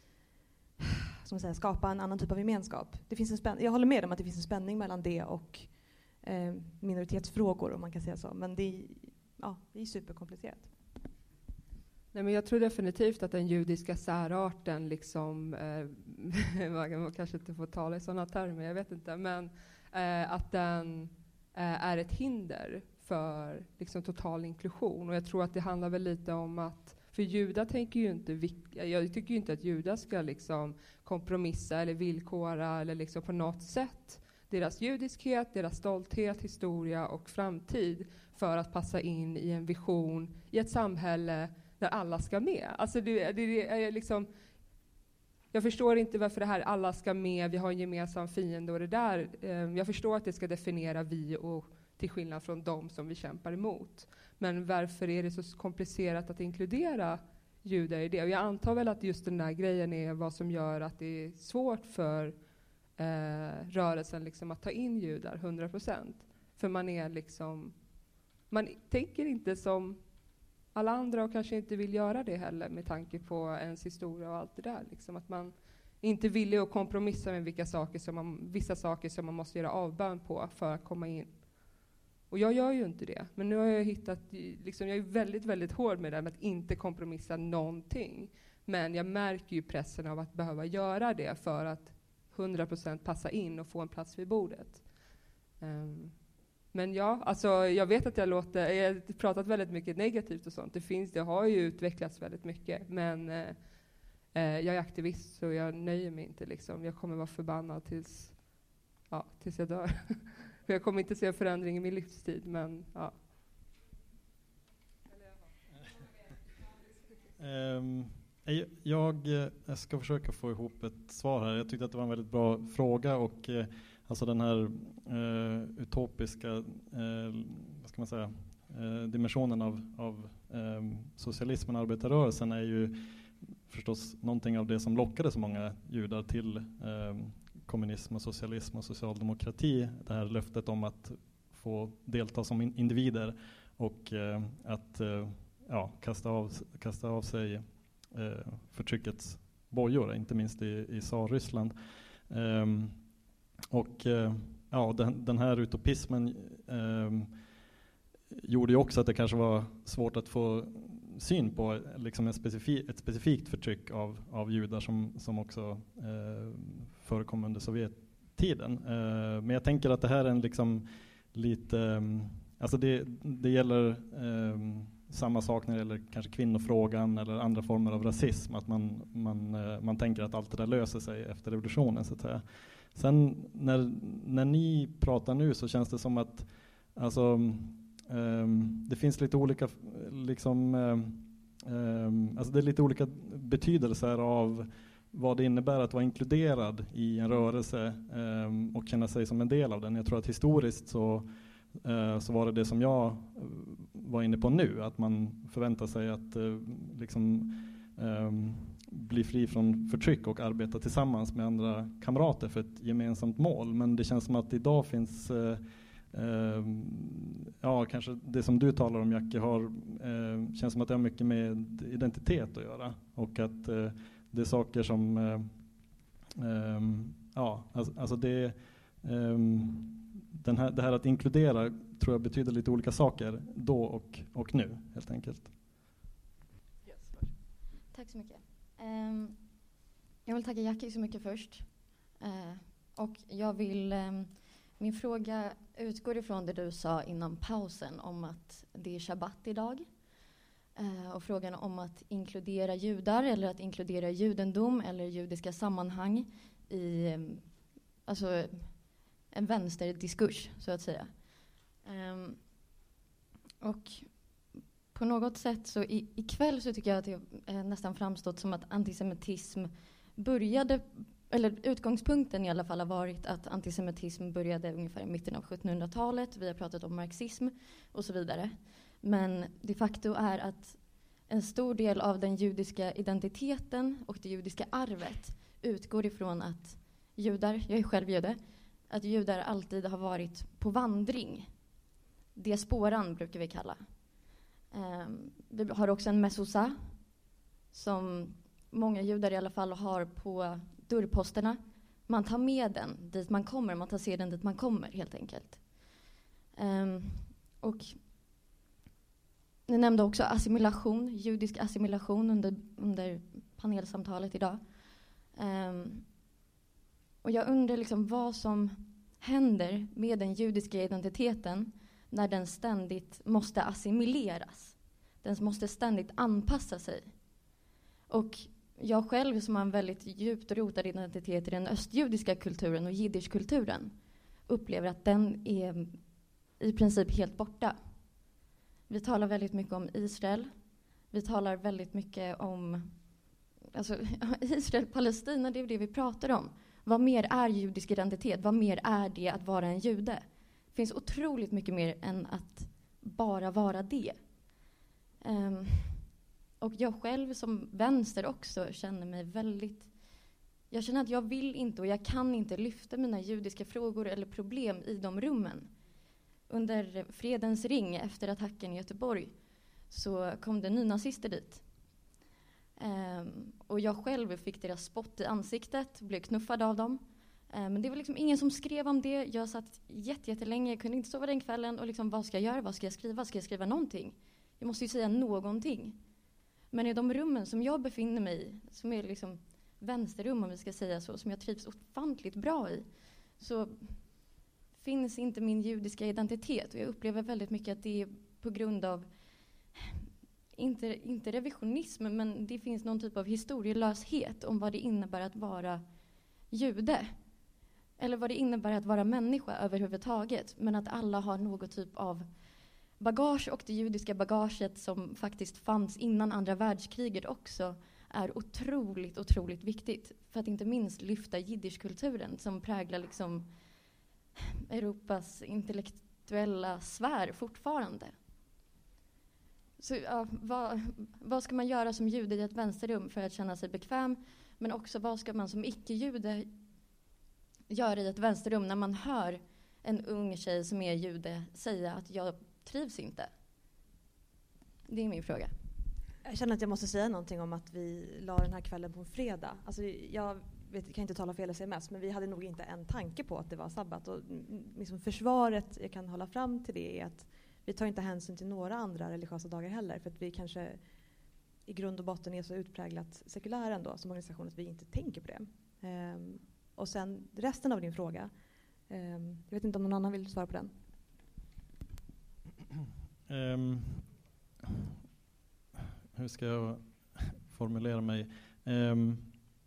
som säga, skapa en annan typ av gemenskap. Det finns en spänn- jag håller med om att det finns en spänning mellan det och eh, minoritetsfrågor, om man kan säga så. Men det är, ja, det är superkomplicerat. Nej, men jag tror definitivt att den judiska särarten, liksom, eh, man kanske inte får tala i sådana termer, jag vet inte, men eh, att den eh, är ett hinder för liksom, total inklusion. Och jag tror att det handlar väl lite om att, för judar tänker ju inte, jag tycker ju inte att judar ska liksom kompromissa eller villkora eller liksom på något sätt deras judiskhet, deras stolthet, historia och framtid för att passa in i en vision i ett samhälle där alla ska med. Alltså det, det, det är liksom, jag förstår inte varför det här alla ska med, vi har en gemensam fiende och det där. Eh, jag förstår att det ska definiera vi och till skillnad från dem som vi kämpar emot. Men varför är det så komplicerat att inkludera judar i det? Och jag antar väl att just den där grejen är vad som gör att det är svårt för eh, rörelsen liksom att ta in judar hundra procent. För man är liksom, man tänker inte som alla andra och kanske inte vill göra det heller med tanke på ens historia och allt det där. Liksom att man inte vill att kompromissa med vilka saker som man, vissa saker som man måste göra avbön på för att komma in. Och jag gör ju inte det. Men nu har jag hittat, liksom, jag är väldigt, väldigt hård med det med att inte kompromissa någonting. Men jag märker ju pressen av att behöva göra det för att hundra procent passa in och få en plats vid bordet. Um, men ja, alltså jag vet att jag låter, jag har pratat väldigt mycket negativt och sånt. Det finns, det har ju utvecklats väldigt mycket. Men eh, jag är aktivist så jag nöjer mig inte liksom. Jag kommer vara förbannad tills, ja, tills jag dör. För jag kommer inte se förändring i min livstid, men ja. Um, jag, jag ska försöka få ihop ett svar här. Jag tyckte att det var en väldigt bra fråga och eh, alltså den här eh, utopiska eh, vad ska man säga, eh, dimensionen av, av eh, socialismen och arbetarrörelsen är ju förstås någonting av det som lockade så många judar till eh, kommunism och socialism och socialdemokrati. Det här löftet om att få delta som individer och eh, att eh, ja, kasta, av, kasta av sig eh, förtryckets bojor, inte minst i, i Tsarryssland. Um, och eh, ja, den, den här utopismen eh, gjorde ju också att det kanske var svårt att få syn på liksom en specifik, ett specifikt förtryck av, av judar som, som också eh, förekom under Sovjettiden. Eh, men jag tänker att det här är en liksom lite, um, alltså det, det gäller eh, samma sak när det gäller kanske kvinnofrågan eller andra former av rasism, att man, man, eh, man tänker att allt det där löser sig efter revolutionen så att säga. Sen när, när ni pratar nu så känns det som att alltså, Um, det finns lite olika liksom, um, alltså det är lite olika betydelser av vad det innebär att vara inkluderad i en rörelse um, och känna sig som en del av den. Jag tror att historiskt så, uh, så var det det som jag var inne på nu, att man förväntar sig att uh, liksom, um, bli fri från förtryck och arbeta tillsammans med andra kamrater för ett gemensamt mål. Men det känns som att idag finns uh, Uh, ja, kanske det som du talar om, Jackie, har, uh, känns som att det har mycket med identitet att göra. Och att uh, det är saker som, uh, um, ja, alltså, alltså det, um, den här, det här att inkludera tror jag betyder lite olika saker då och, och nu, helt enkelt. Yes. Tack så mycket. Um, jag vill tacka Jackie så mycket först. Uh, och jag vill... Um, Min fråga utgår ifrån det du sa innan pausen om att det är shabbat idag. Eh, och frågan om att inkludera judar eller att inkludera judendom eller judiska sammanhang i eh, alltså en vänsterdiskurs, så att säga. Eh, och på något sätt så i, ikväll så tycker jag att det eh, nästan framstått som att antisemitism började, eller utgångspunkten i alla fall har varit att antisemitism började ungefär i mitten av sjuttonhundratalet. Vi har pratat om marxism och så vidare. Men de facto är att en stor del av den judiska identiteten och det judiska arvet utgår ifrån att judar, jag är själv jude, att judar alltid har varit på vandring. Diasporan brukar vi kalla. Um, vi har också en mesusa som många judar i alla fall har på dörrposterna. Man tar med den dit man kommer, man tar seden dit man kommer helt enkelt. Um, och ni nämnde också assimilation, judisk assimilation under, under panelsamtalet idag. Um, och jag undrar liksom vad som händer med den judiska identiteten när den ständigt måste assimileras. Den måste ständigt anpassa sig. Och jag själv som har en väldigt djupt rotad identitet i den östjudiska kulturen och jiddischkulturen upplever att den är i princip helt borta. Vi talar väldigt mycket om Israel. Vi talar väldigt mycket om alltså, Israel, Palestina, det är det vi pratar om. Vad mer är judisk identitet? Vad mer är det att vara en jude? Det finns otroligt mycket mer än att bara vara det. Um, och jag själv som vänster också känner mig väldigt... Jag känner att jag vill inte och jag kan inte lyfta mina judiska frågor eller problem i de rummen. Under Fredens ring efter attacken i Göteborg så kom det nynazister dit. Um, och jag själv fick deras spott i ansiktet, blev knuffad av dem. Um, men det var liksom ingen som skrev om det. Jag satt jättelänge, jag kunde inte sova den kvällen. Och liksom, vad ska jag göra? Vad ska jag skriva? Ska jag skriva någonting? Jag måste ju säga någonting. Men i de rummen som jag befinner mig i, som är liksom vänsterrum om vi ska säga så, som jag trivs ofantligt bra i, så finns inte min judiska identitet. Och jag upplever väldigt mycket att det är på grund av Inte, inte revisionism, men det finns någon typ av historielöshet om vad det innebär att vara jude. Eller vad det innebär att vara människa överhuvudtaget. Men att alla har något typ av bagage, och det judiska bagaget som faktiskt fanns innan andra världskriget också är otroligt, otroligt viktigt. För att inte minst lyfta jiddischkulturen som präglar liksom Europas intellektuella sfär fortfarande. Så, ja, vad, vad ska man göra som jude i ett vänsterrum för att känna sig bekväm? Men också vad ska man som icke-jude göra i ett vänsterrum när man hör en ung tjej som är jude säga att jag trivs inte? Det är min fråga. Jag känner att jag måste säga någonting om att vi la den här kvällen på en fredag. Alltså, jag vet, kan inte tala för hela C M S, men vi hade nog inte en tanke på att det var sabbat. Och liksom försvaret jag kan hålla fram till det är att vi tar inte hänsyn till några andra religiösa dagar heller, för att vi kanske i grund och botten är så utpräglat sekulära ändå som organisation att vi inte tänker på det. Um, och sen resten av din fråga, um, jag vet inte om någon annan vill svara på den. Um, hur ska jag formulera mig? Um,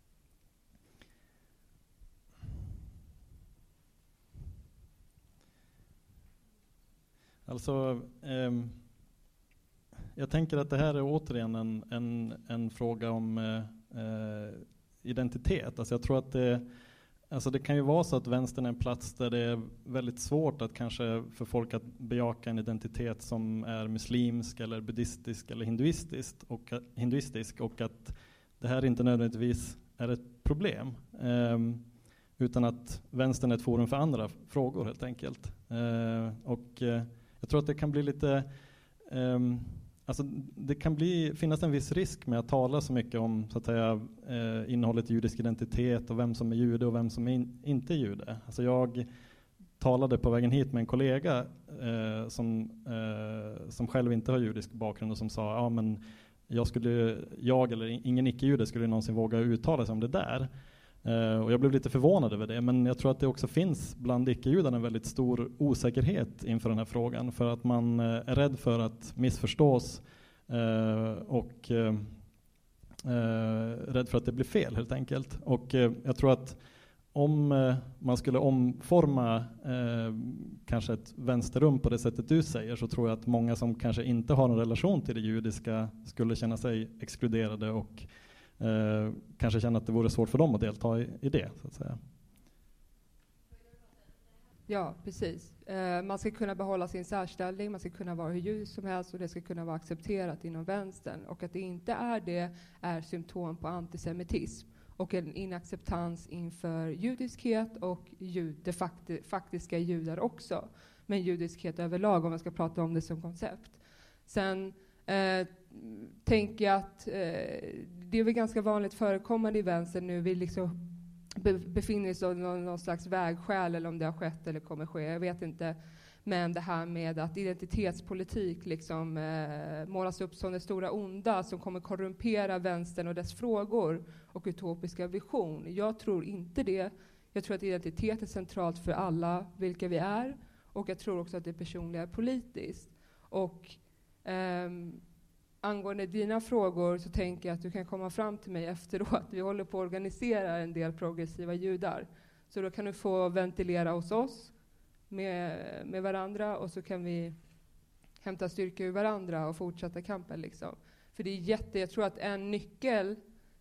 Alltså, eh, jag tänker att det här är återigen en, en, en fråga om eh, identitet. Alltså jag tror att det, alltså det kan ju vara så att vänstern är en plats där det är väldigt svårt att kanske för folk att bejaka en identitet som är muslimsk eller buddhistisk eller hinduistisk och, hinduistisk och att det här inte nödvändigtvis är ett problem. Eh, utan att vänstern är ett forum för andra frågor helt enkelt. Eh, och eh, Jag tror att det kan bli lite, um, alltså det kan bli, finnas en viss risk med att tala så mycket om så att säga, eh, innehållet i judisk identitet och vem som är jude och vem som är in, inte är jude. Alltså jag talade på vägen hit med en kollega eh, som, eh, som själv inte har judisk bakgrund och som sa ja men jag, skulle, jag eller ingen icke-jude skulle någonsin våga uttala sig om det där. Uh, och jag blev lite förvånad över det, men jag tror att det också finns bland icke-judarna en väldigt stor osäkerhet inför den här frågan, för att man uh, är rädd för att missförstås uh, och uh, uh, rädd för att det blir fel helt enkelt. Och uh, jag tror att om uh, man skulle omforma uh, kanske ett vänsterrum på det sättet du säger, så tror jag att många som kanske inte har en relation till det judiska skulle känna sig exkluderade och Uh, kanske känna att det vore svårt för dem att delta i, i det, så att säga. Ja, precis. Uh, man ska kunna behålla sin särställning, man ska kunna vara hur ljus som helst och det ska kunna vara accepterat inom vänstern. Och att det inte är det är symptom på antisemitism. och en inacceptans inför judiskhet och jud, det fakti, faktiska judar också. Men judiskhet överlag, om man ska prata om det som koncept. Sen eh, tänker jag att eh, det är väl ganska vanligt förekommande i vänster nu. Vi liksom be, befinner oss i någon, någon slags vägskäl, eller om det har skett eller kommer ske, jag vet inte. Men det här med att identitetspolitik liksom, eh, målas upp som det stora onda som kommer korrumpera vänstern och dess frågor och utopiska vision. Jag tror inte det. Jag tror att identitet är centralt för alla, vilka vi är. Och jag tror också att det personliga är politiskt. Och ehm, angående dina frågor så tänker jag att du kan komma fram till mig efteråt. Vi håller på att organisera en del progressiva judar. Så då kan du få ventilera hos oss med, med varandra, och så kan vi hämta styrka ur varandra och fortsätta kampen. Liksom. För det är jätte, jag tror att en nyckel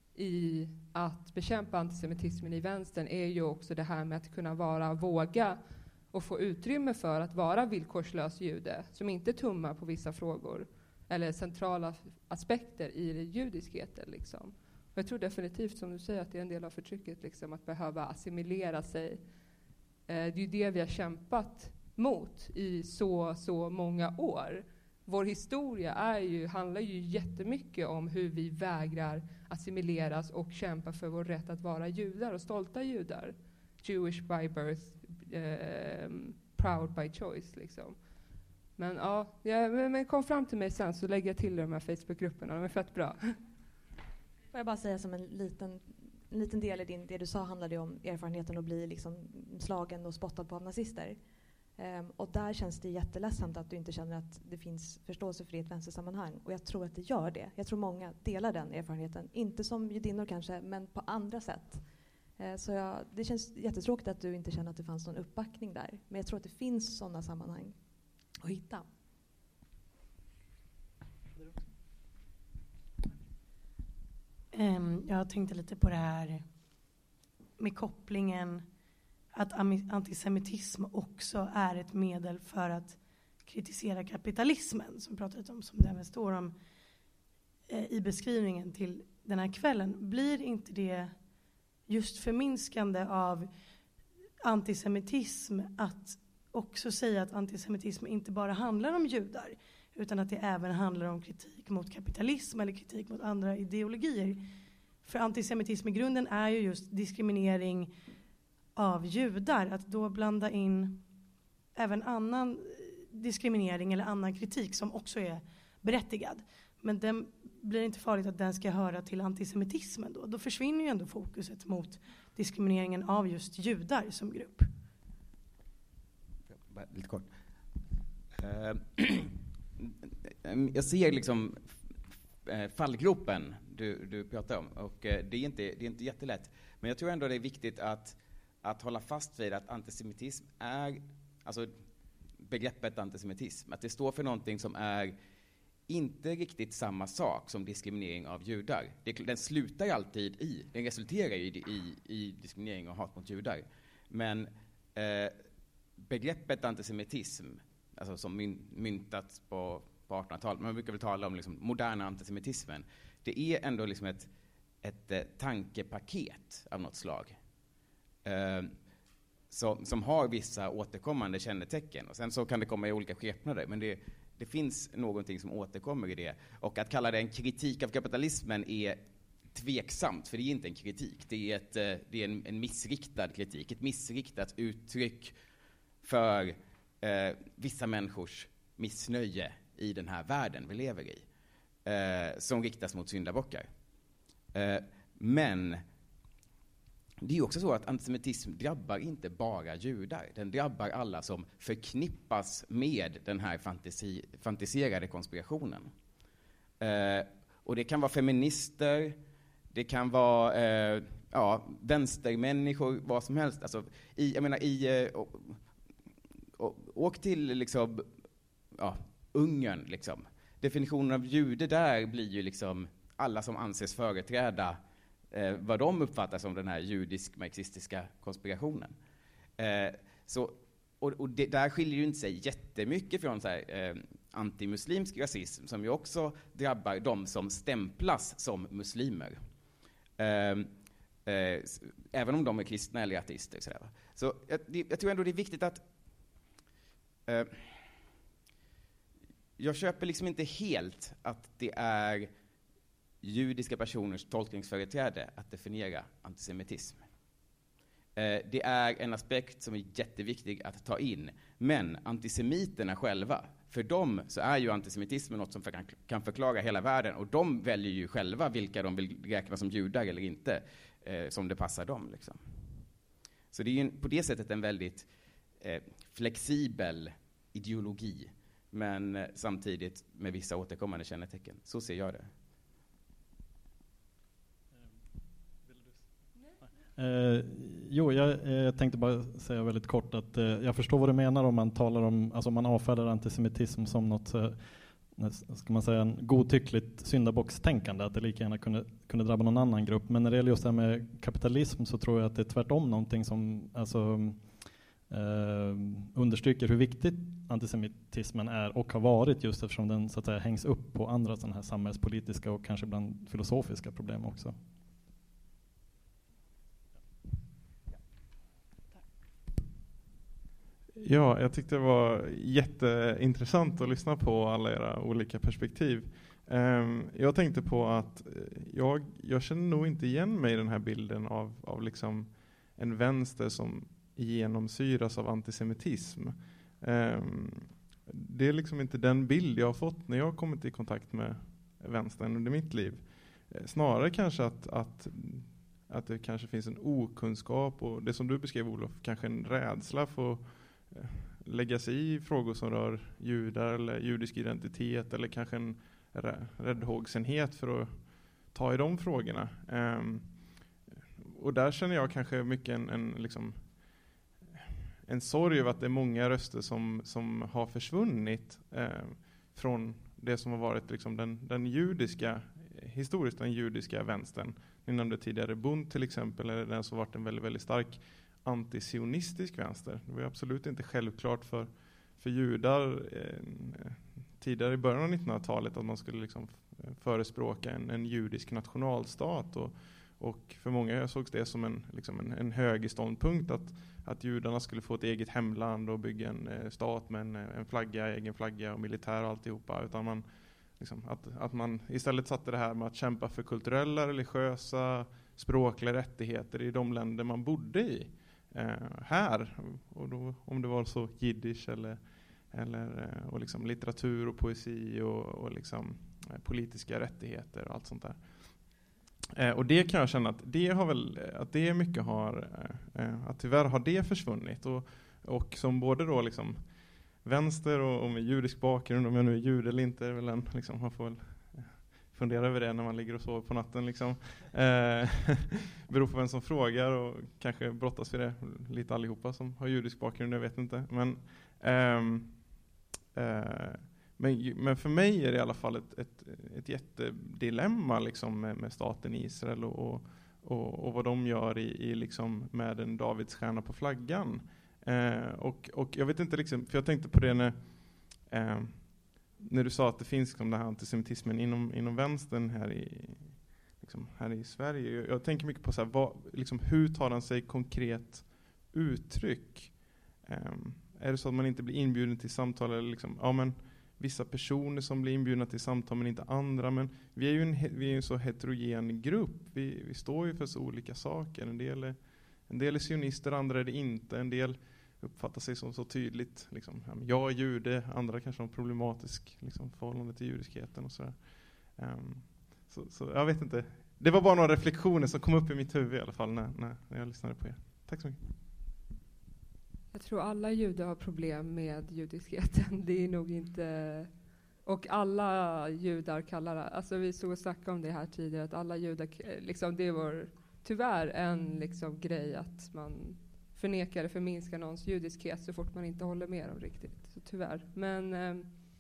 i att bekämpa antisemitismen i vänstern är ju också det här med att kunna vara, våga och få utrymme för att vara villkorslös jude som inte tummar på vissa frågor eller centrala aspekter i det judiskheten. Liksom. Och jag tror definitivt, som du säger, att det är en del av förtrycket, liksom, att behöva assimilera sig. Eh, det är ju det vi har kämpat mot i så, så många år. Vår historia är ju, handlar ju jättemycket om hur vi vägrar assimileras och kämpa för vår rätt att vara judar och stolta judar. Jewish by birth, eh, proud by choice. Liksom. Men ja, ja men, men kom fram till mig sen så lägger jag till de här Facebookgrupperna. De är fett bra. Får jag bara säga som en liten, en liten del i din, det du sa handlade om erfarenheten att bli liksom slagen och spottad på av nazister. Um, och där känns det jätteledsamt att du inte känner att det finns förståelse för det i ett vänstersammanhang. Och jag tror att det gör det. Jag tror många delar den erfarenheten. Inte som judinnor kanske, men på andra sätt. Uh, så jag, det känns jättetråkigt att du inte känner att det fanns någon uppbackning där. Men jag tror att det finns sådana sammanhang att hitta. Um, jag tänkte lite på det här med kopplingen att antisemitism också är ett medel för att kritisera kapitalismen, som pratat om, som det även står om eh, i beskrivningen till den här kvällen. Blir inte det just förminskande av antisemitism att också säga att antisemitism inte bara handlar om judar, utan att det även handlar om kritik mot kapitalism eller kritik mot andra ideologier? För antisemitism i grunden är ju just diskriminering av judar. Att då blanda in även annan diskriminering eller annan kritik som också är berättigad. Men den blir inte farligt att den ska höra till antisemitismen då. Då försvinner ju ändå fokuset mot diskrimineringen av just judar som grupp. Lite kort. Jag ser liksom fallgropen du, du pratar om, och det är, inte, det är inte jättelätt. Men jag tror ändå det är viktigt att, att hålla fast vid att antisemitism är, alltså begreppet antisemitism, att det står för någonting som är inte riktigt samma sak som diskriminering av judar. Det, den slutar alltid i, den resulterar i, i, i diskriminering och hat mot judar. Men eh, begreppet antisemitism, alltså som my, myntats på, på artonhundratalet, man brukar väl tala om liksom moderna antisemitismen, det är ändå liksom ett, ett eh, tankepaket av något slag. Eh, som, som har vissa återkommande kännetecken. Och sen så kan det komma i olika skepnader, men det, det finns någonting som återkommer i det. Och att kalla det en kritik av kapitalismen är tveksamt, för det är inte en kritik. Det är, ett, det är en, en missriktad kritik, ett missriktat uttryck för eh, vissa människors missnöje i den här världen vi lever i, eh, som riktas mot syndabockar. Eh, men det är också så att antisemitism drabbar inte bara judar. Den drabbar alla som förknippas med den här fantasi, fantiserade konspirationen. Eh, och det kan vara feminister, det kan vara eh, ja, vänstermänniskor, vad som helst. Alltså, i, jag menar, i, eh, och, och, åk till liksom, ja, Ungern. Liksom. Definitionen av jude där blir ju liksom alla som anses företräda Eh, vad de uppfattar som den här judisk-marxistiska konspirationen. Eh, så, och och det, där skiljer ju inte sig jättemycket från så här, eh, antimuslimsk rasism, som ju också drabbar de som stämplas som muslimer. Eh, Eh, även om de är kristna eller ateister. Så, så jag, jag tror ändå det är viktigt att eh, jag köper liksom inte helt att det är judiska personers tolkningsföreträde att definiera antisemitism. Eh, det är en aspekt som är jätteviktig att ta in. Men antisemiterna själva, för dem så är ju antisemitismen något som för, kan förklara hela världen. Och de väljer ju själva vilka de vill räkna som judar eller inte, eh, som det passar dem. Liksom. Så det är ju på det sättet en väldigt eh, flexibel ideologi. Men eh, samtidigt med vissa återkommande kännetecken. Så ser jag det. Eh, jo, jag eh, tänkte bara säga väldigt kort att eh, jag förstår vad du menar om man talar om, alltså man avfärdar antisemitism som något, eh, ska man säga, en godtyckligt syndabockstänkande, att det lika gärna kunde, kunde drabba någon annan grupp. Men när det gäller just det här med kapitalism så tror jag att det är tvärtom någonting som alltså, eh, understryker hur viktigt antisemitismen är och har varit, just eftersom den så att säga hängs upp på andra sådana här samhällspolitiska och kanske ibland filosofiska problem också. Ja, jag tyckte det var jätteintressant att lyssna på alla era olika perspektiv. Um, jag tänkte på att jag, jag känner nog inte igen mig i den här bilden av, av liksom en vänster som genomsyras av antisemitism. Um, det är liksom inte den bild jag har fått när jag har kommit i kontakt med vänstern under mitt liv. Snarare kanske att, att, att det kanske finns en okunskap och det som du beskrev, Olof, kanske en rädsla för att lägga sig i frågor som rör judar eller judisk identitet, eller kanske en räddhågsenhet för att ta i de frågorna. Um, och där känner jag kanske mycket en, en, liksom, en sorg över att det är många röster som, som har försvunnit eh, från det som har varit liksom den, den judiska, historiskt den judiska vänstern. Ni nämnde tidigare Bund till exempel, eller den som varit en väldigt, väldigt stark antisionistisk vänster. Det var absolut inte självklart för, för judar eh, tidigare i början av nittonhundratalet att man skulle liksom förespråka en, en judisk nationalstat. Och, och för många sågs det som en, liksom en, en högerståndpunkt att, att judarna skulle få ett eget hemland och bygga en eh, stat med en, en flagga, egen flagga och militär och alltihopa. Utan man, liksom, att, att man istället satte det här med att kämpa för kulturella, religiösa, språkliga rättigheter i de länder man bodde i. Uh, här, och då, om det var så jiddisch eller, eller uh, och liksom litteratur och poesi och, och liksom, uh, politiska rättigheter och allt sånt där. Uh, och det kan jag känna att det har väl, att det mycket har, uh, att tyvärr har det försvunnit. Och, och som både då liksom vänster och, och med judisk bakgrund, om jag nu är jude eller inte, är väl en, liksom, man får väl fundera över det när man ligger och sover på natten. Liksom. Eh, beror på vem som frågar och kanske brottas vi det lite allihopa som har judisk bakgrund, jag vet inte. Men, ehm, eh, men, men för mig är det i alla fall ett, ett, ett jättedilemma liksom, med, med staten Israel och, och, och vad de gör i, i liksom, med en Davids stjärna på flaggan. Eh, och, och jag vet inte, liksom, för jag tänkte på det när eh, när du sa att det finns liksom, den här antisemitismen inom, inom vänstern här i, liksom, här i Sverige. Jag, jag tänker mycket på så här, vad, liksom, hur tar den sig konkret uttryck? Um, är det så att man inte blir inbjuden till samtal? Eller liksom, ja, men, vissa personer som blir inbjudna till samtal men inte andra. Men vi är ju en, vi är en så heterogen grupp. Vi, vi står ju för så olika saker. En del är, en del är sionister, andra är det inte. En del uppfattar sig som så tydligt. Liksom, jag är jude, andra kanske har en problematisk liksom, förhållande till judiskheten och sådär. Um, så, så jag vet inte. Det var bara några reflektioner som kom upp i mitt huvud i alla fall när, när, när jag lyssnade på er. Tack så mycket. Jag tror alla judar har problem med judiskheten. Det är nog inte... Och alla judar kallar det... Alltså vi såg och snackade om det här tidigare. Att alla judar... Liksom, det var tyvärr en liksom, grej att man förnekar eller förminskar någons judiskhet så fort man inte håller med dem riktigt. Så tyvärr. Men... Eh,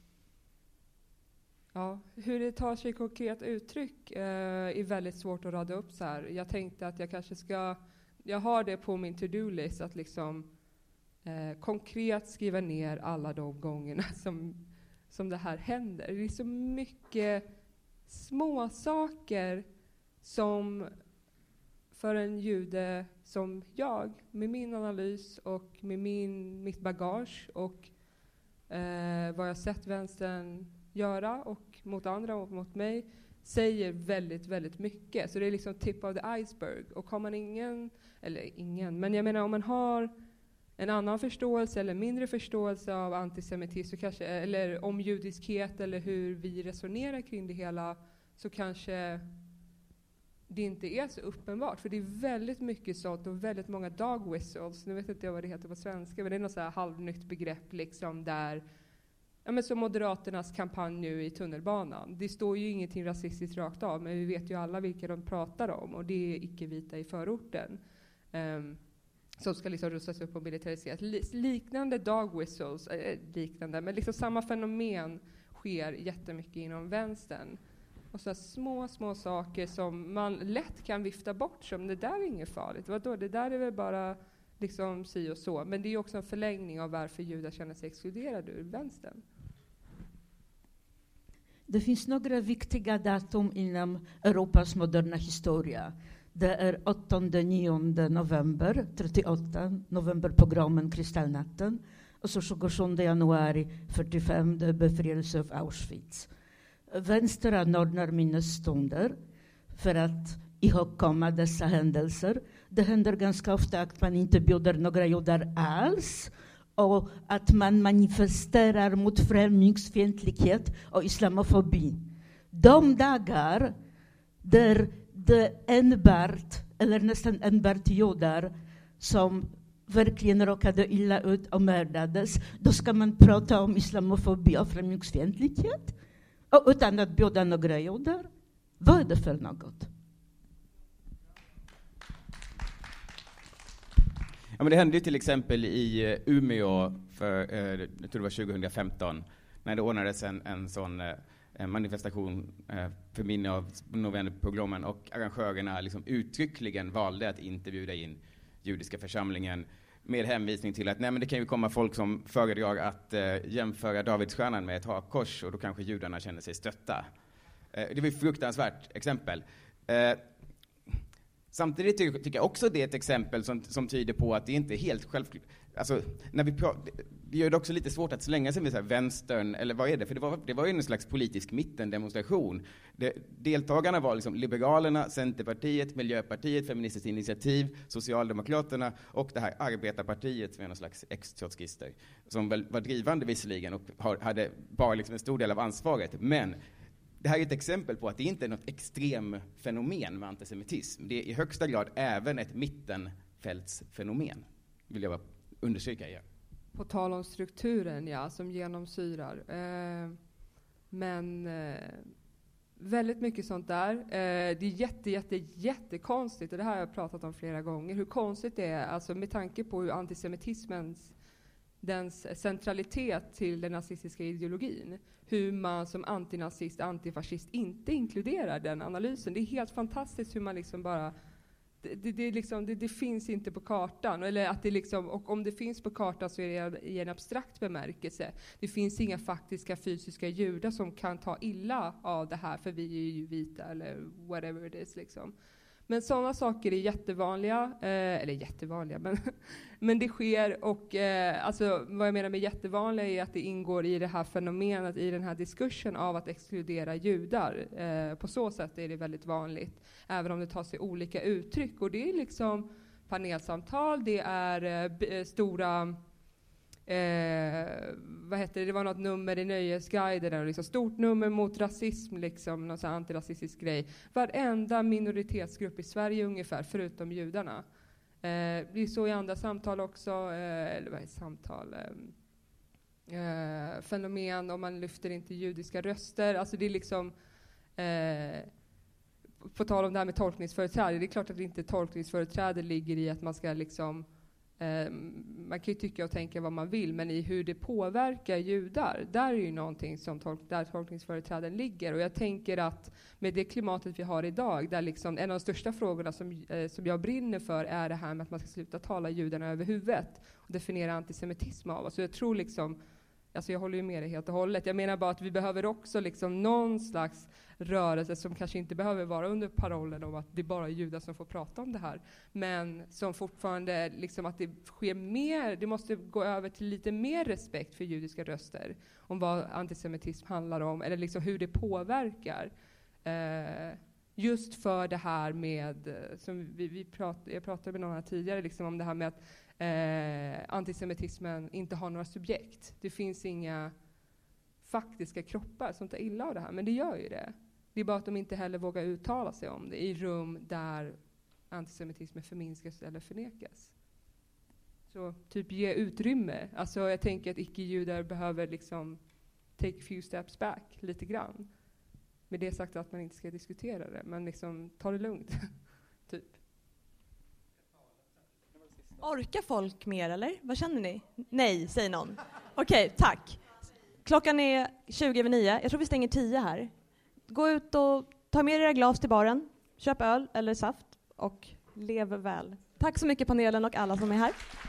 ja, hur det tar sig konkret uttryck eh, är väldigt svårt att rada upp så här. Jag tänkte att jag kanske ska... Jag har det på min to-do-list att liksom... Eh, konkret skriva ner alla de gångerna som, som det här händer. Det är så mycket små saker som för en jude som jag, med min analys och med min, mitt bagage och eh, vad jag sett vänstern göra och mot andra och mot mig, säger väldigt, väldigt mycket. Så det är liksom tip of the iceberg. Och har man ingen, eller ingen, men jag menar om man har en annan förståelse eller mindre förståelse av antisemitism, kanske, eller om judiskhet eller hur vi resonerar kring det hela, så kanske det inte är så uppenbart. För det är väldigt mycket sånt och väldigt många dog whistles. Nu vet inte jag vad det heter på svenska, men det är något så här halvnytt begrepp liksom där, ja, men som Moderaternas kampanj nu i tunnelbanan. Det står ju ingenting rasistiskt rakt av, men vi vet ju alla vilka de pratar om, och det är icke-vita i förorten. Um, som ska liksom rustas upp och militariseras. Liknande dog whistles, äh, liknande, men liksom samma fenomen sker jättemycket inom vänstern. Och så små, små saker som man lätt kan vifta bort som det där är inget farligt. Vadå? Det där är väl bara liksom si och så. Men det är också en förlängning av varför judar känner sig exkluderade ur vänstern. Det finns några viktiga datum inom Europas moderna historia. Det är åttonde nionde november, trettioåtta, novemberpogromen Kristallnatten, och så tjugosjunde januari fyrtiofem, det är befrielse av Auschwitz. Vänster anordnar minnesstunder för att ihågkomma dessa händelser. Det händer ganska ofta att man inte bjuder några judar alls, och att man manifesterar mot främlingsfientlighet och islamofobi. De dagar där det enbart, eller nästan enbart judar som verkligen råkade illa ut och mördades, då ska man prata om islamofobi och främlingsfientlighet, och utan att bjuda några judar. Vad är det för något? Ja, men det hände ju till exempel i Umeå för, eh, jag tror det var tjugohundrafemton, när det ordnades en, en sån eh, manifestation eh, för minne av novemberpogromen, och arrangörerna liksom uttryckligen valde att inte bjuda in judiska församlingen med hänvisning till att nej, men det kan ju komma folk som föredrar att eh, jämföra Davidsstjärnan med ett hakkors, och då kanske judarna känner sig stötta. Eh, det var ett fruktansvärt exempel. Eh, Samtidigt ty- tycker jag också det är ett exempel som, som tyder på att det inte är helt självklart. Alltså, när vi pra- det gör det också lite svårt att slänga sig med så här vänstern, eller vad är det? För det var, det var ju en slags politisk mittendemonstration. Det, deltagarna var liksom Liberalerna, Centerpartiet, Miljöpartiet, Feministiskt initiativ, Socialdemokraterna och det här arbetarpartiet som är någon slags ex-trotskister, som väl var drivande visserligen och har, hade bara liksom en stor del av ansvaret. Men det här är ett exempel på att det inte är något extremfenomen med antisemitism. Det är i högsta grad även ett mittenfältsfenomen, vill jag bara undersöka igen. På tal om strukturen, ja, som genomsyrar. Eh, men eh, väldigt mycket sånt där. Eh, det är jätte, jätte, jättekonstigt, och det här har jag pratat om flera gånger, hur konstigt det är, alltså med tanke på hur antisemitismens dens centralitet till den nazistiska ideologin. Hur man som antinazist, antifascist inte inkluderar den analysen. Det är helt fantastiskt hur man liksom bara... Det, det, det, liksom, det, det finns inte på kartan. Eller att det liksom, och om det finns på kartan så är det i en abstrakt bemärkelse. Det finns inga faktiska fysiska judar som kan ta illa av det här, för vi är ju vita eller whatever it is liksom. Men sådana saker är jättevanliga, eh, eller jättevanliga, men, men det sker, och eh, alltså, vad jag menar med jättevanliga är att det ingår i det här fenomenet, i den här diskursen av att exkludera judar. Eh, på så sätt är det väldigt vanligt, även om det tar sig olika uttryck. Och det är liksom panelsamtal, det är eh, b- stora... Eh, vad heter det? Det var något nummer i Nöjesguiden, där liksom stort nummer mot rasism, liksom någon sån antirasistisk grej. Varenda minoritetsgrupp i Sverige ungefär, förutom judarna. Eh, det är så i andra samtal också, eh, eller vad är samtal? Eh, eh, fenomen, om man lyfter inte judiska röster. Alltså det är liksom... Eh, på tal om det här med tolkningsföreträde, det är klart att inte tolkningsföreträde ligger i att man ska liksom... Uh, man kan ju tycka och tänka vad man vill, men i hur det påverkar judar, där är ju någonting som tolk, där tolkningsföreträden ligger. Och jag tänker att med det klimatet vi har idag, där liksom en av de största frågorna som, uh, som jag brinner för är det här med att man ska sluta tala judarna över huvudet och definiera antisemitism av oss. Så jag tror liksom Alltså jag håller ju med dig helt och hållet. Jag menar bara att vi behöver också liksom någon slags rörelse som kanske inte behöver vara under parollen om att det är bara judar som får prata om det här. Men som fortfarande, liksom att det sker mer, det måste gå över till lite mer respekt för judiska röster. Om vad antisemitism handlar om, eller liksom hur det påverkar. Eh, just för det här med, som vi, vi prat, jag pratade med någon här tidigare, liksom om det här med att Eh, antisemitismen inte har några subjekt. Det finns inga faktiska kroppar som tar illa av det här, men det gör ju det. Det är bara att de inte heller vågar uttala sig om det i rum där antisemitismen förminskas eller förnekas. Så typ ge utrymme. Alltså jag tänker att icke-judar behöver liksom take a few steps back lite grann. Med det sagt att man inte ska diskutera det, men liksom ta det lugnt. Typ. Orkar folk mer eller? Vad känner ni? Nej, säger någon. Okej, okay, tack. Klockan är tjugo över nio. Jag tror vi stänger tio här. Gå ut och ta med era glas till baren. Köp öl eller saft och lev väl. Tack så mycket panelen och alla som är här.